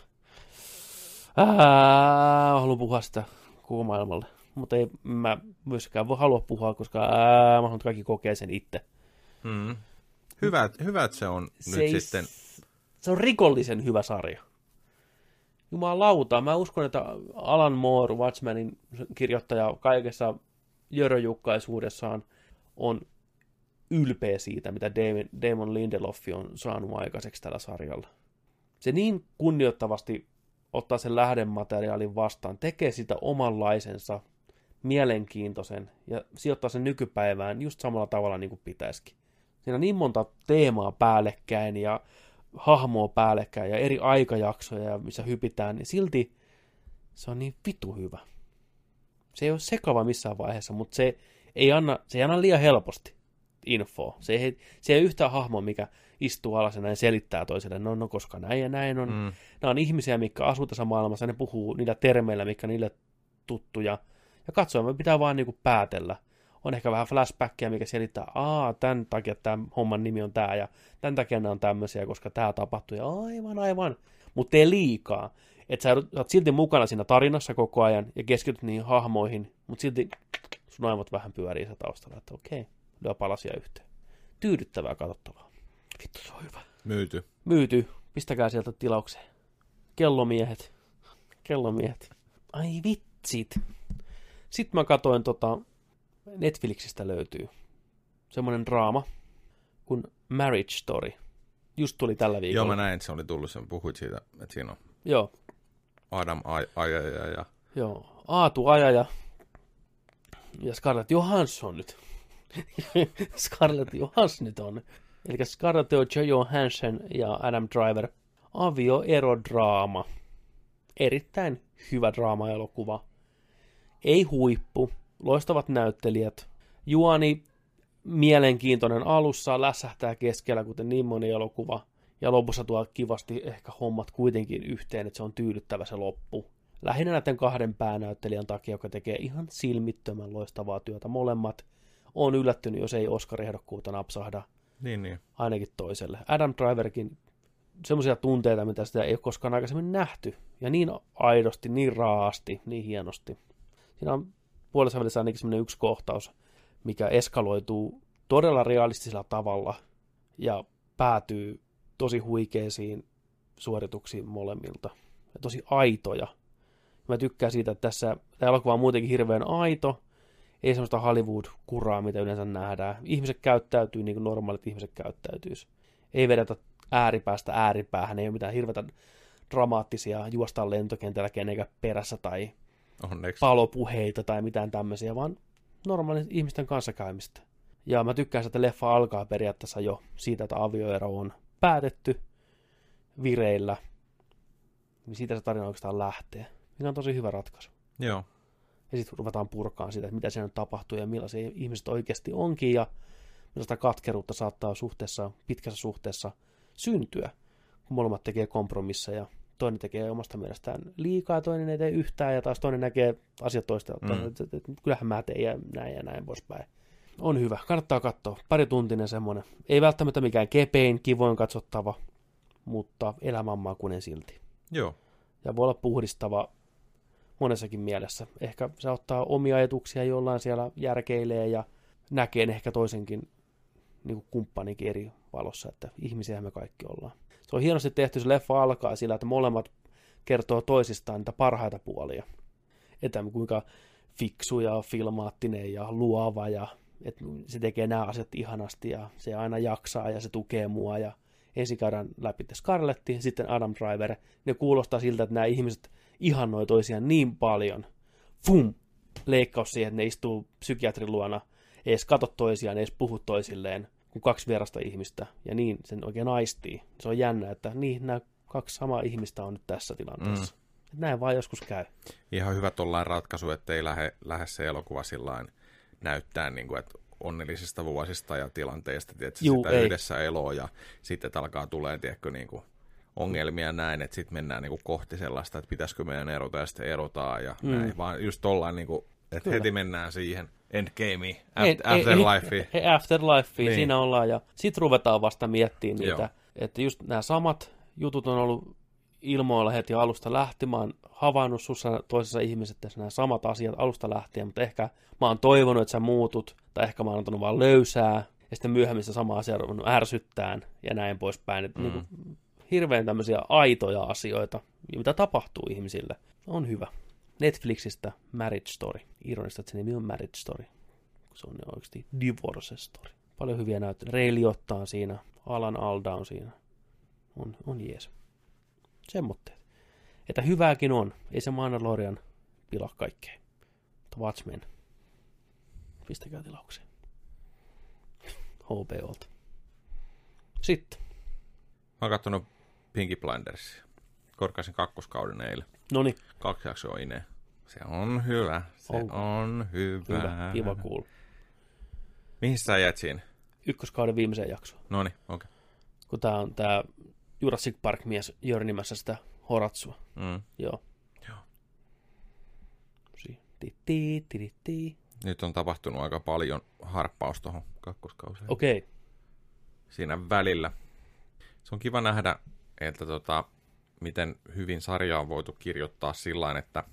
Haluan puhua sitä koko maailmalle. Mutta ei mä myöskään voi halua puhua, koska mä haluan kaikki kokea sen itse. Hyvä, että se on nyt sitten. Se on rikollisen hyvä sarja. Jumalauta, mä uskon, että Alan Moore, Watchmenin kirjoittaja, kaikessa jöröjukkaisuudessaan on ylpeä siitä, mitä Damon Lindelof on saanut aikaiseksi tällä sarjalla. Se niin kunnioittavasti ottaa sen lähdemateriaalin vastaan, tekee sitä omanlaisensa, mielenkiintoisen ja sijoittaa sen nykypäivään just samalla tavalla niin kuin pitäisikin. Siinä on niin monta teemaa päällekkäin ja hahmoa päällekkäin ja eri aikajaksoja, missä hypitään, niin silti se on niin vitu hyvä. Se ei ole sekava missään vaiheessa, mutta se ei anna liian helposti infoa. Se ei ole yhtään hahmoa, mikä istuu alas ja näin selittää toiselle, no koska näin ja näin on. Nämä on ihmisiä, mitkä asuu tässä maailmassa, ne puhuu niillä termeillä, mitkä niille tuttuja. Ja katsoen, pitää vaan niinku päätellä. On ehkä vähän flashbackia, mikä selittää, tämän takia tämä homman nimi on tämä, ja tämän takia nämä on tämmöisiä, koska tämä tapahtui, ja aivan. Mutta tee liikaa. Että sä oot silti mukana siinä tarinassa koko ajan, ja keskityt niihin hahmoihin, mutta silti sun aivot vähän pyörii se taustalla, että okei, lyö palasia yhteen. Tyydyttävää katsottavaa. Vittu, se on hyvä. Myyty. Pistäkää sieltä tilaukseen. Kellomiehet. Ai vitsit. Sitten mä katoin Netflixistä löytyy semmoinen draama kuin Marriage Story. Just tuli tällä viikolla. Joo, mä näin, että se oli tullut. Sen puhuit siitä, että siinä on Joo. Adam Ajaja ja... Joo, Aatu Ajaja ja Scarlett Johansson nyt. Scarlett Johansson nyt on. Eli Scarlett Johansson ja Adam Driver. Avioerodraama. Erittäin hyvä draama-elokuva. Ei huippu. Loistavat näyttelijät. Juoni mielenkiintoinen alussa, lässähtää keskellä, kuten niin moni elokuva. Ja lopussa tuo kivasti ehkä hommat kuitenkin yhteen, että se on tyydyttävä se loppu. Lähinnä näiden 2 päänäyttelijän takia, joka tekee ihan silmittömän loistavaa työtä. Molemmat on yllättynyt, jos ei Oscar-ehdokkuutta napsahda. Niin. Ainakin toiselle. Adam Driverkin, semmoisia tunteita, mitä sitä ei ole koskaan aikaisemmin nähty. Ja niin aidosti, niin raasti, niin hienosti. Siinä on puolessa välissä ainakin semmoinen yksi kohtaus, mikä eskaloituu todella realistisella tavalla ja päätyy tosi huikeisiin suorituksiin molemmilta. Ja tosi aitoja. Mä tykkään siitä, että tämä elokuva on muutenkin hirveän aito. Ei semmoista Hollywood-kuraa, mitä yleensä nähdään. Ihmiset käyttäytyy niin kuin normaalit ihmiset käyttäytyisi. Ei vedetä ääripäästä ääripäähän. Ei ole mitään hirveätä dramaattisia juostaan lentokentällä kenenkään perässä tai onneksi palopuheita tai mitään tämmöisiä, vaan normaalien ihmisten kanssakäymistä. Ja mä tykkään, että leffa alkaa periaatteessa jo siitä, että avioero on päätetty vireillä. Niin siitä se tarina oikeastaan lähtee. Mikä on tosi hyvä ratkaisu. Joo. Ja sitten ruvetaan purkaan sitä, että mitä siellä nyt tapahtuu ja millaisia ihmiset oikeasti onkin ja millaista katkeruutta saattaa pitkässä suhteessa syntyä, kun molemmat tekee kompromisseja. Toinen tekee omasta mielestään liikaa, toinen ei tee yhtään ja taas toinen näkee asiat toista. Kyllähän mä teen ja näin poispäin. On hyvä, kannattaa katsoa. Parituntinen semmoinen. Ei välttämättä mikään kepein, kivoin katsottava, mutta elämänmakuinen silti. Joo. Ja voi olla puhdistava monessakin mielessä. Ehkä se ottaa omia ajatuksia, jollain siellä järkeilee ja näkee ehkä toisenkin niin kuin kumppanikin eri valossa, että ihmisiä me kaikki ollaan. Se on hienosti tehty, se leffa alkaa sillä, että molemmat kertoo toisistaan niitä parhaita puolia. Että kuinka fiksu ja filmaattinen ja luova ja että se tekee nämä asiat ihanasti ja se aina jaksaa ja se tukee mua ja ensin käydään läpi Scarletti, sitten Adam Driver. Ne kuulostaa siltä, että nämä ihmiset ihannoi toisiaan niin paljon. Fum! Leikkaus siihen, että ne istuu psykiatrin luona, ei edes katso toisiaan, ei edes puhu toisilleen, kuin kaksi vierasta ihmistä. Ja niin sen oikein aistii. Se on jännä, että niin nämä kaksi samaa ihmistä on nyt tässä tilanteessa. Näin vaan joskus käy. Ihan hyvä tollain ratkaisu, ettei lähde se elokuva sillain näyttää, niin kuin, että onnellisista vuosista ja tilanteista, tietysti sitä ei. Yhdessä eloa ja sitten alkaa tulee, tiedätkö, niin kuin ongelmia näin, että sitten mennään niin kuin kohti sellaista, että pitäisikö meidän erota ja sitten erotaan ja näin, vaan just tollain, niin kuin, että heti mennään siihen endgameen, afterlifeen. Afterlifeen, niin. Siinä ollaan ja sitten ruvetaan vasta miettimään niitä, että just nämä samat jutut on ollut ilmoilla heti alusta lähtien. Mä oon havainnut sussa toisessa ihmisessä nämä samat asiat alusta lähtien, mutta ehkä mä oon toivonut, että sä muutut, tai ehkä mä oon antanut vaan löysää, ja sitten myöhemmin se sama asia on ruvennut ärsyttään, ja näin poispäin. Että niin kuin hirveän tämmöisiä aitoja asioita, mitä tapahtuu ihmisille. On hyvä. Netflixistä Marriage Story. Ironista, että se nimi on Marriage Story. Se on oikeasti Divorce Story. Paljon hyviä näyttelyjä. Ray Liotta on siinä. Alan Alda on siinä. On jees. Semmoitteet. Että hyvääkin on. Ei se Mandalorian pilaa kaikkea. Mutta Watchmen. Pistäkää tilaukseen. HBOlta. Sitten. Mä oon kattonut Peaky Blindersia. Korkaisin 2. kauden eilen. Noniin. 2 jaksoa ineen. Se on hyvä. On hyvä. Hyvä. Kiva cool. Mihin sä jäät siinä? 1. kauden viimeiseen jaksoon. Noniin, okei. Okay. Kun tää on tää Jurassic Park-mies jörnimässä sitä Horatsua. Joo. Nyt on tapahtunut aika paljon harppaus tuohon 2. kauseen. Okei. Okay. Siinä välillä. Se on kiva nähdä, että miten hyvin sarjaa on voitu kirjoittaa sillain, että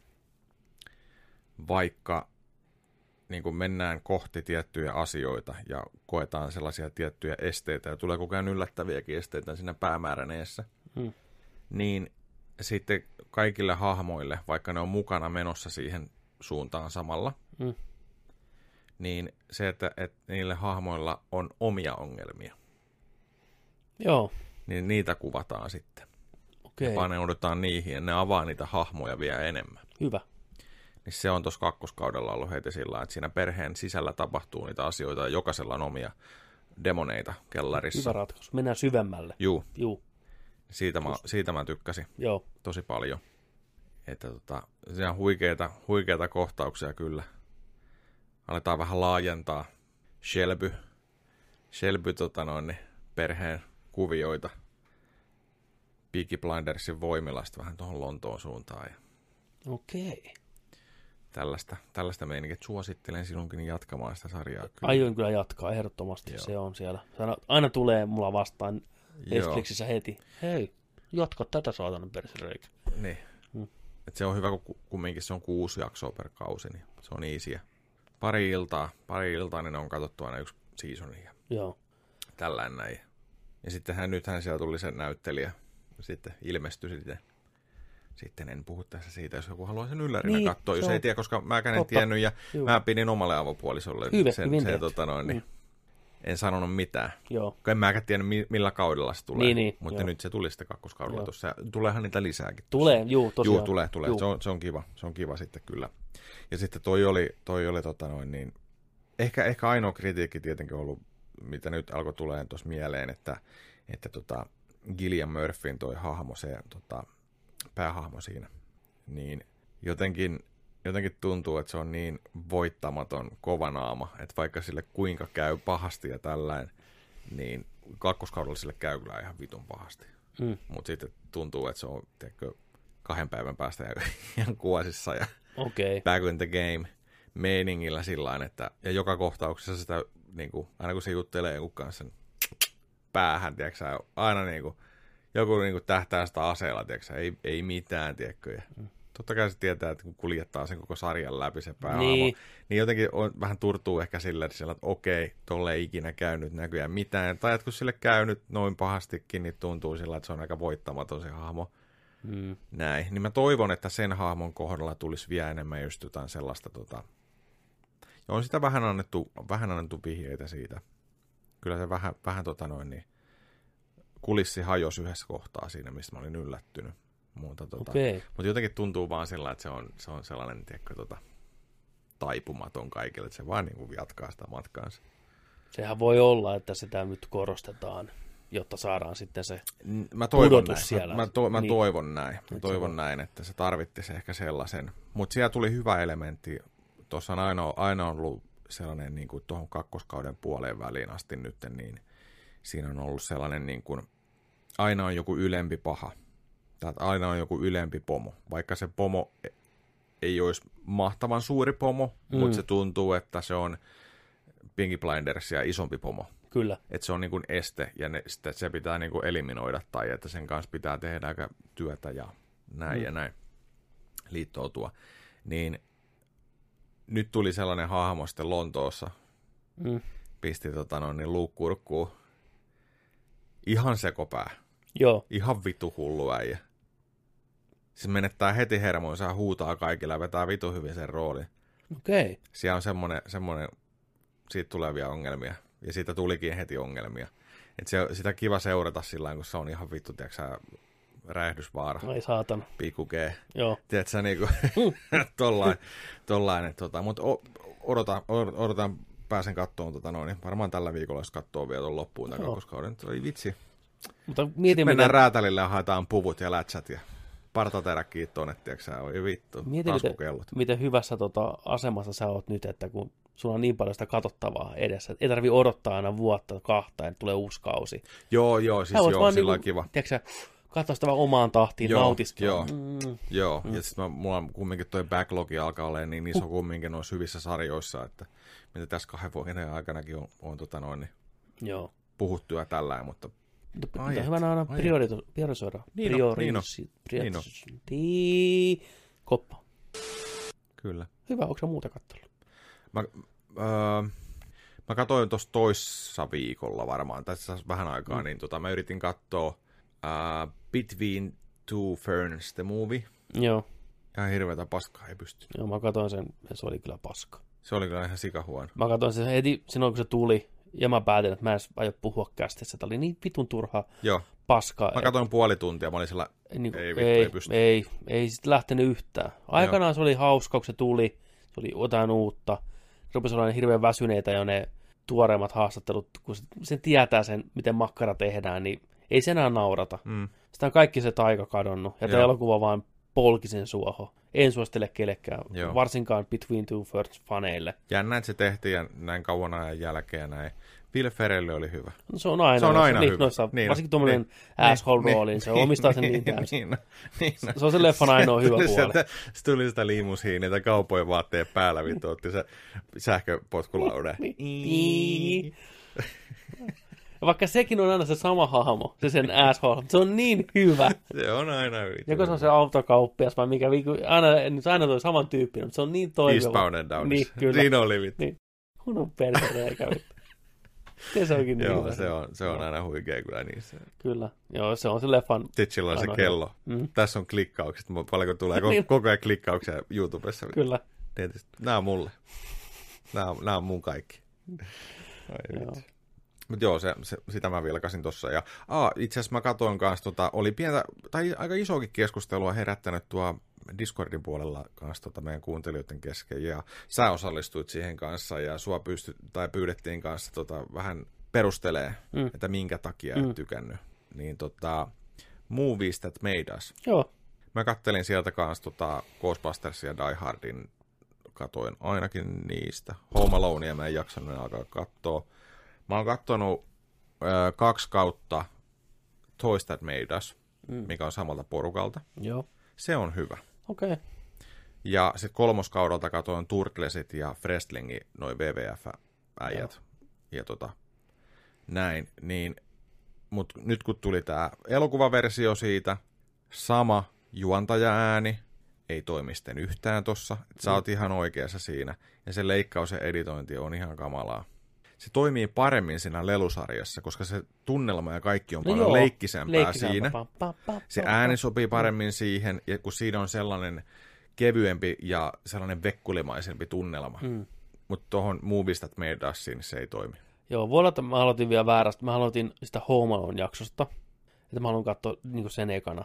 vaikka niin kun mennään kohti tiettyjä asioita ja koetaan sellaisia tiettyjä esteitä ja tulee koko ajan yllättäviäkin esteitä siinä päämäärän eessä, niin sitten kaikille hahmoille, vaikka ne on mukana menossa siihen suuntaan samalla, niin se, että niille hahmoilla on omia ongelmia. Joo. Niin niitä kuvataan sitten. Okei. Ja paneudutaan niihin ja ne avaa niitä hahmoja vielä enemmän. Hyvä. Niin se on tuossa 2. kaudella ollut heti sillä, että siinä perheen sisällä tapahtuu niitä asioita ja jokaisella on omia demoneita kellarissa. Hyvä ratkaisu. Mennään syvemmälle. Juu. Siitä mä tykkäsin. Joo. Tosi paljon. Että siinä on huikeita kohtauksia kyllä. Aletaan vähän laajentaa Shelby perheen kuvioita Peaky Blindersin voimilla vähän tuohon Lontoon suuntaan. Okei. Tällaista meininkiä. Suosittelen sinunkin jatkamaan sitä sarjaa. Kyllä. Aion kyllä jatkaa ehdottomasti. Joo. Se on siellä. Aina tulee mulla vastaan Netflixissä heti. Hei, jatka tätä saatanan persereikä. Niin. Et se on hyvä, kun kumminkin se on 6 jaksoa per kausi, niin se on easyä. Pari iltaa, niin ne on katsottu aina 1 seasoni. Joo. Tällainen näin. Ja nythän siellä tuli se näyttelijä. Sitten ilmestyi sitten en puhu tässä siitä, jos joku haluaa sen yllärinä katsoa. Jos ei tiedä, koska mäkään en tiennyt ja mä pidin omalle avopuolisolle niin en sanonut mitään. Joo. En mäkään tiennyt, millä kaudella se tulee. Mutta joo. Nyt se tuli sitten 2. kaudella tuossa. Tuleehan niitä lisääkin. Tulee, tosiaan. Tulee. Se on kiva. Se on kiva sitten kyllä. Ja sitten toi oli niin ehkä ainoa kritiikki tietenkin ollut, mitä nyt alkoi tulemaan tuossa mieleen, että Cillian Murphyn toi hahmo, se päähahmo siinä, niin jotenkin jotenkin tuntuu, että se on niin voittamaton kova naama, että vaikka sille kuinka käy pahasti ja tällainen, niin kakkoskaudella sille käy kyllä ihan vitun pahasti. Mutta sitten tuntuu, että se on 2 päivän päästä ihan kuosissa ja back in the game meiningillä sillain, että ja joka kohtauksessa sitä, niin kuin, aina kun se juttelee jonkun kanssa päähän, tiedätkö, aina niin kuin, joku niin kuin tähtää sitä aseella, tiedätkö, ei mitään, tiedätkö, ja totta kai se tietää, että kun kuljettaa sen koko sarjan läpi se päähahmo, niin jotenkin vähän turtuu ehkä sillä, että okei, tolle ei ikinä käynyt näköjään mitään. Tai että kun sille käynyt noin pahastikin, niin tuntuu sillä, että se on aika voittamaton se hahmo. Näin. Niin mä toivon, että sen hahmon kohdalla tulisi vielä enemmän just jotain sellaista. Ja on sitä vähän annettu vihjeitä siitä. Kyllä se vähän niin, kulissi hajosi yhdessä kohtaa siinä, mistä mä olin yllättynyt. Mutta jotenkin tuntuu vaan sillä, että se on sellainen, tiedätkö, taipumaton kaikille, että se vaan niin kuin jatkaa sitä matkaansa. Sehän voi olla, että sitä nyt korostetaan, jotta saadaan sitten se pudotus siellä. Mä toivon näin. Mä toivon näin, että se tarvittisi ehkä sellaisen. Mutta siellä tuli hyvä elementti. Tuossa on aina ollut sellainen niin kuin tuohon kakkoskauden puoleen väliin asti nyt, niin siinä on ollut sellainen niin kuin, aina on joku ylempi paha. Aina on joku ylempi pomo. Vaikka se pomo ei olisi mahtavan suuri pomo, mutta se tuntuu, että se on Peaky Blindersia isompi pomo. Kyllä. Että se on niin kuin este ja se pitää niin kuin eliminoida tai että sen kanssa pitää tehdä aika työtä ja näin ja näin liittoutua. Niin nyt tuli sellainen hahmo sitten Lontoossa. Pisti niin luukkurkkuun. Ihan sekopää. Joo. Ihan vitu hullu äijä. Se menettää heti hermoinsa ja huutaa kaikille ja vetää vitu hyvin sen roolin. Okei. Siellä on semmoinen, siitä tulevia ongelmia. Ja siitä tulikin heti ongelmia. Että sitä kiva seurata sillä kun se on ihan vittu, tiedätkö räjähdysvaara. Ai saatana. Pikku G. Joo. Tiedätkö sä niinku, tollainen. Mutta odotan, pääsen kattoon niin varmaan tällä viikolla, jos katsoo vielä tuon loppuun tämän kakkoskauden. Oi vitsi. Mutta mietin, mennään räätälille ja haetaan puvut ja lätsät ja partateräkkiin tuonne, tiedätkö oi vittu, taskukellot. Miten hyvässä asemassa sä oot nyt, että kun sulla on niin paljon sitä katsottavaa edessä, että ei tarvitse odottaa aina vuotta 2, että tulee uusi kausi. Joo, siis joo, sillä on kiva. Tiedätkö katsoa sitä vaan omaan tahtiin, nautistua. Joo. Ja sitten mulla on kumminkin toi backlogi alkaa olemaan niin iso kumminkin noissa hyvissä sarjoissa, että mitä tässä 2 vuoden aikanakin on joo. puhuttu ja tällään, mutta hyvänä aina priorisoida. Koppa. Kyllä. Hyvä, onko sä muuta katsellut? Mä katsoin tuossa toissa viikolla varmaan, tässä vähän aikaa, niin mä yritin katsoa Between Two Ferns, the movie. Joo. Ihan hirveätä paskaa, ei pysty. Joo, mä katsoin sen, ja se oli kyllä paska. Se oli kyllä ihan sikahuono. Mä katsoin sen heti silloin, kun se tuli, ja mä päätin, että mä en aio puhua kästissä. Tämä oli niin vitun turhaa paskaa. Mä katsoin puoli tuntia, mä olin sillä, ei pysty. Ei sit lähtenyt yhtään. Aikanaan se oli hauska, kun se tuli, se oli jotain uutta. Rupesi olla hirveän väsyneitä jo ne tuoreimmat haastattelut, kun se tietää sen, miten makkara tehdään, niin ei se enää naurata. Sitä on kaikki se taika kadonnut, ja tämä elokuva vaan polki sen suohon. En suosittele kellekään, varsinkaan Between Two Ferns faneille. Jännä, että se tehtiin ja näin kauan ajan jälkeen näin. Will Ferrell oli hyvä. No, se on aina hyvä. Noissa, varsinkin tuommoinen asshole-rooli, se omistaa sen niin täysin. Se on se leffan ainoa hyvä puoli. Se tuli sitä limusiinia, kaupojen vaatteen päällä, vittu otti se sähköpotkulaude. Vaikka sekin on aina se sama hahmo, se sen asshole, se on niin hyvä. Se on aina hyvä. Joko se on se autokauppias vai mikä, aina toi saman tyyppinen, mutta se on niin toimiva. Eastbound and Down. Niin, kyllä. Siinä oli vittu. Niin. Hunun persereikä vittu. Se onkin niin hyvä. Se on aina huikea kyllä niissä. Kyllä, joo, se on se leffan. Titsillä on se kello. Tässä on klikkaukset, paljonko tulee koko ajan klikkauksia YouTubessa. Kyllä. Tietysti. Nämä on mulle. Nämä on mun kaikki. Mutta joo, sitä mä vilkasin tossa. Ja itse asiassa mä katsoin kanssa, oli pientä, tai aika isoakin keskustelua herättänyt tuo Discordin puolella kanssa meidän kuuntelijoiden kesken, ja sä osallistuit siihen kanssa, ja sua pyydettiin kanssa vähän perustelee, että minkä takia et tykännyt. Niin Movies That Made Us. Joo. Mä kattelin sieltä kanssa Ghostbusters ja Die Hardin katoin ainakin niistä. Home Alonea mä en jaksanut alkaa katsoa. Mä oon kattonut 2 kautta Toys That Made Us, mikä on samalta porukalta. Joo. Se on hyvä. Okei. Okay. Ja sitten 3. kaudelta katoin Turtlesit ja Wrestlingin, noi WWF-äijät. Ja näin. Niin, mut nyt kun tuli tää elokuvaversio siitä, sama juontaja-ääni, ei toimi sitten yhtään tossa. Sä oot ihan oikeassa siinä. Ja se leikkaus ja editointi on ihan kamalaa. Se toimii paremmin siinä lelusarjassa, koska se tunnelma ja kaikki on paljon leikkisempää siinä. Se ääni sopii paremmin siihen, ja kun siinä on sellainen kevyempi ja sellainen vekkulimaisempi tunnelma. Mutta tuohon Movies That Made Usiin se ei toimi. Joo, voi olla, että mä aloitin vielä väärästä. Mä aloitin sitä Home Alone -jaksosta, että mä haluan katsoa niin sen ekana.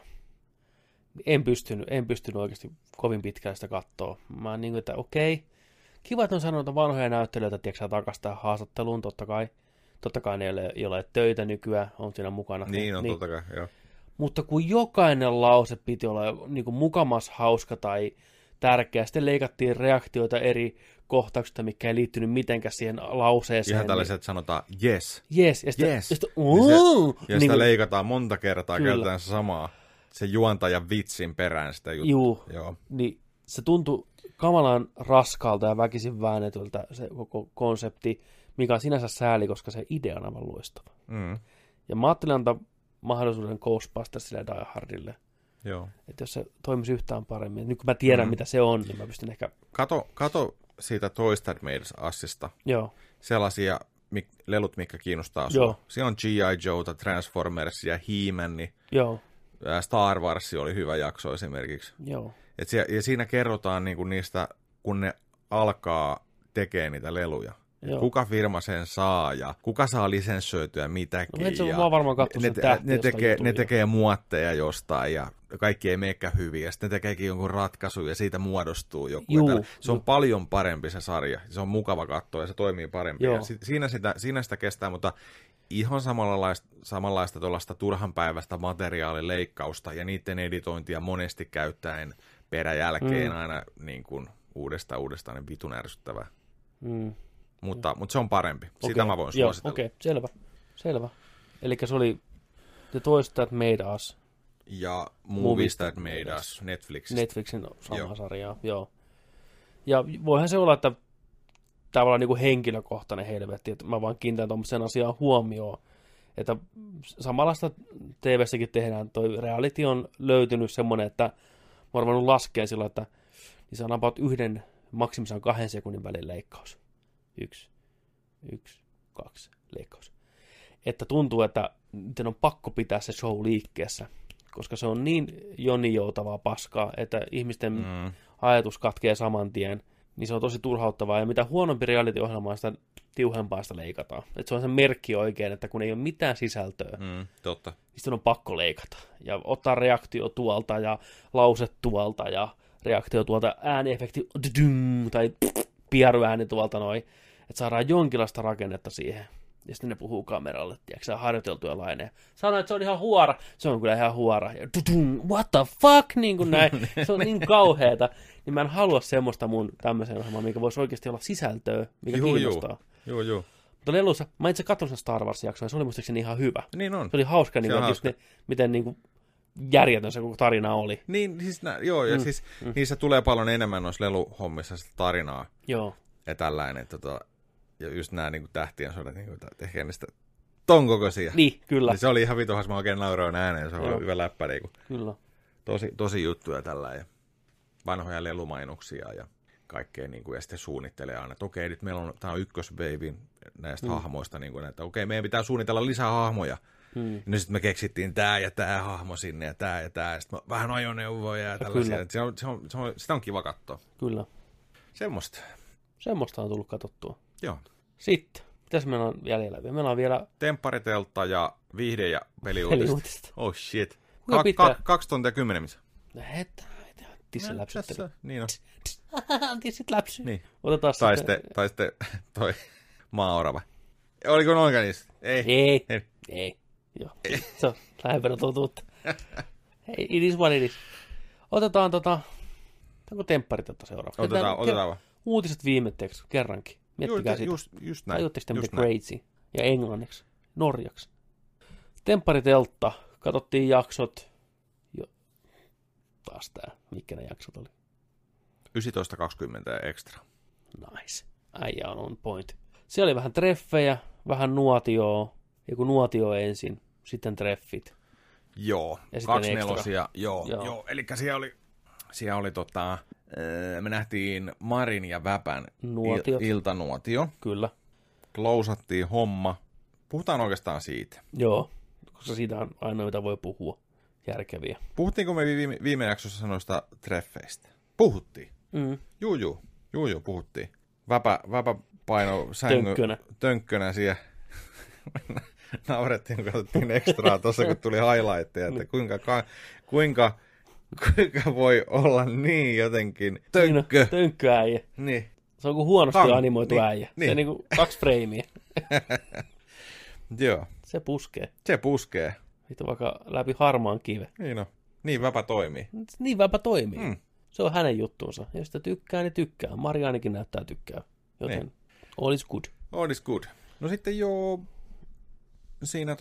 En pystynyt oikeasti kovin pitkään sitä katsoa. Mä niin kuin, että okei. Kiva, että on sanonut vanhoja näyttelijöitä, tiedätkö takaisin tähän haastatteluun, totta kai. Totta kai ne ei ole töitä nykyään, on siinä mukana. Niin on, totta kai, joo. Mutta kun jokainen lause piti olla niin kuin mukamas hauska tai tärkeä, sitten leikattiin reaktioita eri kohtauksista, mikä ei liittynyt mitenkään siihen lauseeseen. Ihan tällaiset niin sanotaan yes. Yes. Ja yes. Sitä sitä leikataan monta kertaa, käytetään se samaa. Se juontajan vitsin perään sitä juttua. Joo. Niin se tuntui kamalan raskaalta ja väkisin väännetyltä se koko konsepti, mikä on sinänsä sääli, koska se idea on aivan loistava. Ja mä ajattelin antaa mahdollisuuden Ghostbustersille ja Die Hardille. Joo. Että jos se toimisi yhtään paremmin. Nyt kun mä tiedän, mitä se on, niin mä pystyn ehkä... Kato siitä Toys That Made Usista. Joo. Sellaisia lelut, mitkä kiinnostaa sua. Siellä on G.I. Joe, Transformers ja He-Man. Joo. Star Wars oli hyvä jakso esimerkiksi. Joo. Ja siinä kerrotaan niinku niistä, kun ne alkaa tekemään niitä leluja. Kuka firma sen saa ja kuka saa lisenssöityä mitäkin. No, ja varmaan ne tekee muotteja jostain ja kaikki ei meekään hyvin. Ja sitten ne tekeekin jonkun ratkaisun ja siitä muodostuu joku. Se on paljon parempi se sarja. Se on mukava katsoa ja se toimii paremmin. Ja siinä sitä kestää, mutta ihan samanlaista tuollaista turhanpäiväistä materiaalileikkausta ja niiden editointia monesti käyttäen peräjälkeen aina niin kuin uudestaan niin vitun ärsyttävää. Mutta se on parempi. Sitä mä voin suositella. Okei, selvä. Eli se oli The Toys That Made Us. Ja Movies That Made Us Netflixin samaa sarjaa, joo. Ja voihan se olla, että tavallaan niin kuin henkilökohtainen helvetti, että mä vaan kiinnitän tuommoisen asian huomioon, että samanlaista TV-säkin tehdään, toi reality on löytynyt semmoinen, että mä oon ruvennut laskea silloin, että niin se on about 1, maksimissaan 2 sekunnin välin leikkaus. 1, 2, leikkaus. Että tuntuu, että niiden on pakko pitää se show liikkeessä, koska se on niin jonijoutavaa paskaa, että ihmisten ajatus katkee saman tien, niin se on tosi turhauttavaa. Ja mitä huonompi reality-ohjelma, sitä tiuhempaa sitä leikataan. Että se on se merkki oikein, että kun ei ole mitään sisältöä, totta. niin sitten on pakko leikata. Ja ottaa reaktio tuolta ja lause tuolta ja reaktio tuolta, ääniefekti tai pieruääni tuolta noin. Että saadaan jonkinlaista rakennetta siihen. Ja sitten ne puhuu kameralle, tiedätkö, harjoiteltuja laineja. Sanoin, että se on ihan huora. Se on kyllä ihan huora. Ja what the fuck, niin kuin näin. Se on niin kauheeta. Niin mä en halua semmoista mun tämmöisen ohjelmaa, mikä voisi oikeasti olla sisältöä, mikä kiinnostaa. Joo. Mutta lelussa, mä itse katsoin sen Star Wars-jakson, ja se oli muistaakseni ihan hyvä. Niin on. Se oli hauska, niin kuin, just miten niin kuin järjetön se koko tarina oli. Niin, siis ja siis niissä tulee paljon enemmän noissa leluhommissa sitä tarinaa. Joo. Ja tällainen, ja just nämä niin tähtien sodat, niin tekee niistä ton kokoisia. Niin, kyllä. Niin se oli ihan vituhas, mä oikein nauroin ääneen, se on hyvä läppä. Niin kyllä. Tosi juttuja tällä ja vanhoja lelumainoksia ja kaikkea, niin kuin, ja sitten suunnittelee aina, että okei, nyt meillä on, tämä on ykkösbaby näistä hahmoista, niin kuin, että okei, meidän pitää suunnitella lisää hahmoja. Ja sitten me keksittiin tämä ja tämä hahmo sinne ja tämä, ja sitten vähän ajoneuvoja ja tällaisia. Sitä on kiva katsoa. Kyllä. Semmoista on tullut katsottua. Joo. Sitten, mitäs meillä on jäljellä? Meillä on vielä... Tempparitelta ja viihde- ja peliuutista. Oh shit. 2 tuntia 10 missä. No tisseläpsyttely. Niin on. Tissit läpsy. Niin. Otetaan tai sitten toi maaorava. Oliko noin niistä? Ei. Joo. Se on lähempänä totuutta. It is what it is. Otetaan onko tempparitelta seuraava? Otetaan. Uutiset viimetteeksi kerrankin. Miettikää sitä. Just näin. Tajuutteko te, miten crazy? Ja englanniksi, norjaksi. Temppariteltta. Katsottiin jaksot. Taas tää. Mikä ne jaksot oli? 19.20 extra. Nice. Äijä on point. Siellä oli vähän treffejä, vähän nuotioa. Joku nuotio ensin, sitten treffit. Joo, ja 24. Joo. Eli siellä oli me nähtiin Marin ja Väpän iltanuotio. Kyllä. Klousattiin homma. Puhutaan oikeastaan siitä. Joo, koska siitä on ainoa, mitä voi puhua. Järkeviä. Puhuttiinko me viime jaksossa noista treffeistä? Puhuttiin. Juu, puhuttiin. Väpä paino tönkkönä siellä. Naurettiin, kun katsottiin ekstraa tuossa, kun tuli highlightteja, että kuinka voi olla niin jotenkin tönkkö. Tönkköäijä. Niin. Se on kuin huonosti animoitu äijä. Niin. Se on niin kuin 2 freimiä. Joo. Se puskee. Sitten vaikka läpi harmaan kiven. Niin on. Niin Väpä toimii. Niin Väpä toimii. Se on hänen juttuunsa. Jos sitä tykkää, niin tykkää. Mari ainakin näyttää tykkää. Joten niin. All is good. All is good. No sitten siinä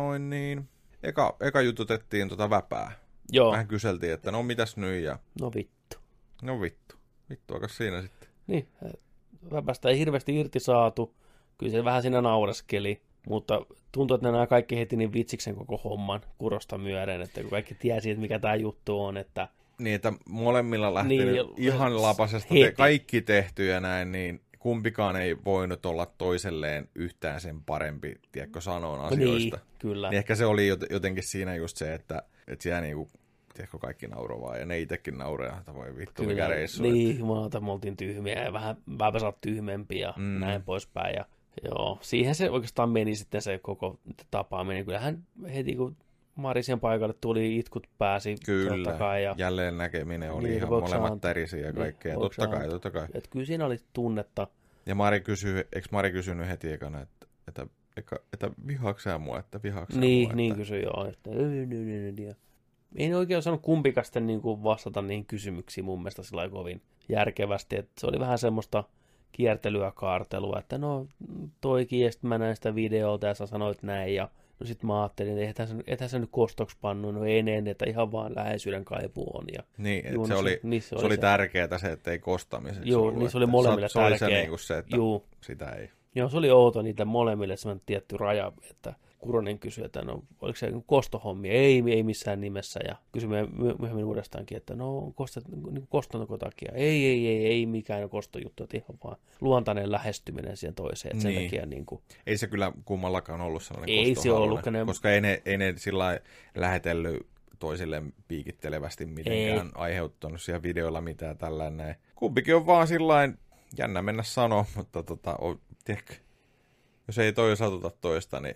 eka jututettiin Väpää. Joo. Vähän kyseltiin, että no mitäs nyt ja... No vittu. Vittuakas siinä sitten. Niin, Väpästä ei hirveästi irti saatu. Kyllä se vähän siinä naureskeli. Mutta tuntuu, että nämä kaikki heti niin vitsiksen koko homman kurosta myöden, että kun kaikki tiesi, että mikä tämä juttu on, että... Niin, että molemmilla lähtenyt niin, ihan lapasesta kaikki tehty ja näin, niin kumpikaan ei voinut olla toiselleen yhtään sen parempi, tiedätkö, sanoon asioista. Niin, kyllä. Niin ehkä se oli jotenkin siinä just se, että siellä niinku, tiedätkö, kaikki naurovaa ja ne itsekin nauraa, että voi vittu mikä reissu. Niin, jumalauta, me oltiin tyhmiä ja vähän sä oot tyhmempi ja näin poispäin. Ja joo, siihen se oikeastaan meni sitten se koko tapaaminen. Kyllähän heti kun Marisen paikalle tuli, itkut pääsi. Kyllä, kai, ja jälleen näkeminen oli niin, ihan molemmat tärisiä ja kaikkea. Niin, totta kai. Että kyllä siinä oli tunnetta. Ja eikö Mari kysynyt heti ekana, että vihaatko sä mua, Niin kysyi joo. Että, ei oikein osannut kumpikaan sitten niin kuin vastata niihin kysymyksiin mun mielestä sillä kovin järkevästi. Että se oli vähän semmoista kiertelyä, kaartelua, että no toikin ja sitten mä näin sitä videolta ja sä sanoit näin ja no sit mä ajattelin, että ethän sä nyt kostoksi pannu, no ei että ihan vaan läheisyyden kaipu on. Ja niin, se oli tärkeää se, että ei kostamiseksi. Joo, niin se oli molemmille tärkeää. Se oli se, niin kuin se, että sitä ei. Joo, se oli outo niitä molemmille semmoinen tietty raja, että Kuronen kysyi, että no oliko se kostohommia? Ei missään nimessä. Ja kysyi myöhemmin uudestaankin, että no kostanko takia? Ei mikään kostojuttu, että ihan vaan luontainen lähestyminen siihen toiseen. Sen takia, niin kuin... Ei se kyllä kummallakaan ollut sellainen ei se ollut, koska ei ne sillä lähetellyt toisille piikittelevästi mitenkään aiheuttanut siellä videoilla mitään tällainen. Kumpikin on vaan sillain jännä mennä sanoa, mutta tiedätkö, jos ei toi satuta toista, niin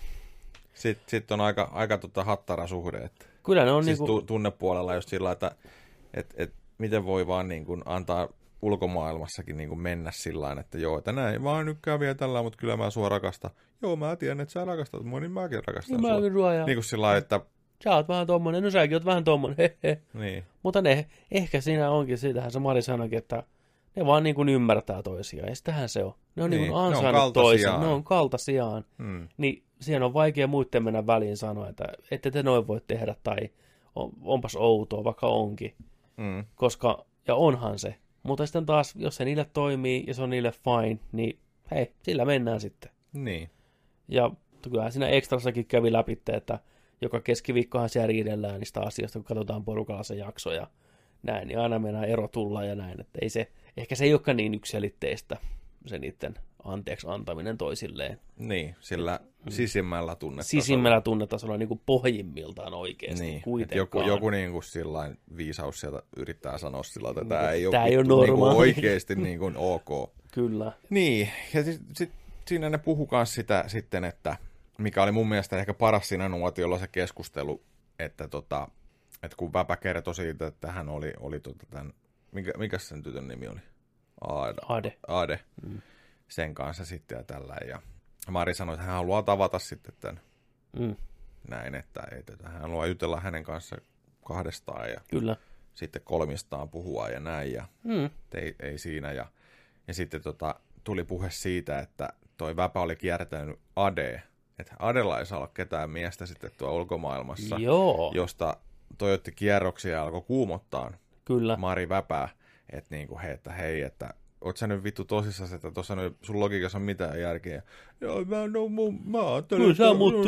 sit on aika hattara suhde. Että kyllä ne on siis tunnepuolella just sillä, että miten voi vaan niin kuin antaa ulkomaailmassakin niin kuin mennä sillä että joo, että näin vaan nyt käy tällä, mutta kyllä mä sua rakastan. Joo, mä tiedän, että sä rakastat mua, niin mäkin rakastan sua. Mäkin sua, niin kuin sillä että sä oot vähän tommonen, no säkin oot vähän tommonen, hehe. Niin. Mutta ehkä siinä onkin, siitähän se Mari sanoikin, että ne vaan niin kuin ymmärtää toisiaan, ja sitähän se on. Ne on niin kuin ansainnut toisen, ne on kaltaisiaan. Niin siihen on vaikea muiden mennä väliin sanoa, että ette te noin voi tehdä, tai onpas outoa, vaikka onkin. Koska, ja onhan se. Mutta sitten taas, jos se niille toimii, ja se on niille fine, niin hei, sillä mennään sitten. Niin. Ja kyllähän siinä ekstrassakin kävi läpi, että joka keskiviikkohan siellä riidellään niistä asioista, kun katsotaan porukalla se jakso ja näin, niin aina mennään ero tulla ja näin, että ehkä se ei olekaan niin yksiselitteistä se niiden anteeksi antaminen toisilleen. Niin, sillä sisimmällä tunnetasolla. Sisimmällä tunnetasolla niin kuin pohjimmiltaan oikeasti niin, kuitenkaan. Joku niin kuin sillain viisaus sieltä yrittää sanoa sillä, että tämä ei ole niin kuin oikeasti niin kuin ok. Kyllä. Niin, ja sit siinä ne puhu myös sitä sitten, että mikä oli mun mielestä ehkä paras siinä nuotiolla se keskustelu, että kun Väpä kertoi siitä, että hän oli tämän, mikä sen tytön nimi oli? Ade. Sen kanssa sitten ja tällä. Ja Mari sanoi, että hän haluaa tavata sitten tämän näin, että hän haluaa jutella hänen kanssa kahdestaan ja kyllä. sitten kolmistaan puhua ja näin. Ja ei siinä. Ja Ja sitten tuli puhe siitä, että toi Väpä oli kiertänyt Adea. Että Adella ei saa olla ketään miestä sitten tuo ulkomaailmassa, Joo. josta toi otti kierroksia ja alkoi kuumottaa Kyllä. Mari Väpää. Että niinku hei, että oot sä nyt vittu tosissaan, että tuossa sun logiikassa on mitään järkeä. Joo, mä ajattelin... Kyllä sä mut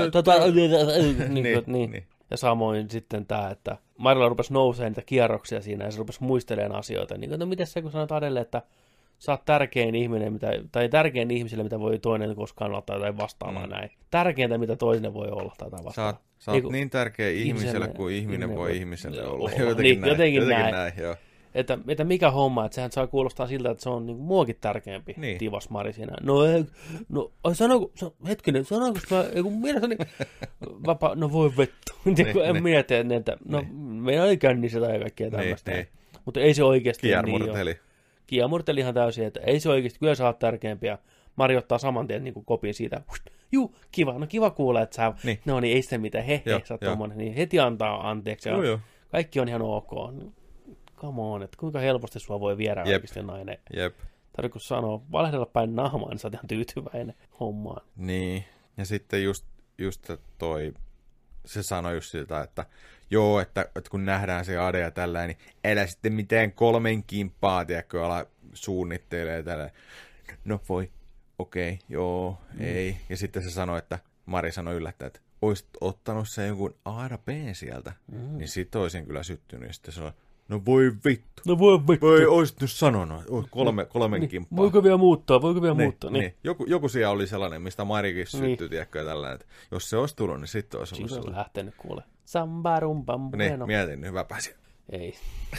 niin. Ja samoin sitten tämä, että Marilla rupesi nousemaan niitä kierroksia siinä ja se rupesi muistelemaan asioita. Niin, no miten se, kun sanot Adelle, että sä oot tärkein ihminen, tai tärkein ihmisille, mitä voi toinen koskaan olla tai vastaavaa näin. Tärkeintä, mitä toinen voi olla tai vastaavaa. Sä oot niin tärkeä ihmiselle, kuin ihminen voi ihmiselle olla. Jotenkin näin. Joo. Että mikä homma, että sehän saa kuulostaa siltä, että se on niin muakin tärkeämpi tivas Mari siinä. Sanoinko mä, mielestäni, no voi vettu. En mieti, että meillä oli kännissä tai kaikkea tämmöistä. Mutta ei se oikeasti Kiemurteli. Kiemurteli ihan täysin, että ei se oikeasti, kyllä sä oot tärkeämpiä. Mari ottaa saman tien niin kopin siitä. Juu, kiva kuulla, että sä, no niin, ei sitä mitään, sä oot tommonen, niin heti antaa anteeksi. Ja kaikki on ihan ok. Come on, että kuinka helposti sua voi viedä oikeasti nainen. Tarvitsetko sanoa, valehdella päin nahmaan, niin sä oot ihan tyytyväinen hommaan. Niin, ja sitten just se sanoi just siltä, että joo, että kun nähdään se Ade ja tällainen, niin älä sitten mitään 3 kimppaa, tiedätkö, ala suunnittelee tällä. No voi, okei, joo, ei. Ja sitten se sanoi, että Mari sanoi yllättäen, että oisit ottanut se jonkun A B sieltä, niin sit olisin kyllä syttynyt. Ja sitten sanoi, no voi vittu. Voi, oisit nyt sanonut. 3 kimppaa. Voiko vielä muuttaa? Niin. Joku siellä oli sellainen, mistä Marikin syttyi, tiedätkö, tällainen, että jos se olisi tullut, niin sitten olisi ollut sellainen. Lähtenyt kuule. Sambarumpam. Niin, mietin, hyvä pääsi. Ei.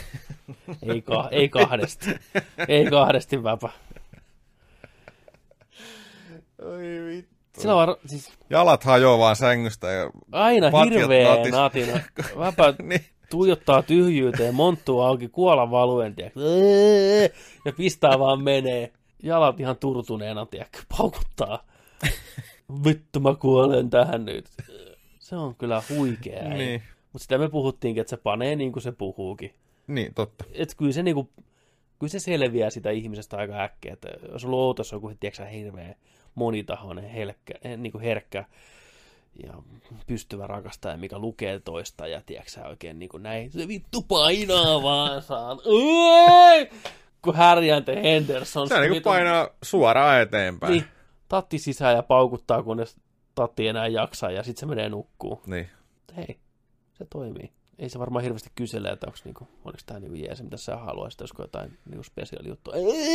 Ei kahdesti. Ei kahdesti Väpä. Oi vittu. Siis... Jalat hajoaa vaan sängystä ja aina hirveä natina. Väpä tuijottaa tyhjyyteen, monttuu auki kuolan valuen, ja pistää vaan menee. Jalat ihan turtuneena, paukuttaa. Vittu, mä kuolen tähän nyt. Se on kyllä huikea. Niin. Mutta sitä me puhuttiinkin, että se panee niin kuin se puhuukin. Niin, totta. Et kyllä se selviää sitä ihmisestä aika äkkiä. Että jos on outossa joku, tiedätkö, hirveä monitahoinen, herkkä ja pystyvä rakastaja, mikä lukee toista ja tiedätkö oikein niin kuin näin. Se vittu painaa vaan saan. Kun Harry and the Henderson. Se niin painaa suoraan eteenpäin. Niin, tatti sisään ja paukuttaa, kunnes tatti enää jaksaa ja sitten se menee nukkuu. Niin. Hei, se toimii. Ei se varmaan hirveästi kysele, että oliko tämä niinku jees, mitä sä haluaisit, olisiko jotain niinku spesiaali juttua.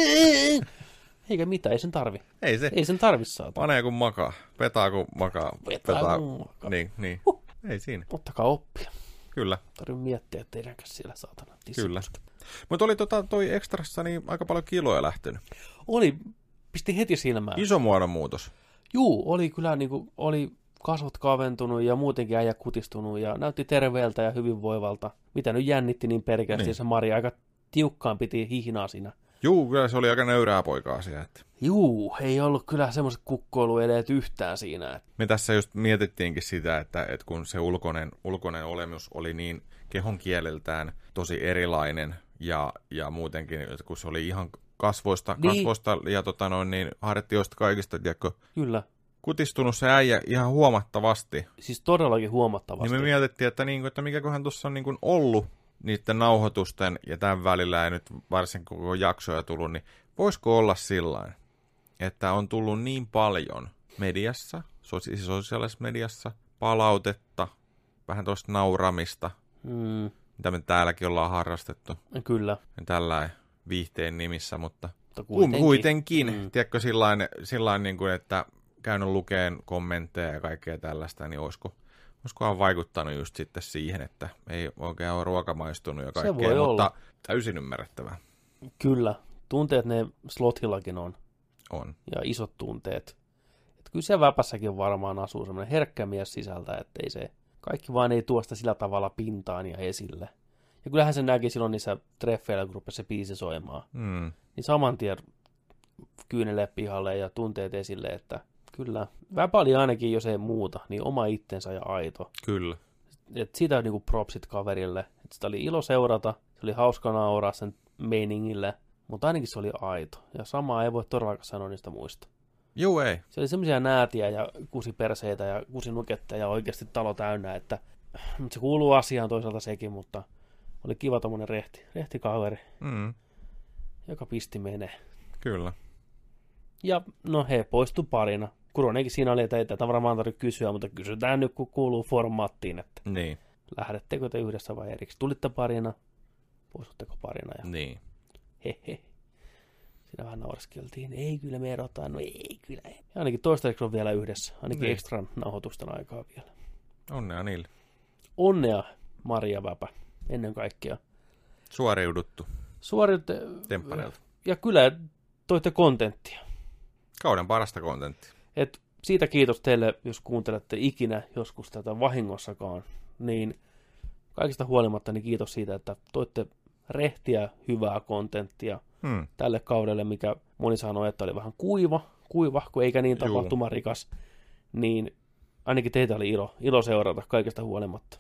Eikä mitään, ei sen tarvi. Ei sen tarvi saada. Panee kun makaa, petaa kun makaa. Petaa kun makaa. Niin. Ei siinä. Ottakaa oppia. Kyllä. Tarvii miettiä, että teidänkäs siellä saatana. Kyllä. Mutta oli toi ekstrassa niin aika paljon kiloja lähtenyt. Pisti heti silmään. Iso muodonmuutos. Juu, oli kyllä oli kasvot kaventunut ja muutenkin äijä kutistunut ja näytti terveeltä ja hyvinvoivalta. Mitä nyt jännitti niin perkeästi, niin. Se Mari aika tiukkaan piti hihnaa siinä. Juu, kyllä se oli aika nöyrää poikaa siellä. Että... Juu, ei ollut kyllä semmoiset kukkoilueleet yhtään siinä. Että... Me tässä just mietittiinkin sitä, että kun se ulkoinen olemus oli niin kehon kieleltään tosi erilainen ja muutenkin, että kun se oli ihan kasvoista ja niin hartioista kaikista, tiedätkö? Kyllä. Kutistunut se äijä ihan huomattavasti. Siis todellakin huomattavasti. Niin me mietittiin, että mikäköhän tuossa on niin ollut niiden nauhoitusten ja tämän välillä, ja nyt varsinkin koko jaksoja tullut, niin voisiko olla sillain, että on tullut niin paljon mediassa, sosiaalisessa mediassa, palautetta, vähän tuosta nauramista, mitä me täälläkin ollaan harrastettu. Kyllä. Tällainen viihteen nimissä, mutta kuitenkin. Tiedätkö, sillain niin kuin, että käynyt lukeen kommentteja ja kaikkea tällaista, niin olisikohan vaikuttanut just sitten siihen, että ei oikein ole ruoka maistunut ja kaikkea, mutta olla. Täysin ymmärrettävää. Kyllä, tunteet ne Slothillakin on. On. Ja isot tunteet. Että kyllä siellä Väpässäkin varmaan asuu semmoinen herkkä mies sisältä, että ei se, kaikki vaan ei tuosta sillä tavalla pintaan ja esille. Ja kyllähän se näki silloin niissä treffeillä, kun rupesi se biisi soimaan. Niin saman tien kyynelle pihalle ja tunteet esille, että kyllä. Väpä oli ainakin, jos ei muuta, niin oma itsensä ja aito. Kyllä. Et siitä on niinku propsit kaverille. Et sitä oli ilo seurata, se oli hauska nauraa sen meiningille. Mutta ainakin se oli aito. Ja samaa ei voi todellakaan sanoa niistä muista. Juu, ei. Se oli semmoisia näätiä ja kusiperseitä ja kusinuketteja ja oikeasti talo täynnä, että se kuuluu asiaan toisaalta sekin, mutta oli kiva tommonen rehti kaveri, joka pisti menee. Kyllä. Ja no he poistu parina. Kuronenkin siinä oli, että ei tätä varmaan tarvitse kysyä, mutta kysytään nyt, kun kuuluu formaattiin, että Niin. lähdettekö te yhdessä vai erikseen. Tulitte parina, poistutteko parina ja Niin. hehe. Siinä vähän naureskeltiin. Ei kyllä me erotaan, no ei kyllä. Ja ainakin toistaiseksi on vielä yhdessä, ainakin Niin. ekstra nauhoitusten aikaa vielä. Onnea niille. Onnea, Maria Väpä, ennen kaikkea. Suoriuduttu Suoriutte, temppareilta. ja kyllä toitte kontenttia. Kauden parasta kontenttia. Et siitä kiitos teille, jos kuuntelette ikinä joskus tätä vahingossakaan, niin kaikista huolimatta niin kiitos siitä, että toitte rehtiä, hyvää kontenttia tälle kaudelle, mikä moni sanoi, että oli vähän kuivahko eikä niin tapahtumarikas, niin ainakin teitä oli ilo seurata kaikesta huolimatta.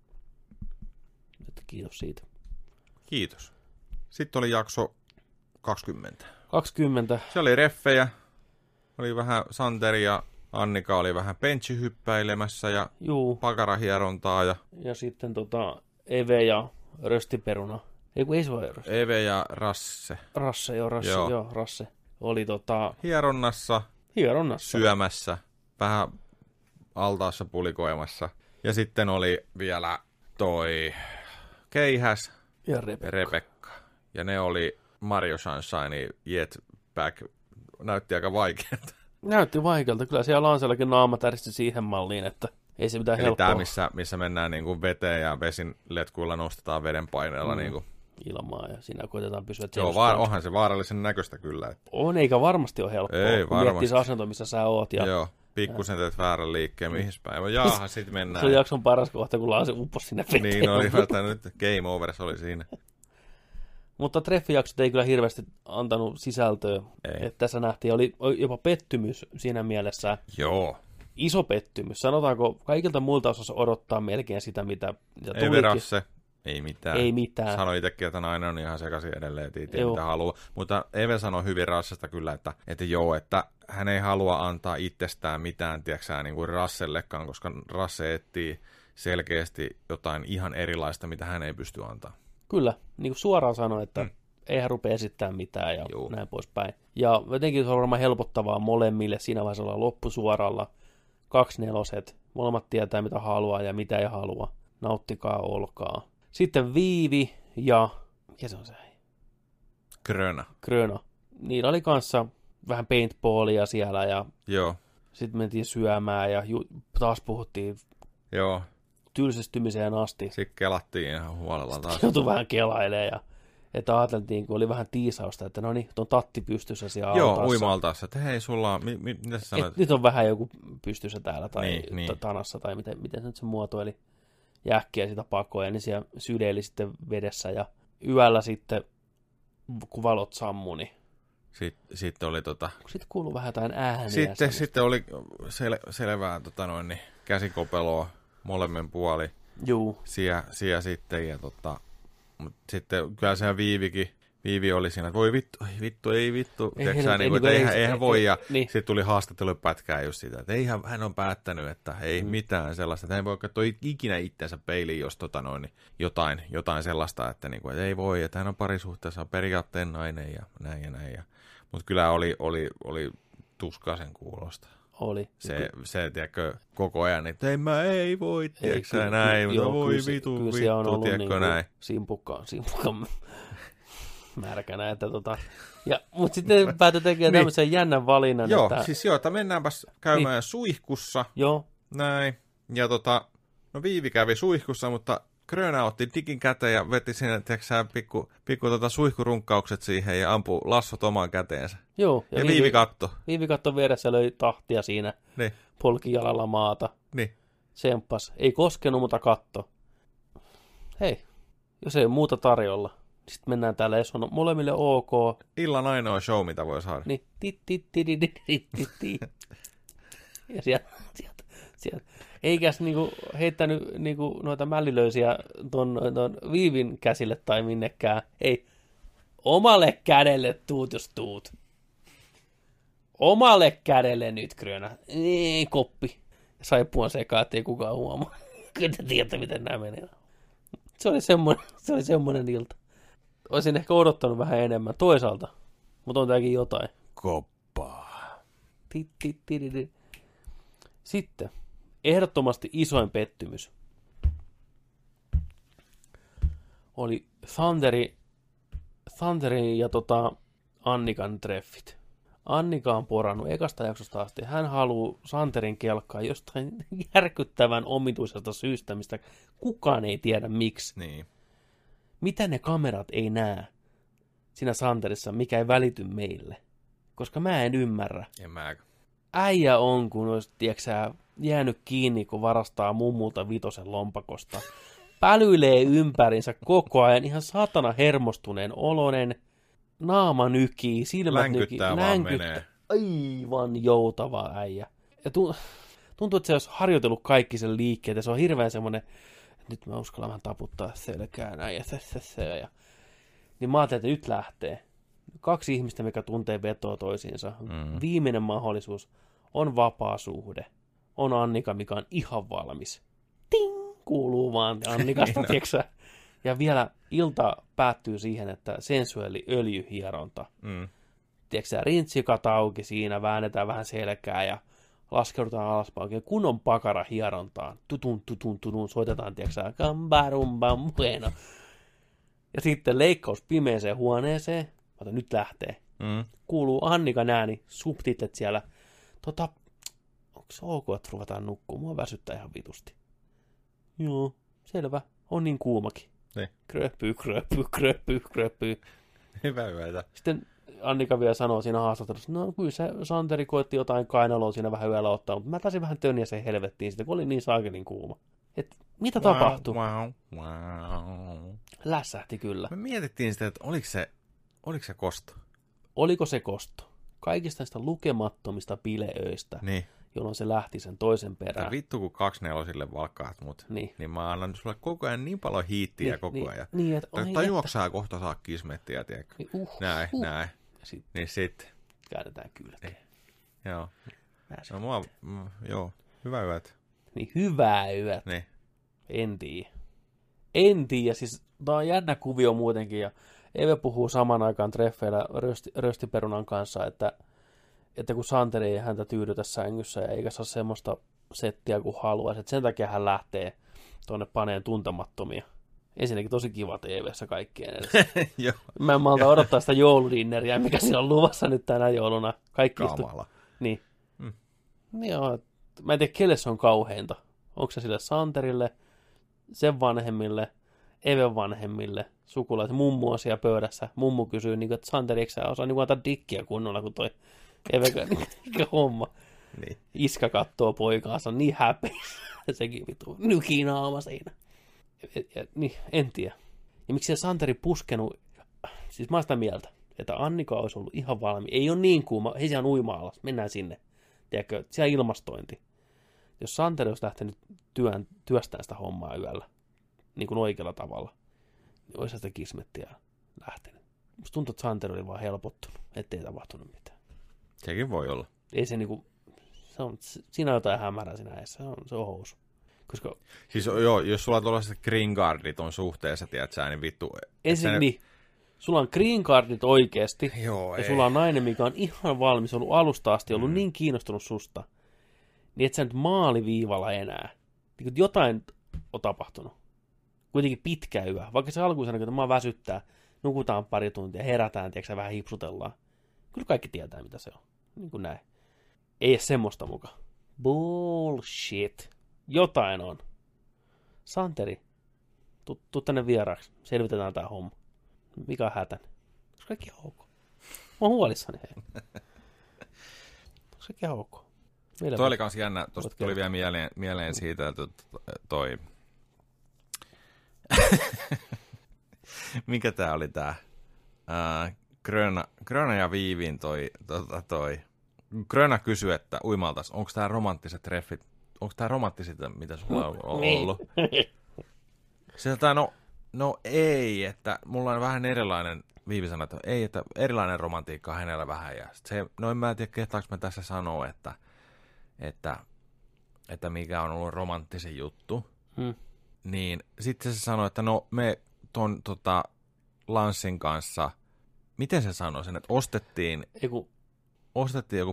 Että kiitos siitä. Kiitos. Sitten oli jakso 20. 20. Se oli reffejä. Oli vähän Santeri ja Annika oli vähän benchihyppäilemässä ja pakarahierontaa. Ja sitten Eve ja Röstiperuna. Ei se ole Rösti. Eve ja Rasse. Rasse. Oli hieronnassa. Syömässä. Vähän altaassa pulikoimassa. Ja sitten oli vielä toi Keihäs ja Rebekka. Ja ne oli Mario Sunshine Jetpack. Näytti aika vaikealta. Näytti vaikealta. Kyllä siellä Lansellakin naama täristi siihen malliin, että ei se mitään helppoa. Eli tämä, missä mennään niin kuin veteen ja vesin letkuilla nostetaan veden paineella. Niin kuin ilmaa ja siinä koitetaan pysyä. Joo, onhan se vaarallisen näköistä kyllä. Että on, eikä varmasti ole helppoa. Ei kun miettii se asento, missä sä oot. Ja joo, pikkusen teet väärän liikkeen, mihin päin. Jaaha, sit mennään. Se oli jakson paras kohta, kun Lanse upposi sinne veteen. Niin, oli nyt game over, se oli siinä. Mutta treffijaksot ei kyllä hirveästi antanut sisältöä. Että tässä nähtiin, oli jopa pettymys siinä mielessä. Joo. Iso pettymys. Sanotaanko, kaikilta muilta osassa odottaa melkein sitä, mitä tulikin. Ei Rasse. Ei mitään. Sanoi itsekin, että nainen on ihan sekaisin edelleen, ei tiedä mitä haluaa. Mutta Eve sanoi hyvin Rassesta kyllä, että hän ei halua antaa itsestään mitään, tiedätkö, niin kuin Rassellekaan, koska Rasse etsii selkeästi jotain ihan erilaista, mitä hän ei pysty antaa. Kyllä, niin kuin suoraan sanoi, että ei hän rupea esittämään mitään ja näin poispäin. Ja jotenkin se on varmaan helpottavaa molemmille, siinä vaiheessa ollaan loppusuoralla, 2/4, molemmat tietää mitä haluaa ja mitä ei halua, nauttikaa, olkaa. Sitten Viivi ja, mikä se on se? Gröna. Niillä oli kanssa vähän paintballia siellä ja sitten mentiin syömään ja taas puhuttiin tylsistymiseen asti. Sitten kelattiin ihan huolella taas. Joutui vähän kelailemaan ja että ajateltiin, kun oli vähän tiisausta, että no niin, on tatti pystyssä siellä altaassa. Joo, uima-altaassa, että hei, sulla on, mitä sä sanoit? Nyt on vähän joku pystyssä täällä tai tanassa tai miten se nyt se muotoili. Jäkkiä sitä pakoja, niin siellä syleili sitten vedessä ja yöllä sitten, kun valot sammui, niin sitten oli sitten kuului vähän jotain ääniä. Sitten oli selvää käsikopeloa molemmin puoli. Juu. Siellä sitten ja mutta sitten kyllä se Viivi oli siinä, että voi vittu, ei vittu, eihän voi, ja sitten tuli haastattelupätkää just sitä, että hän on päättänyt, että ei mitään sellaista, että hän ei voi katsoa ikinä itsensä peiliin, jos jotain sellaista, että ei voi, että hän on parisuhteessa periaatteen nainen ja näin. Mutta kyllä oli tuskaisen kuulosta. Oli. Se tiedätkö, koko ajan, että ei voi, tiedätkö näin, mutta voi vittu, tiedätkö näin. Simpukkaan märkänä, että mutta sitten päätyi tekemään tämmöisen jännän valinnan. Joo, että mennäänpäs käymään suihkussa. Joo. Näin. Ja Viivi kävi suihkussa, mutta Gröna otti digin käteen ja veti sinne, pikku suihkurunkkaukset siihen ja ampui lassot omaan käteensä. Joo. Ja Viivi katto. Viivi katto vieressä, löi tahtia siinä. Niin. Polki jalalla maata. Niin. Semppas. Ei koskenut, mutta katto. Hei, jos ei ole muuta tarjolla. Sitten mennään täällä, jos on molemmille ok. Illan ainoa show, mitä voi saada. Niin. Ja sieltä. Eikäs heittänyt noita mällilöisiä ton Viivin käsille tai minnekään. Ei. Omalle kädelle tuut, jos tuut. Omalle kädelle nyt, Gröna. Koppi. Saippuan sekaan, ettei kukaan huomaa. Kyllä te tiedätte, miten nämä menee. Se oli semmoinen ilta. Olisin ehkä odottanut vähän enemmän toisaalta, mutta on tämäkin jotain. Koppaa. Sitten, ehdottomasti isoin pettymys oli Thunderin ja Annikan treffit. Annika on porannut ekasta jaksosta asti. Hän haluaa Santerin kelkkaa jostain järkyttävän omituisesta syystä, mistä kukaan ei tiedä miksi. Niin. Mitä ne kamerat ei näe siinä Santerissa, mikä ei välity meille? Koska mä en ymmärrä. En mä. Äijä on, kun olisi, tiedätkö, jäänyt kiinni, kun varastaa mummulta vitosen lompakosta. Pälyilee ympärinsä koko ajan, ihan saatana hermostuneen olonen. Naama nykii, silmät nykii. Menee. Aivan joutava äijä. Ja tuntuu, että se olisi harjoitellut kaikki sen liikkeet, ja se on hirveän semmoinen, että nyt mä uskallan vähän taputtaa selkää näin, ja niin mä ajattelin, että nyt lähtee. 2 ihmistä, mikä tuntee vetoa toisiinsa. Viimeinen mahdollisuus on vapaa suhde. On Annika, mikä on ihan valmis. Ting! Kuuluu vaan Annikasta, tiiäksä. Ja vielä ilta päättyy siihen, että sensuelli öljyhieronta. Tiedätkö, rintsikat auki siinä, väännetään vähän selkää ja laskeudutaan alaspäin oikein kunnon pakara hierontaan. Tutun, soitetaan, tiedätkö, kambarumbam bueno. Ja sitten leikkaus pimeeseen huoneeseen. Nyt lähtee. Kuuluu Annikan ääni, subtitlet siellä. Onko se ok, että ruvetaan nukkumaan? Mua väsyttää ihan vitusti. Joo, selvä. On niin kuumakin. Niin. Kröppy. Hyvä yötä. Sitten Annika vielä sanoo siinä haastattelussa, no kyllä se Santeri koetti jotain kainaloa siinä vähän yöllä ottaa, mutta mä taisin vähän tönniä sen helvettiin sitten, kun oli niin saakelin kuuma. Et mitä tapahtui? Lässähti kyllä. Me mietittiin sitä, että oliko se kosto? Oliko se kosto? Kaikista näistä lukemattomista bileöistä, niin, jolloin se lähti sen toisen perään. Vittu, kun 24 valkkaat mut, niin mä annan sulle koko ajan niin paljon hiittiä koko ajan. Niin, tajuoksaa kohta saa kismettiä, tiedätkö? Niin, näin. Niin sitten. Käännetään kylkeen. Joo. No, joo, hyvää yötä. Niin, hyvää yötä. Niin. En tiedä, siis tää on jännä kuvio muutenkin, ja Eve puhuu saman aikaan treffeillä Röstiperunan kanssa, että kun Santeri ei häntä tyydytä sängyssä ja eikä saa semmoista settiä kuin haluaisi, että sen takia hän lähtee tuonne paneen tuntemattomia. Ensinnäkin tosi kiva TV:ssä kaikkien edessä. Mä en malta odottaa sitä jouludinneriä, mikä siellä on luvassa nyt tänä jouluna. Kaikki kamala. Niin. Joo, mä en tiedä, kelle se on kauheinta. Onko se sille Santerille, sen vanhemmille, Even vanhemmille, sukulaiset, mummu on siellä pöydässä. Mummu kysyy, niin kuin, että Santeri, eikö sä osaa niin antaa dikkiä kunnolla, kun toi Eve homma. Niin. Iska kattoo poikaansa niin häpeä. Sekin vitu nykinaama siinä. Niin, en tiedä. Ja miksi se Santeri puskenut, siis mä oon sitä mieltä, että Annika olisi ollut ihan valmi. Ei ole niin kuuma, hei siellä on uima-alas, mennään sinne. Tiedätkö, siellä ilmastointi. Jos Santeri olisi lähtenyt työstämään sitä hommaa yöllä, niin kuin oikealla tavalla, niin olisi sitä kismettiä lähtenyt. Musta tuntuu, että Santeri oli vaan helpottunut, ettei tapahtunut mitään. Sekin voi olla. Ei se niinku, siinä on jotain hämärää siinä äessä, se on housu. Koska, siis joo, jos sulla on tuollaiset green cardit on suhteessa, tiedätkö, niin vittu. Ensin niin, sulla on green cardit oikeasti, joo, ja sulla on nainen, mikä on ihan valmis, ollut alusta asti, ollut niin kiinnostunut susta, niin et sä nyt maaliviivalla enää. Niin jotain on tapahtunut. Kuitenkin pitkä yö. Vaikka se alkuun sanoo, että mä väsyttää, nukutaan pari tuntia, herätään, tiedätkö, vähän hipsutellaan. Kyllä kaikki tietää, mitä se on. Niin kuin näin. Ei ole semmoista muka. Bullshit. Jotain on. Santeri, tuu tänne vieraaksi. Selvitetään tää homma. Mikä on hätän? Onko kaikki ok? Mä oon huolissani, hei. Onko kaikki ok? Toi oli kans jännä. Tuosta tuli vielä mieleen siitä, että toi... Mikä tää oli tää? Gröna ja Viivin toi... Gröna kysyi, että uimaltas, onko tää romanttiset treffit, onko tää romanttiset, mitä sulla on ollut? Sieltä no ei, että mulla on vähän erilainen Viivi sanoi, että ei, että erilainen romantiikka on hänellä vähän. Ja se, no en mä tiedä, kehtaanko mä tässä sanoa, että mikä on ollut romanttisin juttu. Niin sitten se sanoi, että no me ton Lanssin kanssa, miten se sanoi sen, että ostettiin joku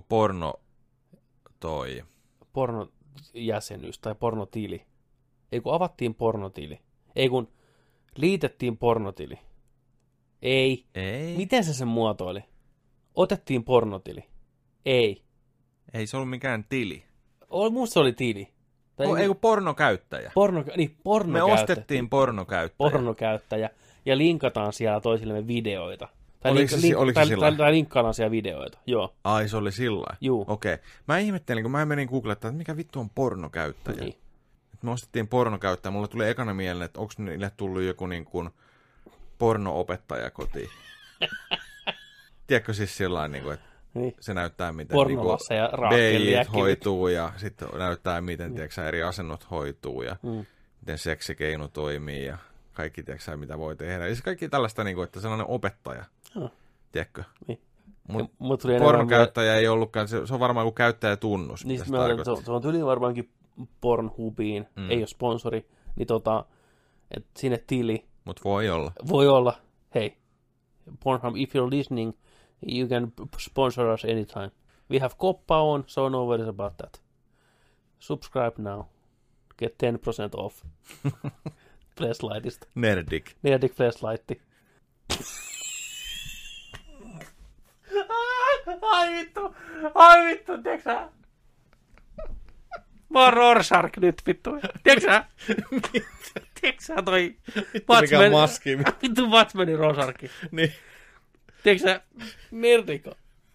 pornojäsenyys tai pornotili. Ei kun avattiin pornotili. Ei kun liitettiin pornotili. Ei. Miten se sen muotoili? Otettiin pornotili. Ei. Ei se ollut mikään tili. Musta se oli tili. Ei kun pornokäyttäjä. Pornokäyttäjä. Me ostettiin pornokäyttäjä. Pornokäyttäjä. Ja linkataan siellä toisillemme videoita. Tai linkkaillaan siellä videoita, joo. Ai, se oli sillä. Juu. Okei. Mä ihmettelin, kun mä menin googlettaa, että mikä vittu on pornokäyttäjä. Niin. Me ostettiin pornokäyttäjä. Mulla tuli ekana mieleen, että onko niille tullut joku niin kuin porno-opettaja kotiin. Tiedätkö siis sillä tavalla, että niin. Se näyttää, miten Pornolassa ja BJ:t hoituu ja sitten näyttää, miten eri asennot hoituu ja miten seksikeino toimii ja kaikki, tiedätkö, mitä voi tehdä. Ja se kaikki tällaista, niin kuin, että sellainen opettaja, tiedätkö? Niin. Mutta pornokäyttäjä ei ollutkaan, se on varmaan kuin käyttäjätunnus. Niin se on tyyli varmaankin Pornhubiin, ei ole sponsori, niin että sinne tili. Mutta voi olla. Voi olla. Hei, Pornhub, if you're listening, you can sponsor us anytime. We have Koppa on, so no worries about that. Subscribe now. Get 10% off. Flashlightista. Nerdik flashlighti. Ai vittu, tiedätkö sä? Mä oon Rorschach nyt, vittu. Tiedätkö sä? Tiedätkö sä toi vittu Batmanin Rorschach? Niin. Tiedätkö sä? Nerdiko.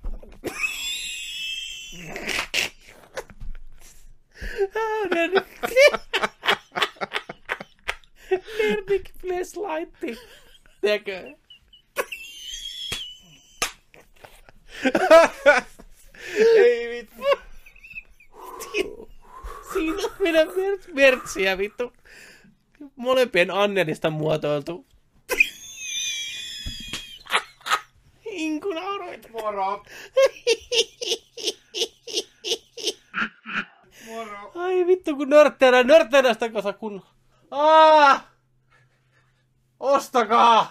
Nerdik flashlighti. Tiedätkö? Ei vittu. Siinä on meidän mertsiä, vittu. Molempien Annelista muotoiltu. Inku nauroit. Moro. Moro. Ai vittu, kun nörttänä sitä kanssa kun... Ostakaa!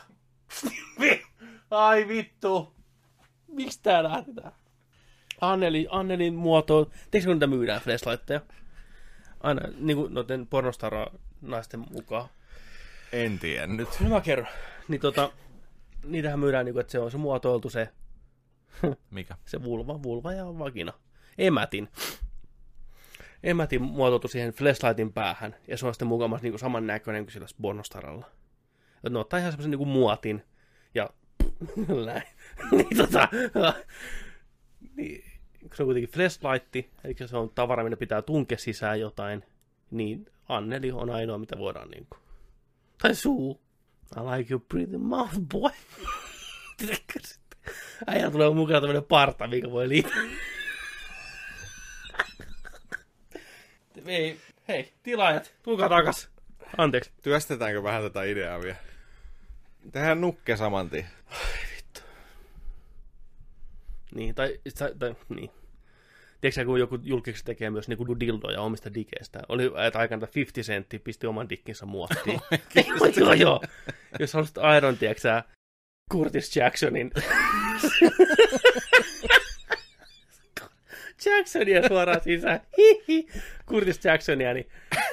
Ai vittu. Miksi tää lähdetään? Annelin muotoon. Tiedätkö, kun niitä myydään flashlightteja? Aina niin kuin noiden pornostara-naisten mukaan. En tiedä nyt. No mä kerron. Niin niitähän myydään niin kuin, että se on se muotoiltu se... Mikä? Se vulva ja vagina. Emätin muotoiltu siihen flashlightin päähän. Ja se on sitten mukamassa niin kuin saman näköinen kuin sillä pornostaralla. Että ne ottaa ihan semmoisen niin kuin muotin. Ja... näin. Niin, se on kuitenkin flashlightti, eli se on tavara, minne pitää tunkea sisään jotain, niin Anneli on ainoa, mitä voidaan niinku. Tai suu. I like your pretty mouth, boy. Äijä tulee mukana tämmönen parta, mikä voi liittää. Hei, tilaajat, tulkaa takas. Anteeksi. Työstetäänkö vähän tätä ideaa vielä? Tehdään nukke saman tien. Niin, tai niin. Tiedätkö kun joku julkiksi tekee myös niinku dildoja omista dikeistä? Oli aikana 50 Centtiä pisti oman dikkinsä muottiin. Joo. Jos haluaisit Iron, tiedätkö Curtis Jacksonin... Jacksonia suoraan sisään. Curtis Jacksonia, niin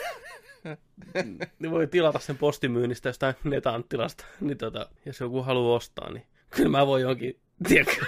voi tilata sen postimyynnistä jostain Netanttilasta. Niin jos joku haluaa ostaa, niin kyllä mä voin jonkin, tiedätkö...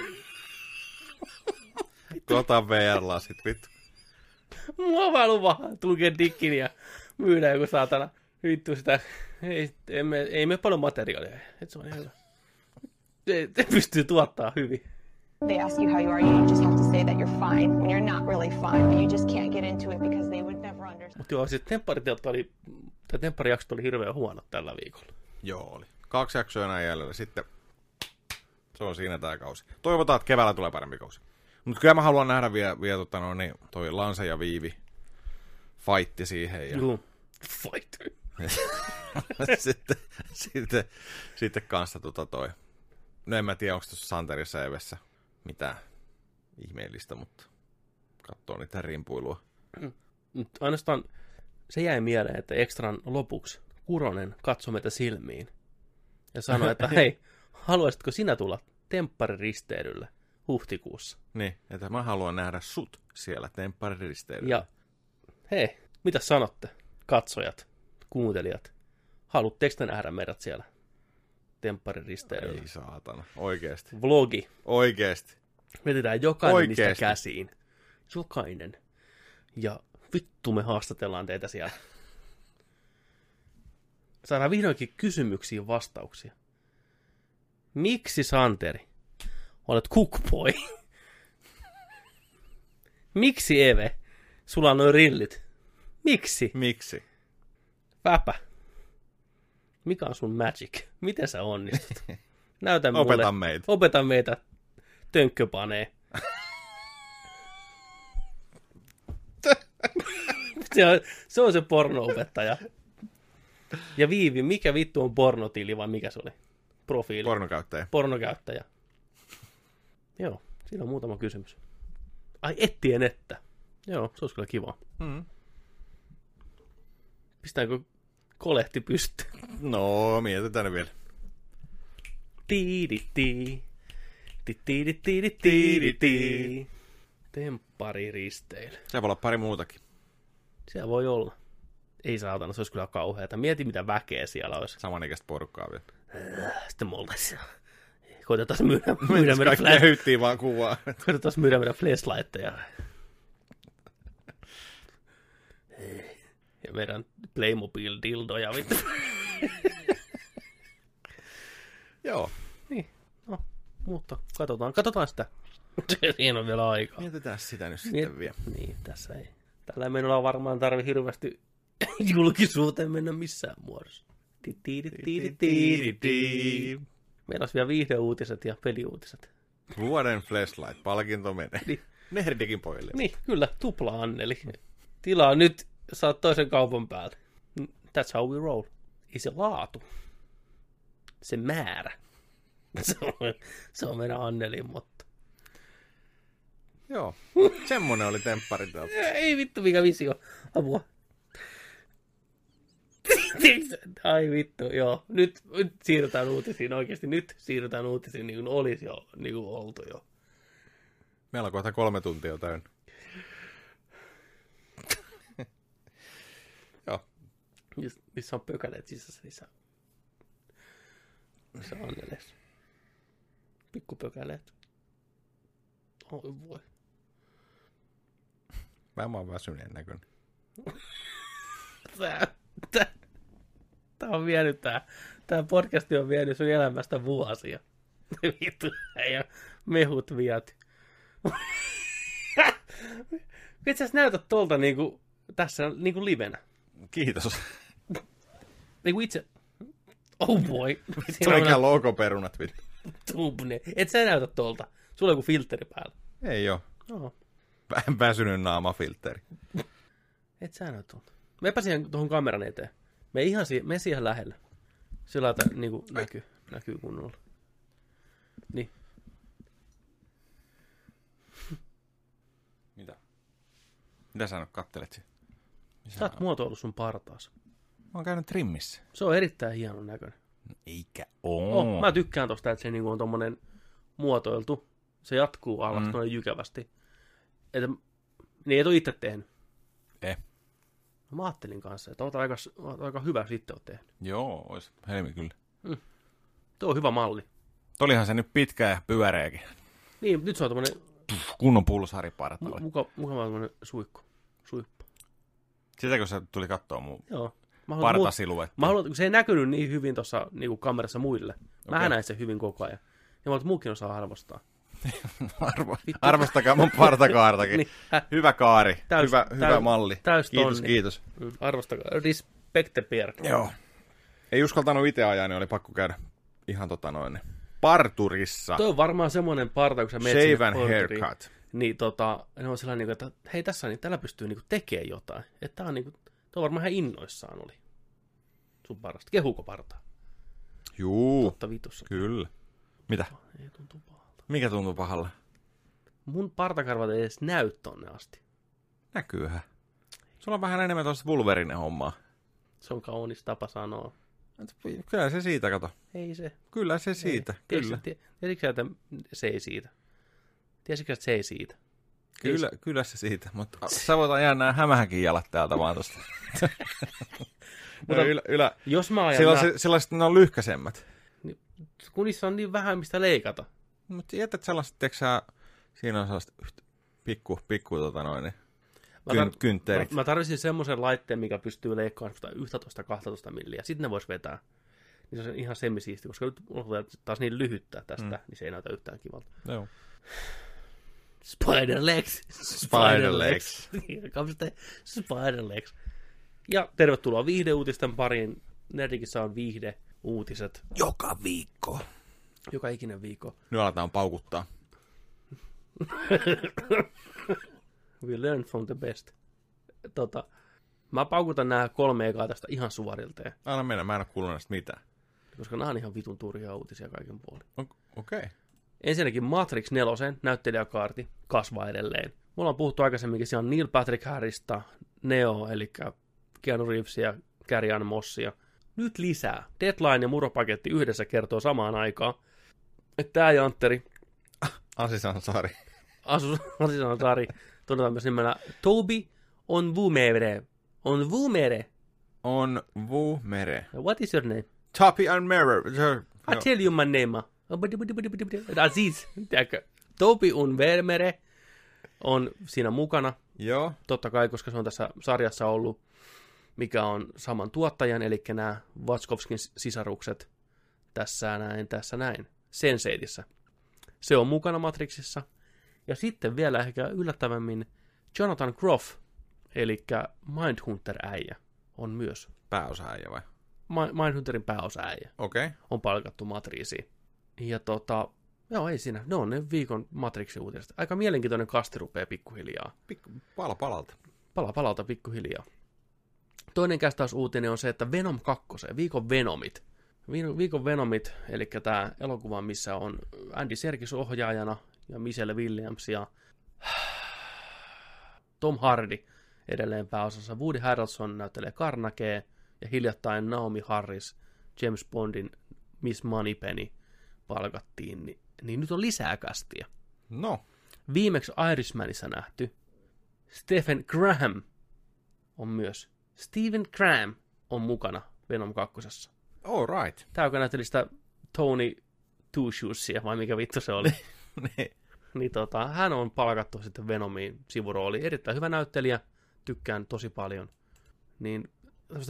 Ota VR-lasit, vittu. Mua vaan luvaa tulkea dikkin ja myydä joku saatana. Vittu sitä. Ei me paljon materiaalia. Et se on ihan hyvä. Se pystyy tuottaa hyvin. They ask you how you are, you just have to say that you're fine when you're not really fine, but you just can't get into it because they would never understand. Mutta joo, sitten tempparijaksot oli hirveän huono tällä viikolla. Joo, oli. 2 jaksoa enää jäljellä. Sitten se on siinä tää kausi. Toivotaan, että keväällä tulee parempi kausi. Mutta kyllä mä haluan nähdä vielä toi Lanse ja Viivi fightti siihen. Ja... Joo, fight. sitten kanssa toi No en mä tiedä, onko tuossa Santerissa Evessä mitään ihmeellistä, mutta katsoo niitä rimpuilua. Nyt ainoastaan se jäi mieleen, että ekstran lopuksi Kuronen katsoi meitä silmiin ja sanoi, että hei, haluaisitko sinä tulla temppariristeilylle huhtikuussa? Niin, että mä haluan nähdä sut siellä temppariristeilyllä. Ja hei, mitä sanotte, katsojat, kuuntelijat? Haluatteko te nähdä meidät siellä temppariristeilyllä? Ei saatana, oikeesti. Vlogi. Oikeesti. Mietitään jokainen Oikeesti. niistä käsiin. Jokainen. Ja vittu me haastatellaan teitä siellä. Saadaan vihdoinkin kysymyksiin vastauksia. Miksi Santeri olet cookboy? Miksi Eve sulla on noin rillit? Miksi? Miksi? Väpä. Mikä on sun magic? Miten sä onnistut? Näytä mulle. Opeta meitä. Opeta meitä. Tönkköpanee. se on se porno-opettaja. Ja Viivi, mikä vittu on pornotili vai mikä se oli? Profiili. Pornokäyttäjä. Joo, siinä on muutama kysymys. Ai ettien että. Joo, se olisi kyllä kiva. Pistäänkö kolehti pystyyn? No, mietitään ne vielä. Tiiditti. Temppariristeily. Se voi olla pari muutakin. Siellä voi olla. Ei saatana, se olisi kyllä kauheata. Mieti, mitä väkeä siellä olisi. Samanikäistä porukkaa vielä. Sitten me oltaisiin. Koitetaan myydä meidän Kaikki hyyttiin vaan kuvaa. Koitetaan myydä meidän flashlightteja. Ja meidän Playmobil-dildoja. Joo. Niin, no, mutta katsotaan sitä. Siinä on vielä aikaa. Mietitään sitä nyt sitten vielä. Niin, tässä ei. Tällä menolla varmaan tarvitse hirveästi julkisuuteen mennä missään muodossa. Meillä olisi vielä viihdeuutiset ja peliuutiset. Vuoden flashlight-palkinto menee. Niin. Nerdikin pojille. Niin, kyllä, tupla Anneli. Tilaa nyt, saat toisen kaupan päälle. That's how we roll. Ei se laatu. Se määrä. Se on meidän Annelin motto. Joo, semmonen oli temppari täältä. Ei vittu, mikä visio. Apua. Ai vittu, joo. Nyt siirrytään uutisiin oikeasti. Nyt siirrytään uutisiin niin kuin olisi jo niin kuin oltu jo. Meillä on kohta 3 tuntia jo täynnä. Joo. Missä on pökäleet sisässä? Missä on Annelies? Pikkupökäleet. Oi voi. Mä oon väsyneen näköinen. Tää on vienyt tää podcasti on vienyt sun elämästä vuosia. Vittu, ei ole mehut viety. Itse asiassa näytät tolta niinku tässä niinku livenä. Kiitos. Niinku itse. Oh boy. Mikä logoperunat vittu. Tubne. Et sä näytä tolta. Sulla on joku filtteri päällä. Ei oo. Oho. Väsynyt naamafiltteri. Et sä näytä tolta. Meipä siihen tuohon kameran eteen. Me siihen lähelle. Sillä lailla niinku näkyy kunnolla. Niin. Mitä sä nyt kattelet siihen? Sä oot muotoillut sun partaas. Mä oon käynyt trimmissä. Se on erittäin hienon näköinen. Eikä oo. Mä tykkään tosta, että se niinku on tommonen muotoiltu. Se jatkuu alas noin jykävästi. Että, niin et oo itse tehnyt. No, mä ajattelin kanssa, että oot aika hyvä sitten oot tehnyt. Joo, ois helmi kyllä. Tuo on hyvä malli. Olihan se nyt pitkä ja pyöreäkin. Niin, nyt se on tommonen Kunnon pulsariparta oli. mukava tommonen suippu. Sitäkö se tuli kattoo mun Joo. partasiluetti? Mä haluan, kun se ei näkynyt niin hyvin tuossa niinku kamerassa muille. Mä näin sen hyvin koko ajan. Ja mä muukin osaa arvostaa. Arvostakaa mun partakaartakin. Niin, hyvä kaari, hyvä malli. Kiitos. Arvostakaa. Respect the bear. Joo. Ei uskaltanut itse ajaa, niin oli pakko käydä ihan parturissa. Toi on varmaan semmoinen parta, kun sä menet Shave and haircut. Niin ne on sellainen, että hei tässä niin tällä pystyy niinku tekemään jotain. Että tää on niinku, toi varmaan ihan innoissaan oli. Sun parasta. Kehuuko partaa? Juu. Totta vitussa. Kyllä. Mitä? Ei tuntuu pahalta. Mikä tuntuu pahalla? Mun partakarvat ei edes näy tonne asti. Näkyyhän. Sulla on vähän enemmän tuosta Wolverine-hommaa. Se on kaunis tapa sanoa. Kyllä se siitä, kato. Ei se. Kyllä se siitä, kyllä. Tiesitkö, että se ei siitä? Tiesitkö, että se ei siitä? Kyllä se siitä, mutta sä voit ajaa nämä hämähäkin jalat täältä vaan tosta. Jos mä ajan sellaiset ne on lyhkäisemmät. niin, kun niissä on niin vähän mistä leikata. Mutta jätät sellaiset, teksää, siinä on sellaista pikku kyntterit. Mä tarvitsin semmoisen laitteen, mikä pystyy leikkaamaan 11-12 milliä. Sitten ne vois vetää. Niin se on ihan semisiisti, koska nyt on taas niin lyhyttä tästä, niin se ei näytä yhtään kivalta. Joo. Spider-legs. Spider-legs. Ja tervetuloa viihdeuutisten pariin. Nerdikissä on viihdeuutiset. Joka viikko. Joka ikinen viikko. Nyt aletaan paukuttaa. We learn from the best. Mä paukutan nämä 3 ekaa tästä ihan suorilteen. Anna mennä, mä en ole kuullut näistä mitään. Koska nämä on ihan vitun turhia uutisia kaiken puolin. Okei. Ensinnäkin Matrix 4 näyttelijäkaarti kasvaa edelleen. Me ollaan puhuttu aikaisemminkin, siellä on Neil Patrick Harrista, Neo, eli Keanu Reevesia, Carrie-Anne Mossia. Nyt lisää. Deadline ja Muropaketti yhdessä kertoo samaan aikaan, että tämä Jantteri, Aziz Ansari, todetaan myös nimellä Toby Onwumere. What is your name? Toby Onwumere. I tell you my name. Aziz. Toby Onwumere on siinä mukana. Joo. Totta kai, koska se on tässä sarjassa ollut, mikä on saman tuottajan, eli nämä Wachowskin sisarukset tässä näin, Sense8:issä. Se on mukana Matrixissa. Ja sitten vielä ehkä yllättävämmin Jonathan Groff, eli Mindhunter-äijä, on myös. Pääosaäijä vai? Mindhunterin pääosaäijä. Okei. On palkattu Matriisiin. Ja joo, ei siinä. Ne on ne viikon Matrixin uutiset. Aika mielenkiintoinen kasti rupeaa pikkuhiljaa. Pala Palalta pikkuhiljaa. Toinen kästäysuutinen on se, että Venom 2, viikon Venomit. Viikon Venomit, eli tämä elokuva, missä on Andy Serkis ohjaajana ja Michelle Williams ja Tom Hardy edelleen pääosassa. Woody Harrelson näyttelee Carnagea ja hiljattain Naomi Harris, James Bondin Miss Moneypenny palkattiin, niin nyt on lisää kästiä. No. Viimeksi Irishmanissa nähty Stephen Graham on mukana Venom 2. All right. Tämä, joka näytteli sitä Tony Two Shoesia, vai mikä vittu se oli. Niin hän on palkattu sitten Venomiin sivurooliin. Erittäin hyvä näyttelijä, tykkään tosi paljon. Niin tämmöistä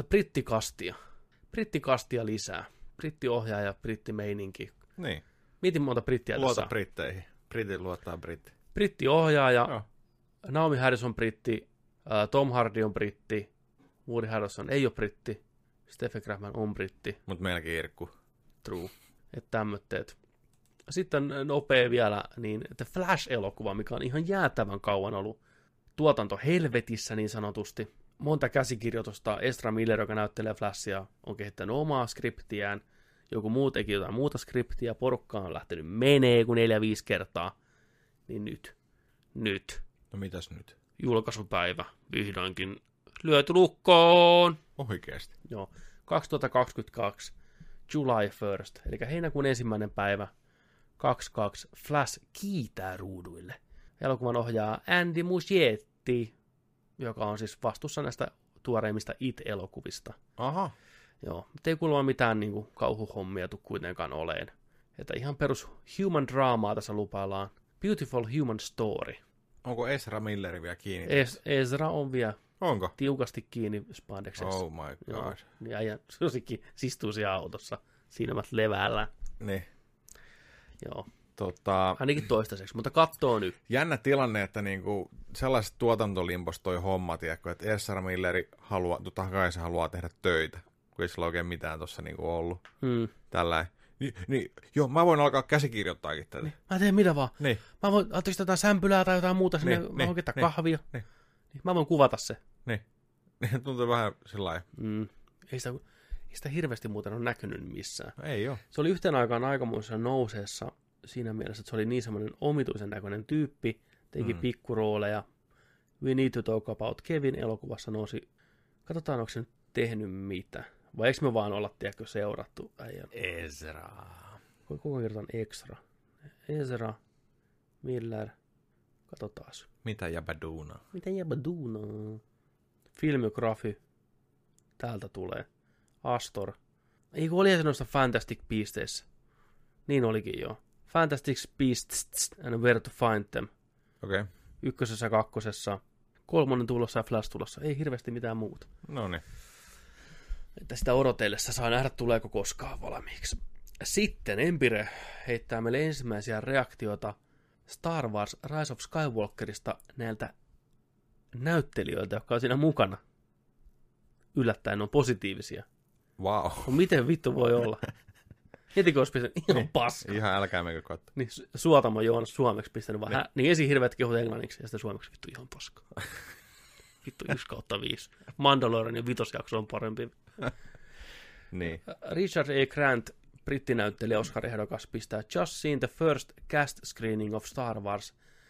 brittikastia lisää. Brittiohjaaja, brittimeininki. Niin. Mietin monta brittiä tässä. Luota britteihin. Britit luottaa britti. Brittiohjaaja, Joo. Naomi Harris on britti, Tom Hardy on britti, Woody Harrelson ei ole britti, Stephen Graham on britti. Mut melkein irkku. True. Että tämmötteet. Sitten nopea vielä, niin The Flash-elokuva, mikä on ihan jäätävän kauan ollut tuotanto helvetissä niin sanotusti. Monta käsikirjoitusta. Ezra Miller, joka näyttelee Flashia, on kehittänyt omaa skriptiään. Joku muu teki jotain muuta skriptiä. Porukka on lähtenyt menee kuin 4-5 kertaa. Niin nyt. No mitäs nyt? Julkaisupäivä vihdoinkin lyöty lukkoon. Oikeesti. Joo. 2022. July 1st. Eli heinäkuun 1. päivä. 22. Flash kiitää ruuduille. Elokuvan ohjaa Andy Muschietti, joka on siis vastuussa näistä tuoreimmista It-elokuvista. Aha. Joo, mutta ei kuulemma mitään niin kuin kauhuhommia tule kuitenkaan oleen. Että ihan perus human draamaa tässä lupaillaan. Beautiful human story. Onko Ezra Milleri vielä kiinni? Ezra on vielä Onko? tiukasti kiinni spandeksessa. Oh my god. Joo, niin äijä suosikin istuu siellä autossa, silmät levällä. Niin. Joo. Ainakin toistaiseksi, mutta kattoo nyt. Jännä tilanne, että niinku sellaiset tuotantolimpos toi homma, tiedätkö, että Ezra Milleri totta kai se haluaa tehdä töitä, kun ei sillä oikein mitään tuossa niinku ollut. Tällainen. Joo, mä voin alkaa käsikirjoittaakin tätä. Niin, mä teen mitä vaan. Niin. Mä voin, anteeksi jotain sämpylää tai jotain muuta sinne, mä voin ketää kahvia. Niin, mä voin kuvata se. Niin. Tuntuu vähän sillä lailla. Ei sitä hirveästi muuten ole näkynyt missään. Ei ole. Se oli yhteen aikaan aikamoisessa nouseessa siinä mielessä, että se oli niin semmoinen omituisen näköinen tyyppi, teki pikkurooleja. We Need to Talk About Kevin elokuvassa nousi. Katsotaan, onko se nyt tehnyt mitä. Vai eikö me vaan olla, tiedätkö, seurattu äijän? Ezra. Kuka kertaan Extra? Ezra, Miller. Katsotaas. Mitä jäbä duunaa? Mitä jäbä duunaa? Filmografi. Täältä tulee. Astor. Eikö oli se noista Fantastic Beasteissä? Niin olikin joo. Fantastic Beasts and Where to Find Them. Okei. Okay. 1. ja 2. 3. tulossa ja Flash tulossa. Ei hirveästi mitään muuta. Noniin. Että sitä odotellessa saa nähdä, tuleeko koskaan valmiiksi. Sitten Empire heittää meille ensimmäisiä reaktioita Star Wars Rise of Skywalkerista näiltä näyttelijöiltä, jotka on siinä mukana. Yllättäen on positiivisia. Wow. No, miten vittu voi olla? Heti olisi pistänyt ihan paska. Ihan älkää meikö katso. Niin Suotamo Joonas suomeksi pistänyt vaan. Niin ensin hirveät kehut englanniksi ja sitten suomeksi vittu ihan paska. Vittu 1/5. Mandalorianin 5. jakso on parempi. Niin. Richard A. Grant, brittinäyttelijä Oscar-ehdokas, pistää Just seen the first cast screening of Star Wars.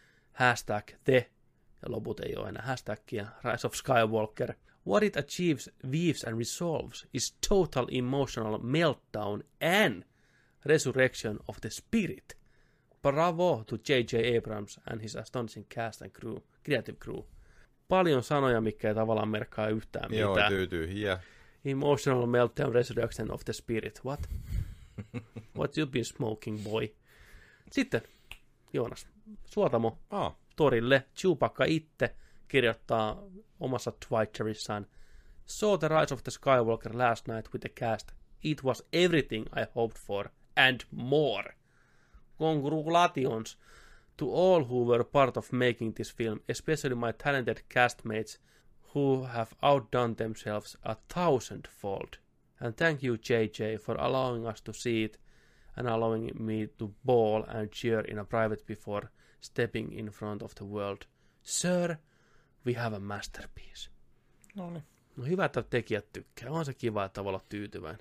#the. Ja loput ei ole enää hashtagia. Rise of Skywalker. What it achieves, weaves and resolves is total emotional meltdown and resurrection of the spirit. Bravo to J.J. Abrams and his astonishing cast and crew, creative crew. Paljon sanoja, mikä ei tavallaan merkkaa yhtään mitään. Joo, tyhjiä. Emotional meltdown, resurrection of the spirit. What? What you been smoking, boy? Sitten, Joonas, Suotamo torille. Chewbacca itse kirjoittaa omassa Twitterissaan. Saw the Rise of the Skywalker last night with the cast. It was everything I hoped for and more. Congratulations to all who were part of making this film, especially my talented castmates who have outdone themselves 1,000-fold. And thank you, JJ, for allowing us to see it and allowing me to bawl and cheer in a private before stepping in front of the world. Sir, we have a masterpiece. Noniin. No hyvä, että tekijät tykkää. On se kiva, että voi olla tyytyväinen.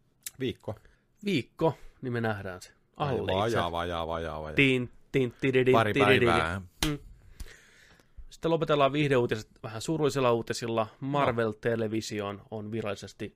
Viikko, niin me nähdään se. Vajaa. Pari päivää. Sitten lopetellaan viihdeuutiset vähän surullisilla uutisilla. Marvel Television on virallisesti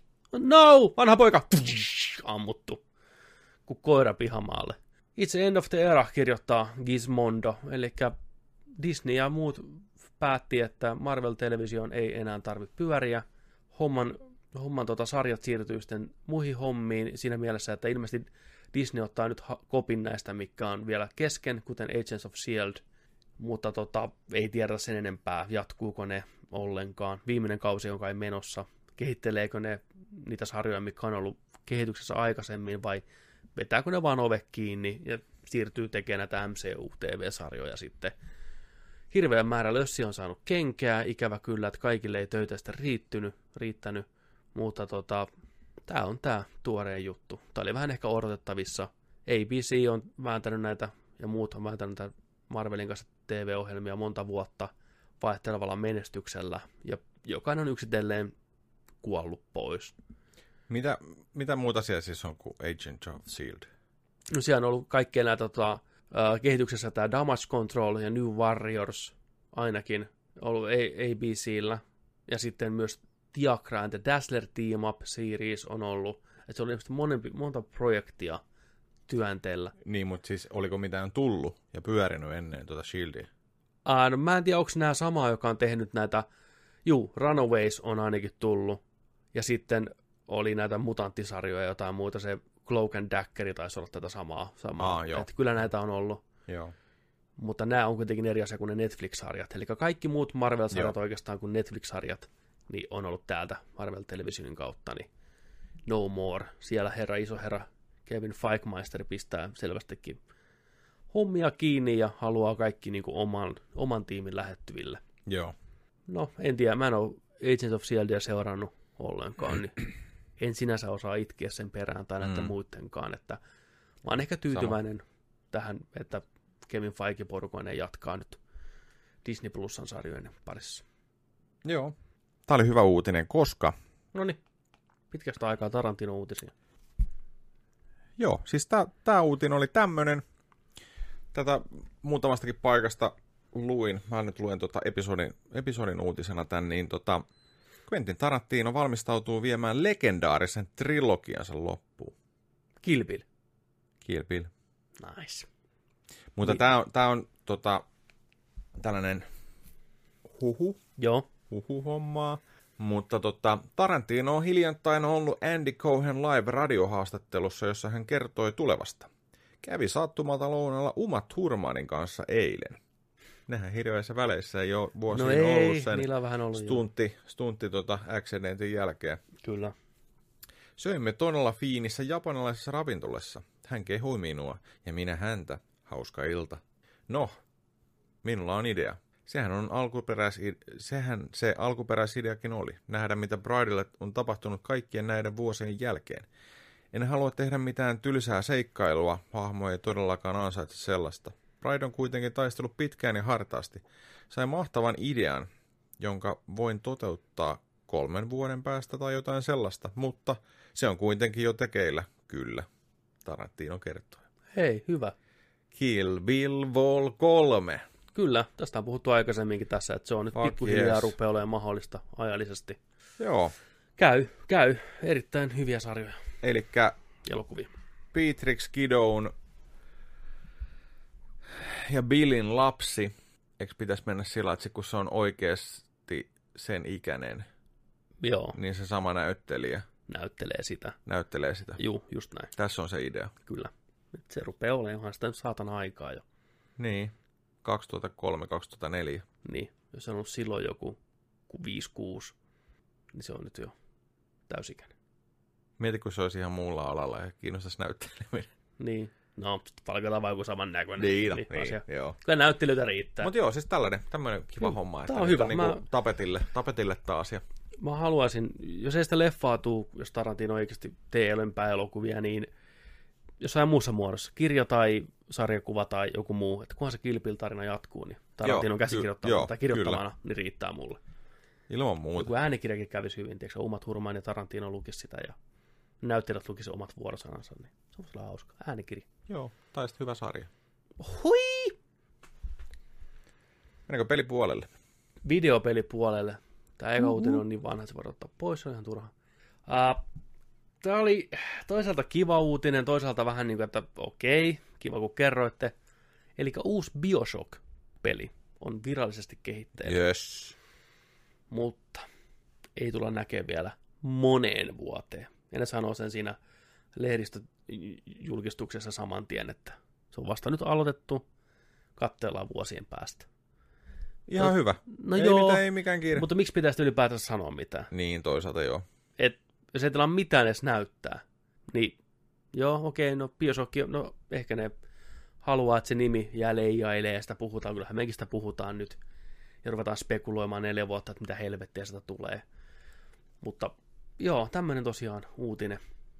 vanha poika ammuttu kuin koira pihamaalle. Itse End of the Era kirjoittaa Gizmondo, eli Disney ja muut päätti, että Marvel Television ei enää tarvitse pyöriä. Homman sarjat siirtyy sitten muihin hommiin siinä mielessä, että ilmeisesti Disney ottaa nyt kopin näistä, mikä on vielä kesken, kuten Agents of S.H.I.E.L.D., mutta ei tiedä sen enempää, jatkuuko ne ollenkaan. Viimeinen kausi on kai menossa. Kehitteleekö ne niitä sarjoja, mikä on ollut kehityksessä aikaisemmin, vai vetääkö ne vaan ove kiinni ja siirtyy tekemään näitä MCU-TV-sarjoja sitten. Hirveän määrä lössi on saanut kenkää, ikävä kyllä, että kaikille ei töitä sitä riittänyt, mutta tämä on tämä tuoreen juttu. Tämä oli vähän ehkä odotettavissa. ABC on vääntänyt näitä ja muut on vääntänyt näitä Marvelin kanssa TV-ohjelmia monta vuotta vaihtelevalla menestyksellä, ja jokainen on yksitellen kuollut pois. Mitä muuta siellä siis on kuin Agent of S.H.I.E.L.D.? No siellä on ollut kaikkea näitä kehityksessä tämä Damage Control ja New Warriors ainakin ollut ABCllä, ja sitten myös Tiagra and the Dazzler Team Up Series on ollut, että se oli monta projektia työnteellä. Niin, mutta siis oliko mitään tullut ja pyörinyt ennen S.H.I.E.L.D.ia? No, mä en tiedä, onko nämä sama, joka on tehnyt näitä, Runaways on ainakin tullut, ja sitten oli näitä mutanttisarjoja ja jotain muuta, se Cloak and Daggeri taisi olla tätä samaa. Että kyllä näitä on ollut. Joo. Mutta nämä on kuitenkin eri asia kuin ne Netflix-sarjat. Eli kaikki muut Marvel-sarjat oikeastaan kuin Netflix-sarjat niin on ollut täältä Marvel Televisionin kautta. Niin no more. Siellä iso herra Kevin Feigmeister pistää selvästikin hommia kiinni ja haluaa kaikki niin kuin oman tiimin lähettyville. Joo. No, en tiedä. Mä en ole Agents of S.H.I.E.L.D.ia seurannut ollenkaan, niin en sinänsä osaa itkeä sen perään tai näitä muidenkaan. Että mä oon ehkä tyytyväinen tähän, että Kevin Feige porukoinen jatkaa nyt Disney Plusan sarjojen parissa. Joo. Tämä oli hyvä uutinen, koska Noniin. pitkästä aikaa Tarantino-uutisia. Joo, siis tämä uutinen oli tämmöinen. Tätä muutamastakin paikasta luin. Mä nyt luen episodin uutisena tän, niin Quentin Tarantino valmistautuu viemään legendaarisen trilogiansa loppuun. Kill Bill. Kill Bill. Nice. Mutta tää on tällainen huhu-hommaa. Mutta Tarantino on hiljattain ollut Andy Cohen live-radiohaastattelussa, jossa hän kertoi tulevasta. Kävi sattumalta lounalla Uma Thurmanin kanssa eilen. Nehän hirveissä väleissä ei ole vuosiin ollut sen niillä on vähän ollut stuntti accidentin jälkeen. Kyllä. Söimme todella fiinissä japanilaisessa ravintolassa. Hän kehui minua ja minä häntä. Hauska ilta. No, minulla on idea. Sehän se alkuperäisideakin oli. Nähdä, mitä Bridelle on tapahtunut kaikkien näiden vuosien jälkeen. En halua tehdä mitään tylsää seikkailua, hahmo ei todellakaan ansaitse sellaista. Bride on kuitenkin taistellut pitkään ja hartaasti. Sai mahtavan idean, jonka voin toteuttaa 3 vuoden päästä tai jotain sellaista, mutta se on kuitenkin jo tekeillä, kyllä, Tarantino kertoi. Hei, hyvä. Kill Bill Vol 3. Kyllä, tästä on puhuttu aikaisemminkin tässä, että se on nyt pikkuhiljaa rupeaa olemaan mahdollista ajallisesti. Joo. Käy. Erittäin hyviä sarjoja. Elikkä elokuvia. Beatrix Kiddown ja Billin lapsi, eikö pitäisi mennä sillä, että kun se on oikeasti sen ikäinen, joo, niin se sama näyttelijä näyttelee sitä. Juu, just näin. Tässä on se idea. Kyllä. Nyt se rupeaa olemaan sitä nyt saatana aikaa jo. Niin, 2003-2004. Niin, jos on ollut silloin joku 5-6, niin se on nyt jo täysikäinen. Mieti, kun se olisi ihan muulla alalla ja kiinnostaisi näytteleminen. Niin, no, palkataan vaan joku saman näköinen. Niin, joo. Kyllä näyttelyitä riittää. Mutta joo, siis tämmöinen kiva homma. Tämä on hyvä. Niin tapetille taas. Ja mä haluaisin, jos ei sitä leffaa tuu, jos Tarantino oikeasti tee elempää elokuvia, niin jossain muussa muodossa, kirja tai sarjakuva tai joku muu, että kunhan se Kill Bill-tarina jatkuu, niin Tarantinon käsikirjoittamana tai kirjoittamana, niin riittää mulle. Ilman muuta. Joku äänikirjakin kävisi hyvin, tiedätkö, Uma Thurman ja Tarantino lukisi sitä ja näyttelijät lukisi omat vuorosanansa, niin se on sellainen hauska. Äänikirja. Joo, tai sitten hyvä sarja. Hui! Mennäänkö pelipuolelle? Videopelipuolelle. Tämä eka uutinen on niin vanha, että se voidaan ottaa pois, se on ihan turha. Tämä oli toisaalta kiva uutinen, toisaalta vähän niin kuin, että okei, kiva kun kerroitte. Eli uusi BioShock-peli on virallisesti kehitteillä. Yes. Mutta ei tulla näkemään vielä moneen vuoteen. Ja ne sanoo sen siinä lehdistöjulkistuksessa saman tien, että se on vasta nyt aloitettu, katsellaan vuosien päästä. Ihan hyvä. No ei mikään kiire. Mutta miksi pitäisi ylipäätänsä sanoa mitään? Niin, toisaalta joo. Jos ei teillä ole mitään edes näyttää, niin joo, okei, no BioShock, no ehkä ne haluaa, että se nimi jää leijailee ja sitä puhutaan, kyllähän mekin sitä puhutaan nyt. Ja ruvetaan spekuloimaan 4 vuotta, että mitä helvettiä sitä tulee. Mutta joo, tämmöinen tosiaan uutinen.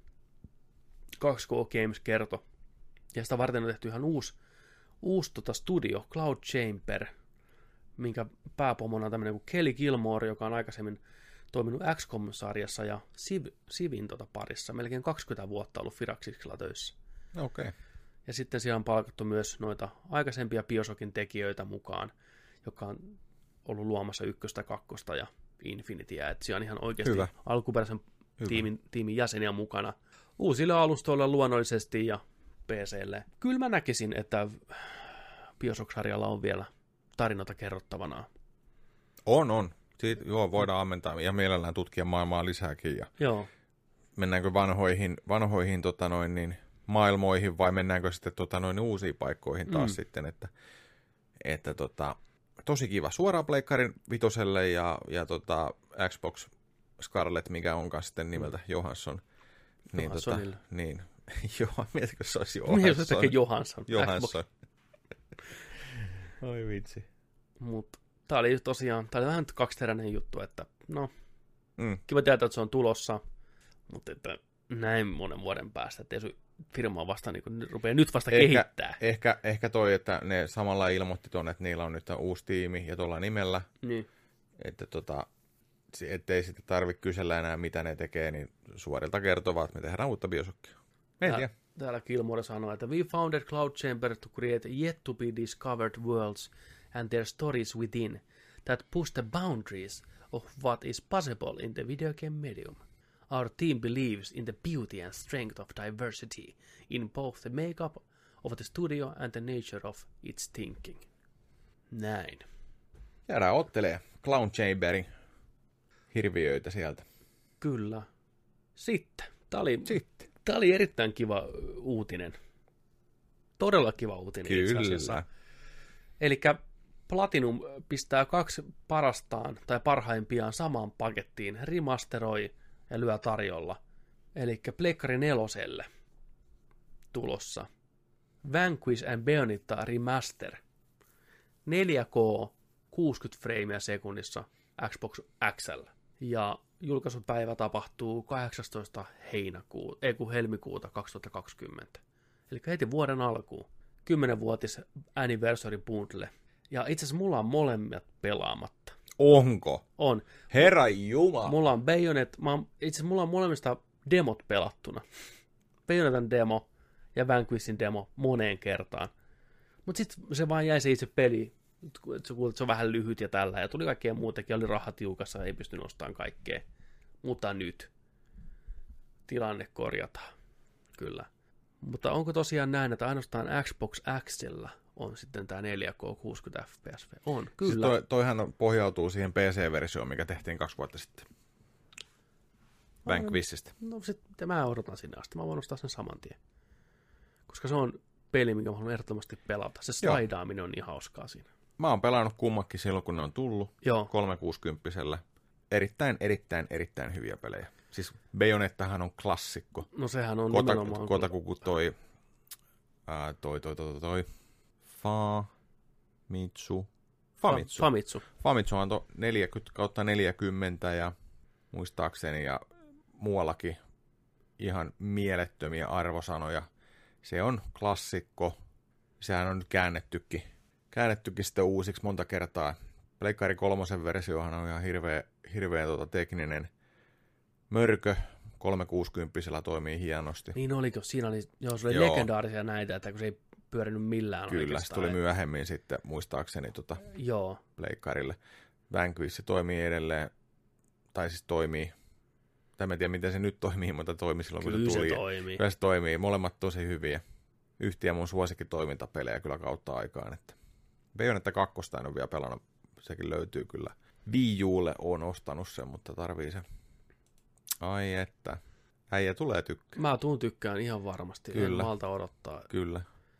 2K Games kertoi. Ja sitä varten on tehty ihan uusi studio, Cloud Chamber, minkä pääpomona on tämmöinen kuin Kelly Gilmore, joka on aikaisemmin toiminut XCOM-sarjassa ja Civin parissa. Melkein 20 vuotta ollut Firaxiksella töissä. Okei. Ja sitten siellä on palkattu myös noita aikaisempia BioShockin tekijöitä mukaan, joka on ollut luomassa 1, 2 ja Infinityä. Että siellä on ihan oikeasti alkuperäisen tiimin jäseniä mukana. Uusille alustoille luonnollisesti ja PC:lle. Kyllä mä näkisin, että BioShock-sarjalla on vielä tarinoita kerrottavana. On. Siitä, voidaan ammentaa ja mielellään tutkia maailmaa lisääkin. Ja joo. Mennäänkö vanhoihin maailmoihin vai mennäänkö sitten uusiin paikkoihin taas sitten, että tosi kiva. Suoraan Pleikkarin 5:lle ja Xbox Scarlet, mikä onkaan sitten nimeltä Johansson. Niin. Joo, mietitkö se olisi Johansson? Johansson. Oi vitsi. Mutta tämä oli tosiaan, tämä oli vähän kaksiteräinen juttu, että no, kiva tietää, että se on tulossa, mutta että näin monen vuoden päästä, että ei se firma vasta niin rupeaa nyt vasta kehittää. Ehkä toi, että ne samalla ilmoitti tuonne, että niillä on nyt uusi tiimi ja tuolla nimellä. Niin. Että ettei sitten tarvitse kysellä enää, mitä ne tekee, niin suorilta kertovat, että me tehdään uutta Bioshockia. Täällä Gilmore sanoo, että we founded Cloud Chamber to create yet to be discovered worlds and their stories within that push the boundaries of what is possible in the video game medium. Our team believes in the beauty and strength of diversity in both the makeup of the studio and the nature of its thinking. Näin. Jäädään ottelee Clown Chamberin hirviöitä sieltä. Kyllä. Sitten. Tämä oli erittäin kiva uutinen. Todella kiva uutinen itse asiassa. Elikkä Platinum pistää 2 parastaan tai parhaimpiaan samaan pakettiin, remasteroi ja lyö tarjolla. Elikkä Pleikkari 4:lle tulossa Vanquish and Bayonetta Remaster. 4K 60 freimiä sekunnissa Xbox X:llä. Ja julkaisupäivä tapahtuu 18. helmikuuta 2020. Eli heti vuoden alkuun. 10-vuotis anniversary bundle. Ja itse asiassa mulla on molemmat pelaamatta. Onko? On. Herra Jumala. Mulla on Bayonet, itse asiassa mulla on molemmista demot pelattuna. Bayonetan demo ja Vanquishin demo moneen kertaan. Mutta sitten se vaan jäi se itse peli. Se on vähän lyhyt ja tällä. Ja tuli kaikkea muutakin. Oli raha tiukassa, ei pysty nostamaan kaikkea. Mutta nyt tilanne korjataan. Kyllä. Mutta onko tosiaan näin, että ainoastaan Xbox X:llä on sitten tämä 4K 60 fps? On, kyllä. Siis toihan pohjautuu siihen PC-versioon, mikä tehtiin 2 vuotta sitten. Vanquishista. No sitten mä odotan sinne asti. Mä voin ostaa sen saman tien. Koska se on peli, minkä mä haluan ehdottomasti pelata. Se slidaaminen on niin hauskaa siinä. Mä oon pelannut kummakin silloin, kun ne on tullut. Joo. 360-sellä. Erittäin hyviä pelejä. Siis Bayonettahan on klassikko. No sehän on nimenomaan. Kotakuku toi Famitsu. Famitsu on 40/40 ja muistaakseni ja muuallakin ihan mielettömiä arvosanoja. Se on klassikko. Sehän on nyt käännettykin sitten uusiksi monta kertaa. Pleikkari 3 versiohan on ihan hirveä tekninen mörkö. 360 toimii hienosti. Niin oliko? Siinä oli, se oli legendaarisia näitä, että kun se ei pyörinyt millään. Kyllä, se tuli myöhemmin sitten muistaakseni pleikkarille. Vanquish toimii edelleen, tai siis toimii, tai en tiedä miten se nyt toimii, mutta toimi silloin kun se tuli. Kyllä se toimii. Molemmat tosi hyviä. Yhtiä mun suosikkitoimintapelejä kyllä kautta aikaan. Että Bayonetta 2 en ole vielä pelannut, sekin löytyy kyllä. Wii Ulle on ostanut sen, mutta tarvii se. Ai että. Äijä tulee tykkään. Mä tykkään ihan varmasti. Kyllä. En malta odottaa. Kyllä.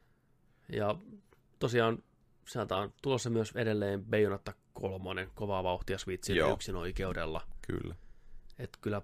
Ja tosiaan sieltä on tulossa myös edelleen Bayonetta 3, kovaa vauhtia Switchille yksin oikeudella. Kyllä. Että kyllä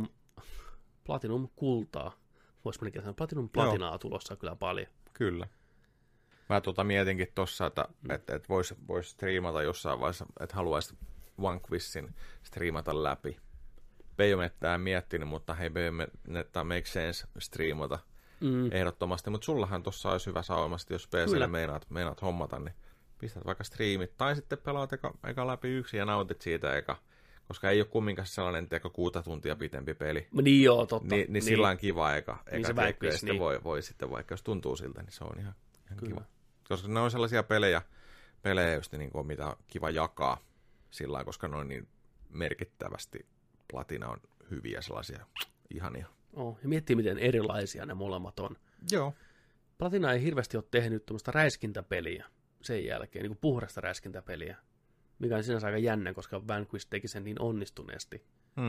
Platinum kultaa. Voisi melkein sanoa Platinum platinaa tulossa kyllä paljon. Kyllä. Mä mietinkin tossa, että vois striimata jossain vaiheessa, että haluaisi Vanquishin striimata läpi. Bayonetta en miettinyt, mutta hei, Bayonetta make sense striimata ehdottomasti. Mutta sullahan tossa olisi hyvä saumasti, jos PC:lle meinaat hommata, niin pistät vaikka striimit. Tai sitten pelaat eka läpi yksin ja nautit siitä eka. Koska ei ole kumminkaan sellainen 6 tuntia pitempi peli. Niin joo, totta. Niin sillä on kiva eka niin se ja sitten voi sitten vaikka, jos tuntuu siltä, niin se on ihan kiva. Koska ne on sellaisia pelejä just niin kuin mitä on kiva jakaa sillä, koska ne on niin merkittävästi Platina on hyviä sellaisia ihania. Ja miettii, miten erilaisia ne molemmat on. Joo. Platina ei hirveästi ole tehnyt tuommoista räiskintäpeliä sen jälkeen, niin kuin puhdasta räiskintäpeliä, mikä on sinänsä aika jännä, koska Vanquish teki sen niin onnistuneesti.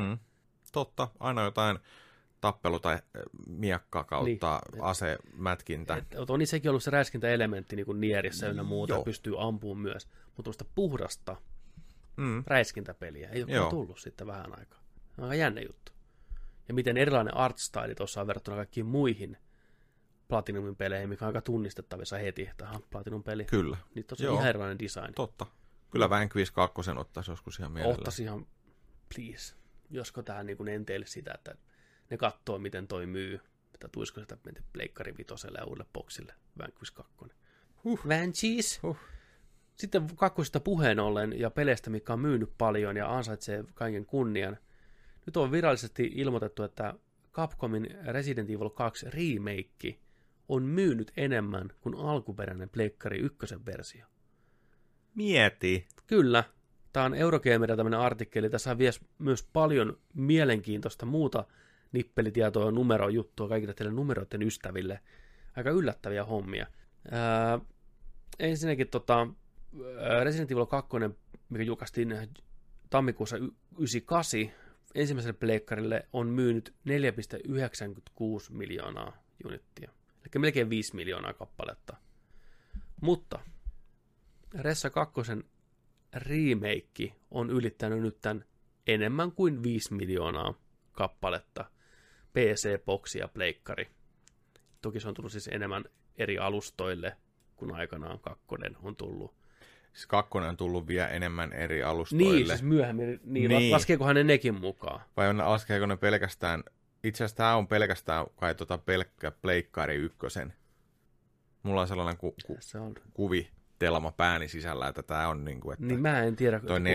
Totta, aina jotain tappelu- tai miekkaa kautta asemätkintä. On itsekin ollut se räiskintäelementti niin kuin Nierissä ynnä muuta, pystyy ampumaan myös, mutta tuosta puhdasta räiskintäpeliä ei ole tullut sitten vähän aikaa. Aika jännä juttu. Ja miten erilainen artstyle tuossa on verrattuna kaikkiin muihin Platinumin peleihin, mikä on aika tunnistettavissa heti, että Platinum peli. Kyllä. Niin tuossa on ihan erilainen design. Totta. Kyllä Vanquish 2 ottaisi joskus ihan mielellä. Ottaisi ihan, please. Josko tähän niin enteille sitä, että ne katsoo, miten toi myy. Että tuisiko sitä Pleikkari 5 ja uudelle boksille Vanquish 2. Vanquish. Sitten kakkosista puheen ollen ja peleistä, mikä on myynyt paljon ja ansaitsee kaiken kunnian. Nyt on virallisesti ilmoitettu, että Capcomin Resident Evil 2 remake on myynyt enemmän kuin alkuperäinen Pleikkari 1 versio. Mieti. Kyllä. Tämä on Eurogamerin tämmöinen artikkeli. Tässä on myös paljon mielenkiintoista muuta nippelitietoa ja numerojuttua kaikille teille numeroiden ystäville. Aika yllättäviä hommia. Ensinnäkin Resident Evil 2, mikä julkaistiin tammikuussa 1998, ensimmäiselle pleikkarille on myynyt 4,96 miljoonaa unittia. Eli melkein 5 miljoonaa kappaletta. Mutta Ressa 2 remake on ylittänyt nyt tämän enemmän kuin 5 miljoonaa kappaletta. PC, boksi ja pleikkari. Toki se on tullut siis enemmän eri alustoille, kun aikanaan 2 on tullut. Siis 2 on tullut vielä enemmän eri alustoille. Niin, siis myöhemmin. Niin. Laskeekohan ne nekin mukaan? Vai laskeeko ne pelkästään... Itse asiassa tämä on pelkästään kai pelkkä Pleikkari 1. Mulla on sellainen kuvitelma pääni sisällä, että tämä on niinku, että... Niin mä en tiedä. Toi 4,96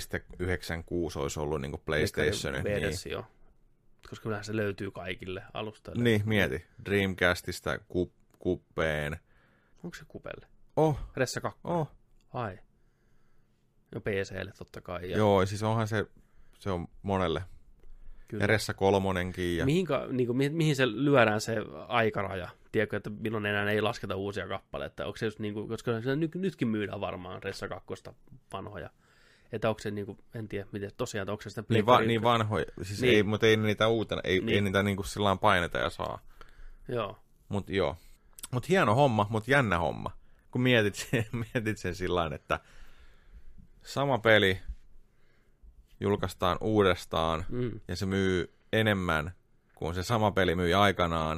olisi ollut niinku PlayStationin. Versio. Niin. Koska kyllähän se löytyy kaikille alustoille. Niin, mieti. Dreamcastista Kupeen. Onko se Kupelle? Ressa 2. Ai. No PC:lle totta kai. Ja... Joo, siis onhan se on monelle. Kyllä. Ja Ressa 3:nkin. Ja... Mihin se lyödään se aikaraja? Tiedätkö, että milloin enää ei lasketa uusia kappaleita? Onko se just niin kuin, koska se nytkin myydään varmaan Ressa 2 vanhoja. Että onko se niin kuin, en tiedä, miten tosiaan, onko se sitä niin vanhoja. Siis niin. Ei, mutta ei niitä uutena, ei niitä niin kuin sillä paineta ja saa. Joo. Mut hieno homma, mut jännä homma. Kun mietit sen sillain, että sama peli julkaistaan uudestaan ja se myy enemmän kuin se sama peli myi aikanaan.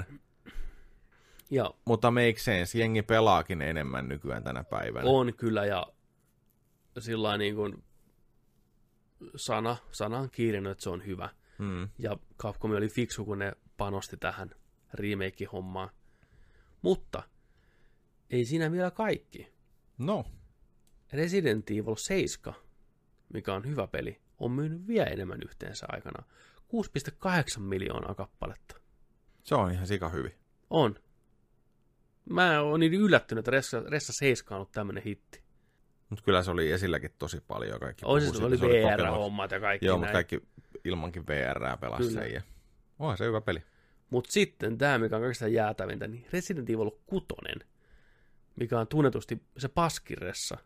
Joo. Mutta make sense, jengi pelaakin enemmän nykyään tänä päivänä. On kyllä, ja sillain niin kuin sana on kiirinyt, että se on hyvä. Ja Capcom oli fiksu, kun ne panosti tähän remake-hommaan. Mutta ei siinä vielä kaikki. No. Resident Evil 7, mikä on hyvä peli, on myynyt vielä enemmän yhteensä aikana. 6,8 miljoonaa kappaletta. Se on ihan sika hyvin. On. Mä oon niin yllättynyt, että Ressa 7 on ollut tämmönen hitti. Mutta kyllä se oli esilläkin tosi paljon. Se oli VR-hommat ja kaikki. Joo, mutta kaikki ilmankin VR:ää pelasi sen. Ja... Onhan se hyvä peli. Mutta sitten tämä, mikä on kaikista jäätävintä, niin Resident Evil 6, mikä on tunnetusti se paskiressa,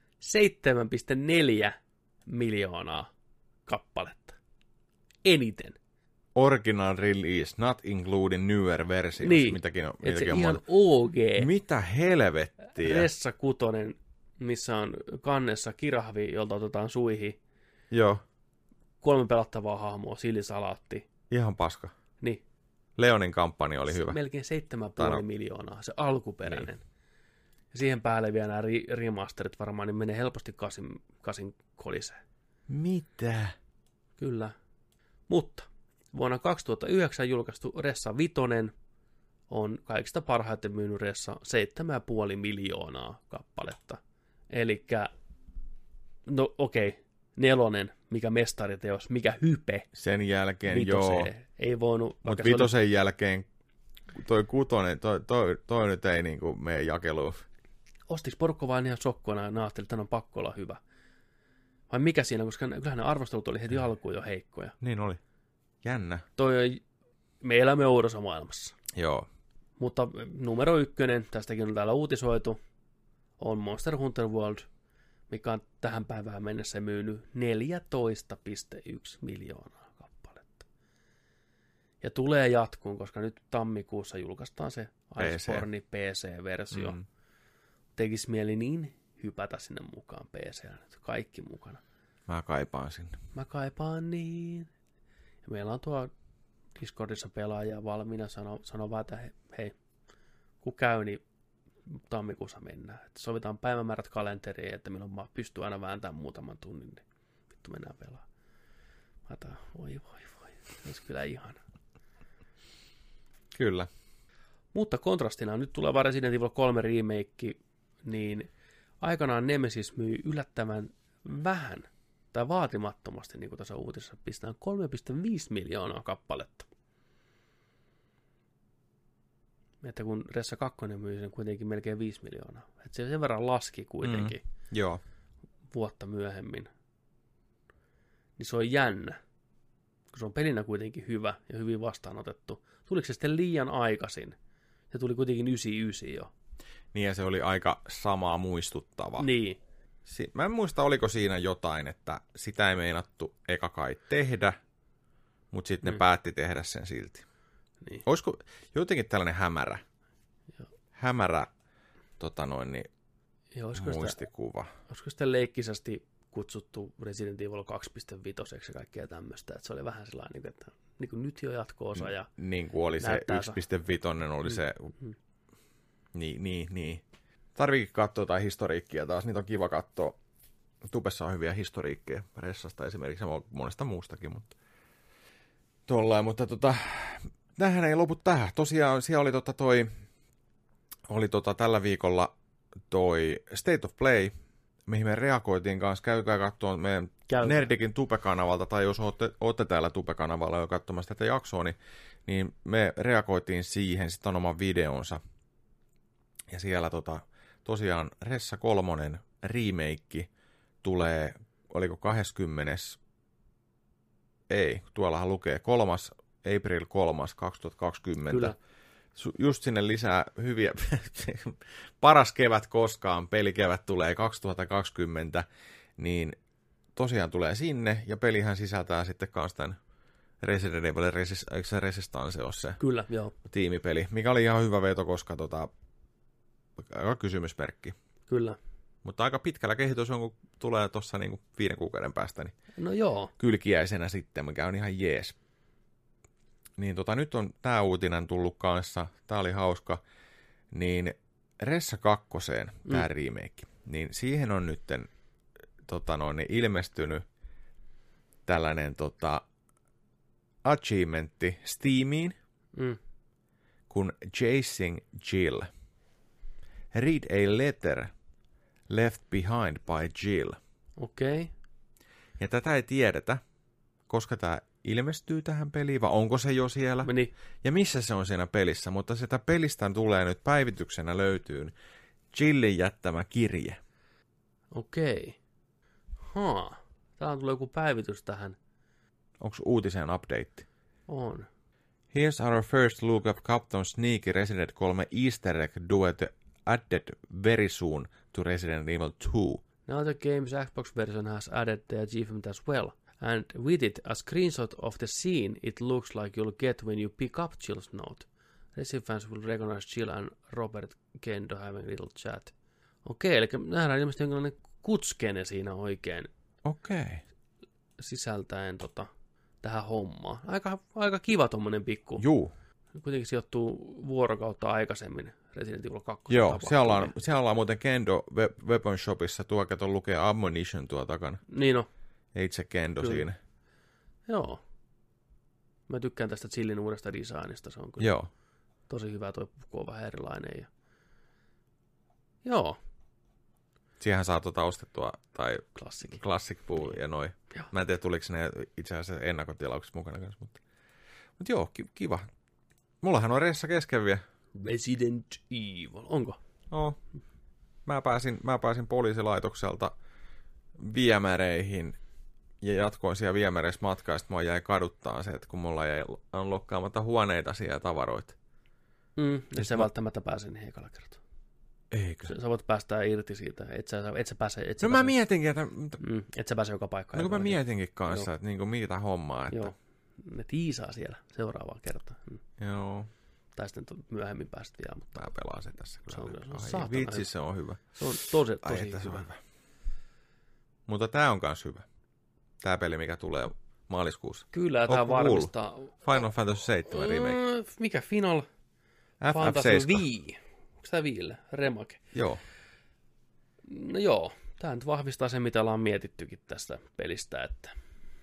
7,4 miljoonaa kappaletta. Eniten. Original release, not including newer versions. Niin, mitäkin on se ihan OG. Mitä helvettiä? Ressa 6, missä on kannessa kirahvi, jolta otetaan suihin. Joo. 3 pelattavaa hahmoa, silisalaatti. Ihan paska. Niin. Leonin kampanja oli hyvä. Melkein 7,5 miljoonaa, se alkuperäinen. Niin. Ja siihen päälle vielä nämä remasterit varmaan, niin menee helposti kasin koliseen. Mitä? Kyllä. Mutta vuonna 2009 julkaistu Ressa 5 on kaikista parhaiten myynyt Ressa 7,5 miljoonaa kappaletta. Elikkä, no okei, 4, mikä mestariteos, mikä hype. Sen jälkeen, 5, joo. Ei voinut. Mutta 5 jälkeen toi 6, toi nyt ei niinku mene jakeluun. Ostiks porukka vaan ihan sokkona ja ajattelin, että on pakko olla hyvä? Vai mikä siinä, koska kyllähän ne arvostelut oli heti alkuun jo heikkoja. Niin oli. Jännä. Me elämme oudossa maailmassa. Joo. Mutta numero 1, tästäkin on täällä uutisoitu, on Monster Hunter World, mikä on tähän päivään mennessä myynyt 14,1 miljoonaa kappaletta. Ja tulee jatkuun, koska nyt tammikuussa julkaistaan se Iceborne PC-versio. Tekisi mieli niin hypätä sinne mukaan PC:llä. Kaikki mukana. Mä kaipaan sinne. Mä kaipaan niin. Ja meillä on tuo Discordissa pelaajia valmiina sanoo vaan, että hei, kun käy, niin tammikuussa mennään. Että sovitaan päivämäärät kalenteriin, että milloin mä pystyn aina vääntämään muutaman tunnin, niin vittu mennään pelaamaan. Mä ajattelin, voi. Se olisi kyllä ihana. Kyllä. Mutta kontrastina nyt tuleva Resident Evil 3 remake, niin aikanaan Nemesis myi yllättävän vähän, tai vaatimattomasti, niin kuin tässä uutisessa pistetään 3,5 miljoonaa kappaletta. Että kun Ressa 2 myi sen kuitenkin melkein 5 miljoonaa. Että se sen verran laski kuitenkin Joo. vuotta myöhemmin. Niin se on jännä. Kun se on pelinä kuitenkin hyvä ja hyvin vastaanotettu. Tuliko se sitten liian aikaisin? Se tuli kuitenkin 99 jo. Niin ja se oli aika samaa muistuttava. Niin. Mä en muista, oliko siinä jotain, että sitä ei meinattu eka kai tehdä, mutta sitten ne päätti tehdä sen silti. Niin. Olisiko jotenkin tällainen hämärä Ja muistikuva? Olisiko sitä leikkisästi kutsuttu Resident Evil 2.5 ja kaikkea tämmöistä, että se oli vähän sellainen, että niin kuin nyt jo jatko-osa. Ja niin kuin oli se 1.5 oli se. Niin. Tarviikin katsoa jotain historiikkia taas, niitä on kiva katsoa. Tubessa on hyviä historiikkeja, Ressasta esimerkiksi, ja monesta muustakin, mutta tollain, mutta tämähän ei lopu tähän. Tosiaan siellä oli tällä viikolla toi State of Play, mihin me reagoitiin kanssa. Käykää katsoa meidän Nerdikin Tube-kanavalta, tai jos olette täällä Tube-kanavalla jo katsomassa tätä jaksoa, niin me reagoitiin siihen, sitten on oma videonsa. Ja siellä tosiaan Ressa 3 remake tulee, oliko 20. Ei, tuollahan lukee 3. April 3. 2020. Kyllä. Just sinne lisää hyviä, paras kevät koskaan, pelikevät tulee 2020, niin tosiaan tulee sinne, ja pelihän sisältää sitten kans tämän Resident Evil, eikö se Resistance ole se Kyllä, joo. Tiimipeli, mikä oli ihan hyvä veto, koska aika kysymysmerkki. Kyllä. Mutta aika pitkällä kehitys on, kun tulee tuossa niinku 5 kuukauden päästä, niin no joo. Kylkiäisenä sitten, mikä on ihan jees. Niin nyt on tää uutinen tullut kanssa, tää oli hauska, niin Ressa 2, tää remake, niin siihen on nytten ilmestynyt tällainen achievementti Steamiin, kun Chasing Jill. Read a letter left behind by Jill. Okei. Okay. Ja tätä ei tiedetä, koska tämä ilmestyy tähän peliin, vai onko se jo siellä? Meni. Ja missä se on siinä pelissä, mutta sitä pelistä tulee nyt päivityksenä löytyy Jillin jättämä kirje. Okei. Täällä tulee joku päivitys tähän. Onko uutiseen update? On. Here's our first look of Captain Sneaky Resident 3 Easter egg duet added very soon to Resident Evil 2. Now the game's Xbox version has added the achievement as well. And with it, a screenshot of the scene it looks like you'll get when you pick up Jill's note. Resident fans will recognize Jill and Robert Kendo having a little chat. Okei, eli nähdään ilmeisesti jonkinlainen kutskene siinä oikein. Okei. Sisältäen tähän hommaan. Aika kiva tommonen pikku. Juu. Kuitenkin sijoittuu vuorokautta aikaisemmin Resident Evil 2. Joo, siellä ollaan muuten Kendo Weapon Shopissa, tuo kato lukee Ammunition tuo takana. Niin on. Itse Kendo kyllä siinä. Joo. Mä tykkään tästä Chillin uudesta designista, se on kyllä tosi hyvä, tuo puku on vähän erilainen. Joo. Siihen saa ostettua, tai Classic puu ja noi. Joo. Mä en tiedä, tuliko ne itse asiassa ennakkotilauksessa mukana kanssa, mutta joo, kiva. Mullahan on Ressa kesken vielä. Resident Evil, onko? No. Mä pääsin poliisilaitokselta viemäreihin ja jatkoin siellä viemäreissä matkaa, sitten mua jäi kaduttaa se, että kun mulla jäi unlockkaamatta huoneita ja tavaroita. Ja se välttämättä pääse niin ekalla kertaa. Eikö? Sä voit päästä irti siitä. Et sä pääse. Mä mietinkin, että et sä pääse joka paikkaan. No kun mä mietinkin kanssa, että niinku mitä hommaa. Että joo. Ne tiisaa siellä seuraavaa kertaa. Joo. Tai sitten myöhemmin päästä vielä. Mutta mä pelaan sen tässä kyllä. Se on vitsi, hyvä. Se on hyvä. Se on tosi hyvä. Mutta tää on kans hyvä. Tää peli, mikä tulee maaliskuussa. Kyllä, tää varmistaa. Final Fantasy 7 remake. Mikä Final Fantasy V? Onko tää Viille? Remake? Joo. No joo, tää nyt vahvistaa sen, mitä ollaan mietittykin tästä pelistä, että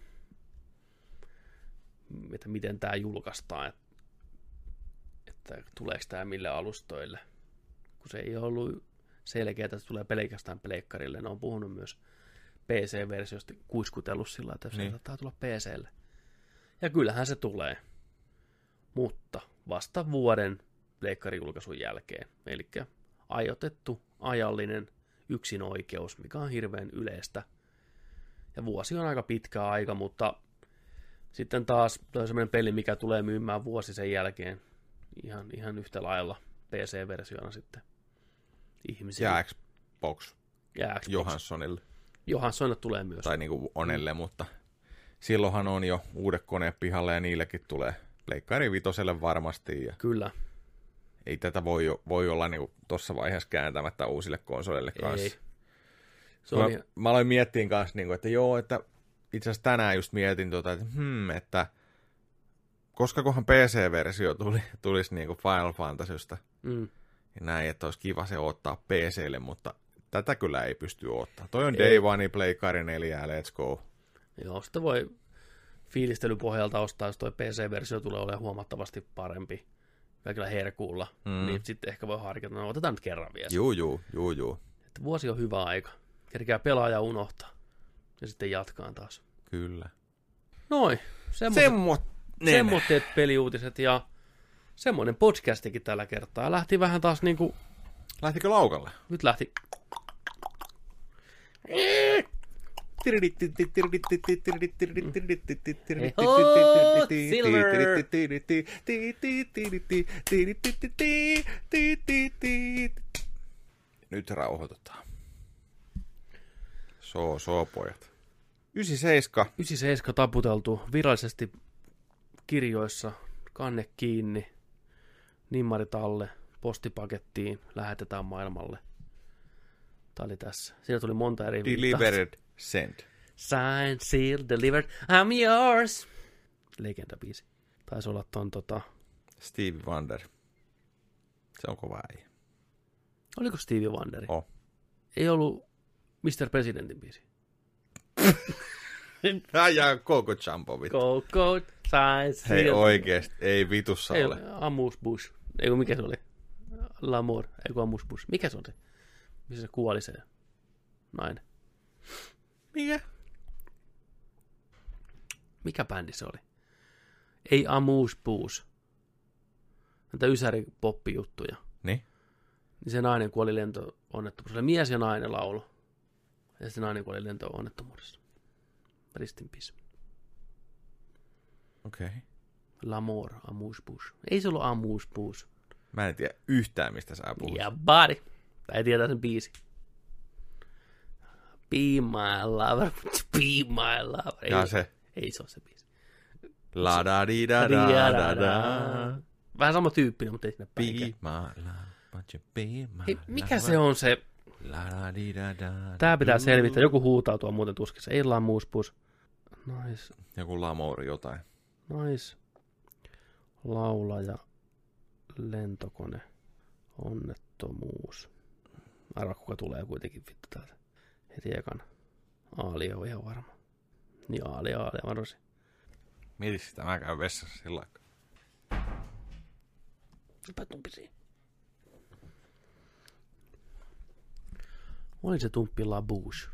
miten tää julkaistaan, että tuleeko tää mille alustoille. Kun se ei ollut selkeää, että se tulee pelkästään pleikkarille. Ne on puhunut myös PC-versiosta, kuiskutellut sillä, että se saattaa tulla PClle. Ja kyllähän se tulee, mutta vasta vuoden pleikkarijulkaisun jälkeen. Eli ajoitettu, ajallinen yksinoikeus, mikä on hirveän yleistä. Ja vuosi on aika pitkä aika, mutta sitten taas on semmoinen peli, mikä tulee myymään vuosi sen jälkeen ihan yhtä lailla PC-versiona sitten ihmisille. Ja Xbox. Johanssonille. Johanssonille tulee myös. Tai niinku Onelle, mutta silloinhan on jo uudet koneet pihalle ja niillekin tulee Pleikkari Vitoselle varmasti. Ja kyllä. Ei tätä voi olla niinku tuossa vaiheessa kääntämättä uusille konsoleille kanssa. Mä aloin miettiä kanssa, niinku, että joo, että itse asiassa tänään just mietin, että koskakohan PC-versio tulisi niinku Final Fantasysta. Ja näin, että olisi kiva se ottaa PClle, mutta tätä kyllä ei pysty ottaa. Toi on Day One, Pleikkari 4, let's go. Joo, sitten voi fiilistelypohjalta ostaa, jos toi PC-versio tulee olemaan huomattavasti parempi kaikilla herkuulla, niin sitten ehkä voi harkita, no otetaan nyt kerran vielä. Juu. Että vuosi on hyvä aika. Kerkeää pelaa ja unohtaa. Ja sitten jatkaa taas. Kyllä. Noin. Semmoitteet peliuutiset ja semmoinen podcastikin tällä kertaa. Lähti vähän taas niinku... Lähtikö laukalle? Nyt lähti... Nyt rauhoitutaan. Pojat. 97 taputeltu virallisesti kirjoissa, kanne kiinni, nimmarit alle, postipakettiin, lähetetään maailmalle. Tämä oli tässä. Siinä tuli monta eri Delivered, sent. Signed, sealed, delivered, I'm yours. Legenda-biisi. Taisi olla ton Stevie Wonder. Se on kova äijä. Oliko Stevie Wonderi? Oh. Ei ollut Mr. Presidentin biisi. Ja Coco Jumbo vittu. Coco, signed, hei oikeesti, ei vitussa ei ole. Amuse Bush. Eikö mikä se oli? L'amour. Eikö Amuse Bush. Mikä se on se? Missä se kuoli se nainen? Mikä bändi se oli? Ei Amuse Bush. Näitä ysäri-poppijuttuja. Niin se nainen kuoli lento-onnettomuudessa. Mies ja nainen laulu. Ja se nainen kuoli lento-onnettomuudessa. Ristinpis. Okei. L'amour, Amuse Bush. Ei se ollut Amuse Bush. Mä en tiedä yhtään, mistä sä puhut. Yeah, buddy. Tai tietää sen biisi. Be my lover, be my lover. Ja se. Ei se ole se biisi. La da di da da da. Vähän sama tyyppinen, mutta ei sinne päin. Be my love, be my hei, mikä se on se? La da di da da. Tää pitää selvittää. Joku huutautua muuten tuskissa. Ei Amuse Bush. Nice. Joku L'amour jotain. Nice. Laulaja. Lentokone. Onnettomuus. Arva, kuka tulee kuitenkin vittu täältä. Heti ekana. Aali on ihan varma. Niin Aali varosi. Mieti sitä, mä käyn vessassa sillä aikaa. Hypää tumpisiin. Oli se tumppi La Bouche.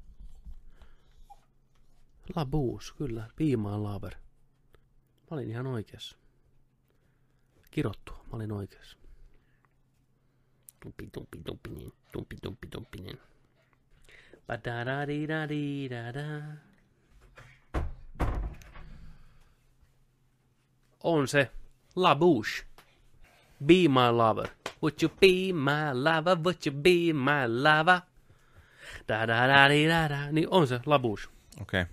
La Bouche, kyllä. Be my lover. Mä olin ihan oikeassa. Kirottua, mä olin oikeassa. Tumpi. Ba-da-da-di-da-di-da-da. On se La Bouche. Be my lover. Would you be my lover? Would you be my lover? Da-da-da-di-da-da. Niin on se La Bouche. Okei.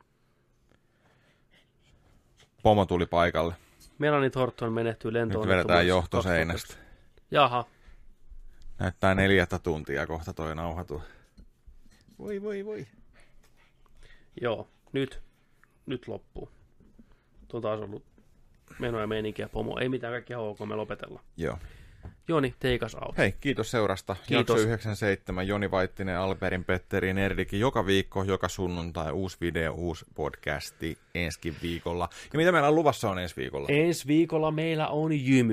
Pomo tuli paikalle. Melanie Thornton menehtyy lentoon. Nyt vedetään johtoseinästä. Jaha. Näyttää 4 tuntia kohta toi nauhatu. Voi. Joo, nyt loppuu. Tuo taas ollut meno ja meininkiä pomo. Ei mitään, kaikki ok, me lopetellaan. Joo. Joni, take us out. Hei, kiitos seurasta. Kiitos. Jakso 97, Joni Vaittinen, Alperin, Petteri, Nerdikin. Joka viikko, joka sunnuntai, uusi video, uusi podcasti ensi viikolla. Ja mitä meillä on luvassa on ensi viikolla? Ensi viikolla meillä on jymy.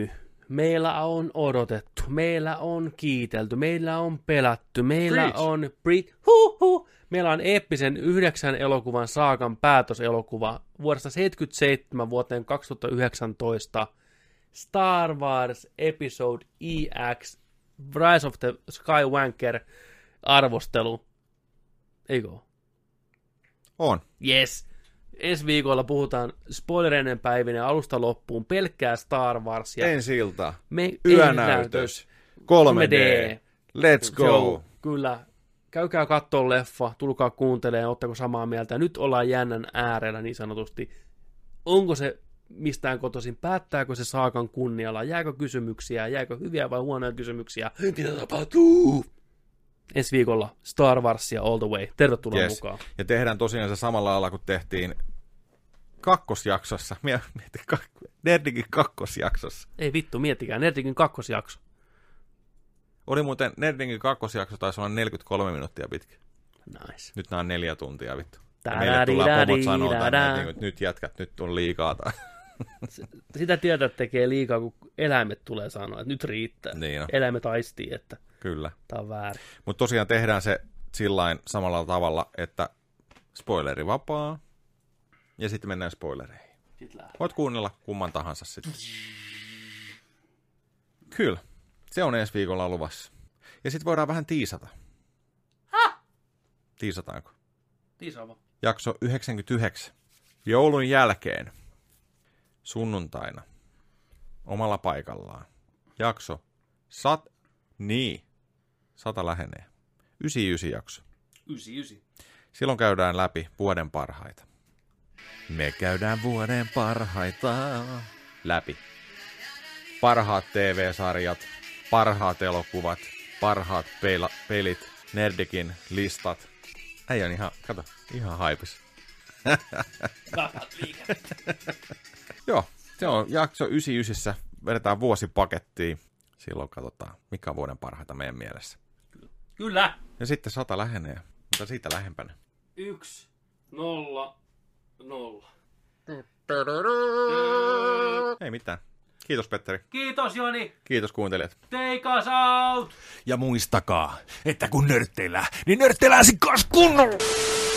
meillä on odotettu, meillä on kiitelty, meillä on pelätty, meillä Preach. on meillä on eeppisen 9 elokuvan saakan päätöselokuva vuodesta 1977 vuoteen 2019 Star Wars Episode EX Rise of the Skywalker arvostelu. Eikö ole? On. Yes. Ensi viikolla puhutaan spoilereiden päivinä alusta loppuun pelkkää Star Warsia. Ensi ilta. Me Yönäytös. 3D. Let's go. Joo, kyllä. Käykää kattoo leffa, tulkaa kuuntelemaan, ootteko samaa mieltä. Nyt ollaan jännän äärellä niin sanotusti. Onko se mistään kotoisin? Päättääkö se saakan kunnialla? Jääkö kysymyksiä? Jääkö hyviä vai huonoja kysymyksiä? Mitä tapahtuu? Ensi viikolla Star Warsia all the way. Tervetuloa mukaan. Ja tehdään tosiaan se samalla lailla kuin tehtiin kakkosjaksossa. Mietin, Nerdikin kakkosjaksossa. Ei vittu, miettikää. Nerdikin kakkosjakso. Oli muuten, Nerdingin kakkosjakso taisi olla 43 minuuttia pitkä. Nice. Nyt nämä on 4 tuntia, vittu. Meille tulee pomot sanoa tänne, että nyt jätkät, nyt on liikaa. Sitä tietää tekee liikaa, kun eläimet tulee sanoa, että nyt riittää. Niin on. Eläimet aistii, että Kyllä. tämä on väärin. Mutta tosiaan tehdään se sillain samalla tavalla, että spoileri vapaa, ja sitten mennään spoilereihin. Voit kuunnella kumman tahansa sitten. Kyllä. Se on ensi viikolla luvassa. Ja sitten voidaan vähän tiisata. Tiisataanko? Tiisaava. Jakso 99. Joulun jälkeen. Sunnuntaina. Omalla paikallaan. Jakso 100 lähenee. 99 jakso. 99. Silloin käydään läpi vuoden parhaita. Me käydään vuoden parhaita läpi. Parhaat TV-sarjat, parhaat elokuvat, parhaat pelit, Nerdikin listat. Ei on ihan haipis. Joo, se on jakso 99. Vedetään vuosipakettiin. Silloin katsotaan, mikä on vuoden parhaita meidän mielessä. Kyllä. Ja sitten 100 lähenee. Mutta siitä lähempänä. 1, 0, 0. Ei mitään. Kiitos Petteri. Kiitos Joni. Kiitos kuuntelijat. Take us out. Ja muistakaa, että kun nörtteillään, niin nörtteillään se kas kunnolla!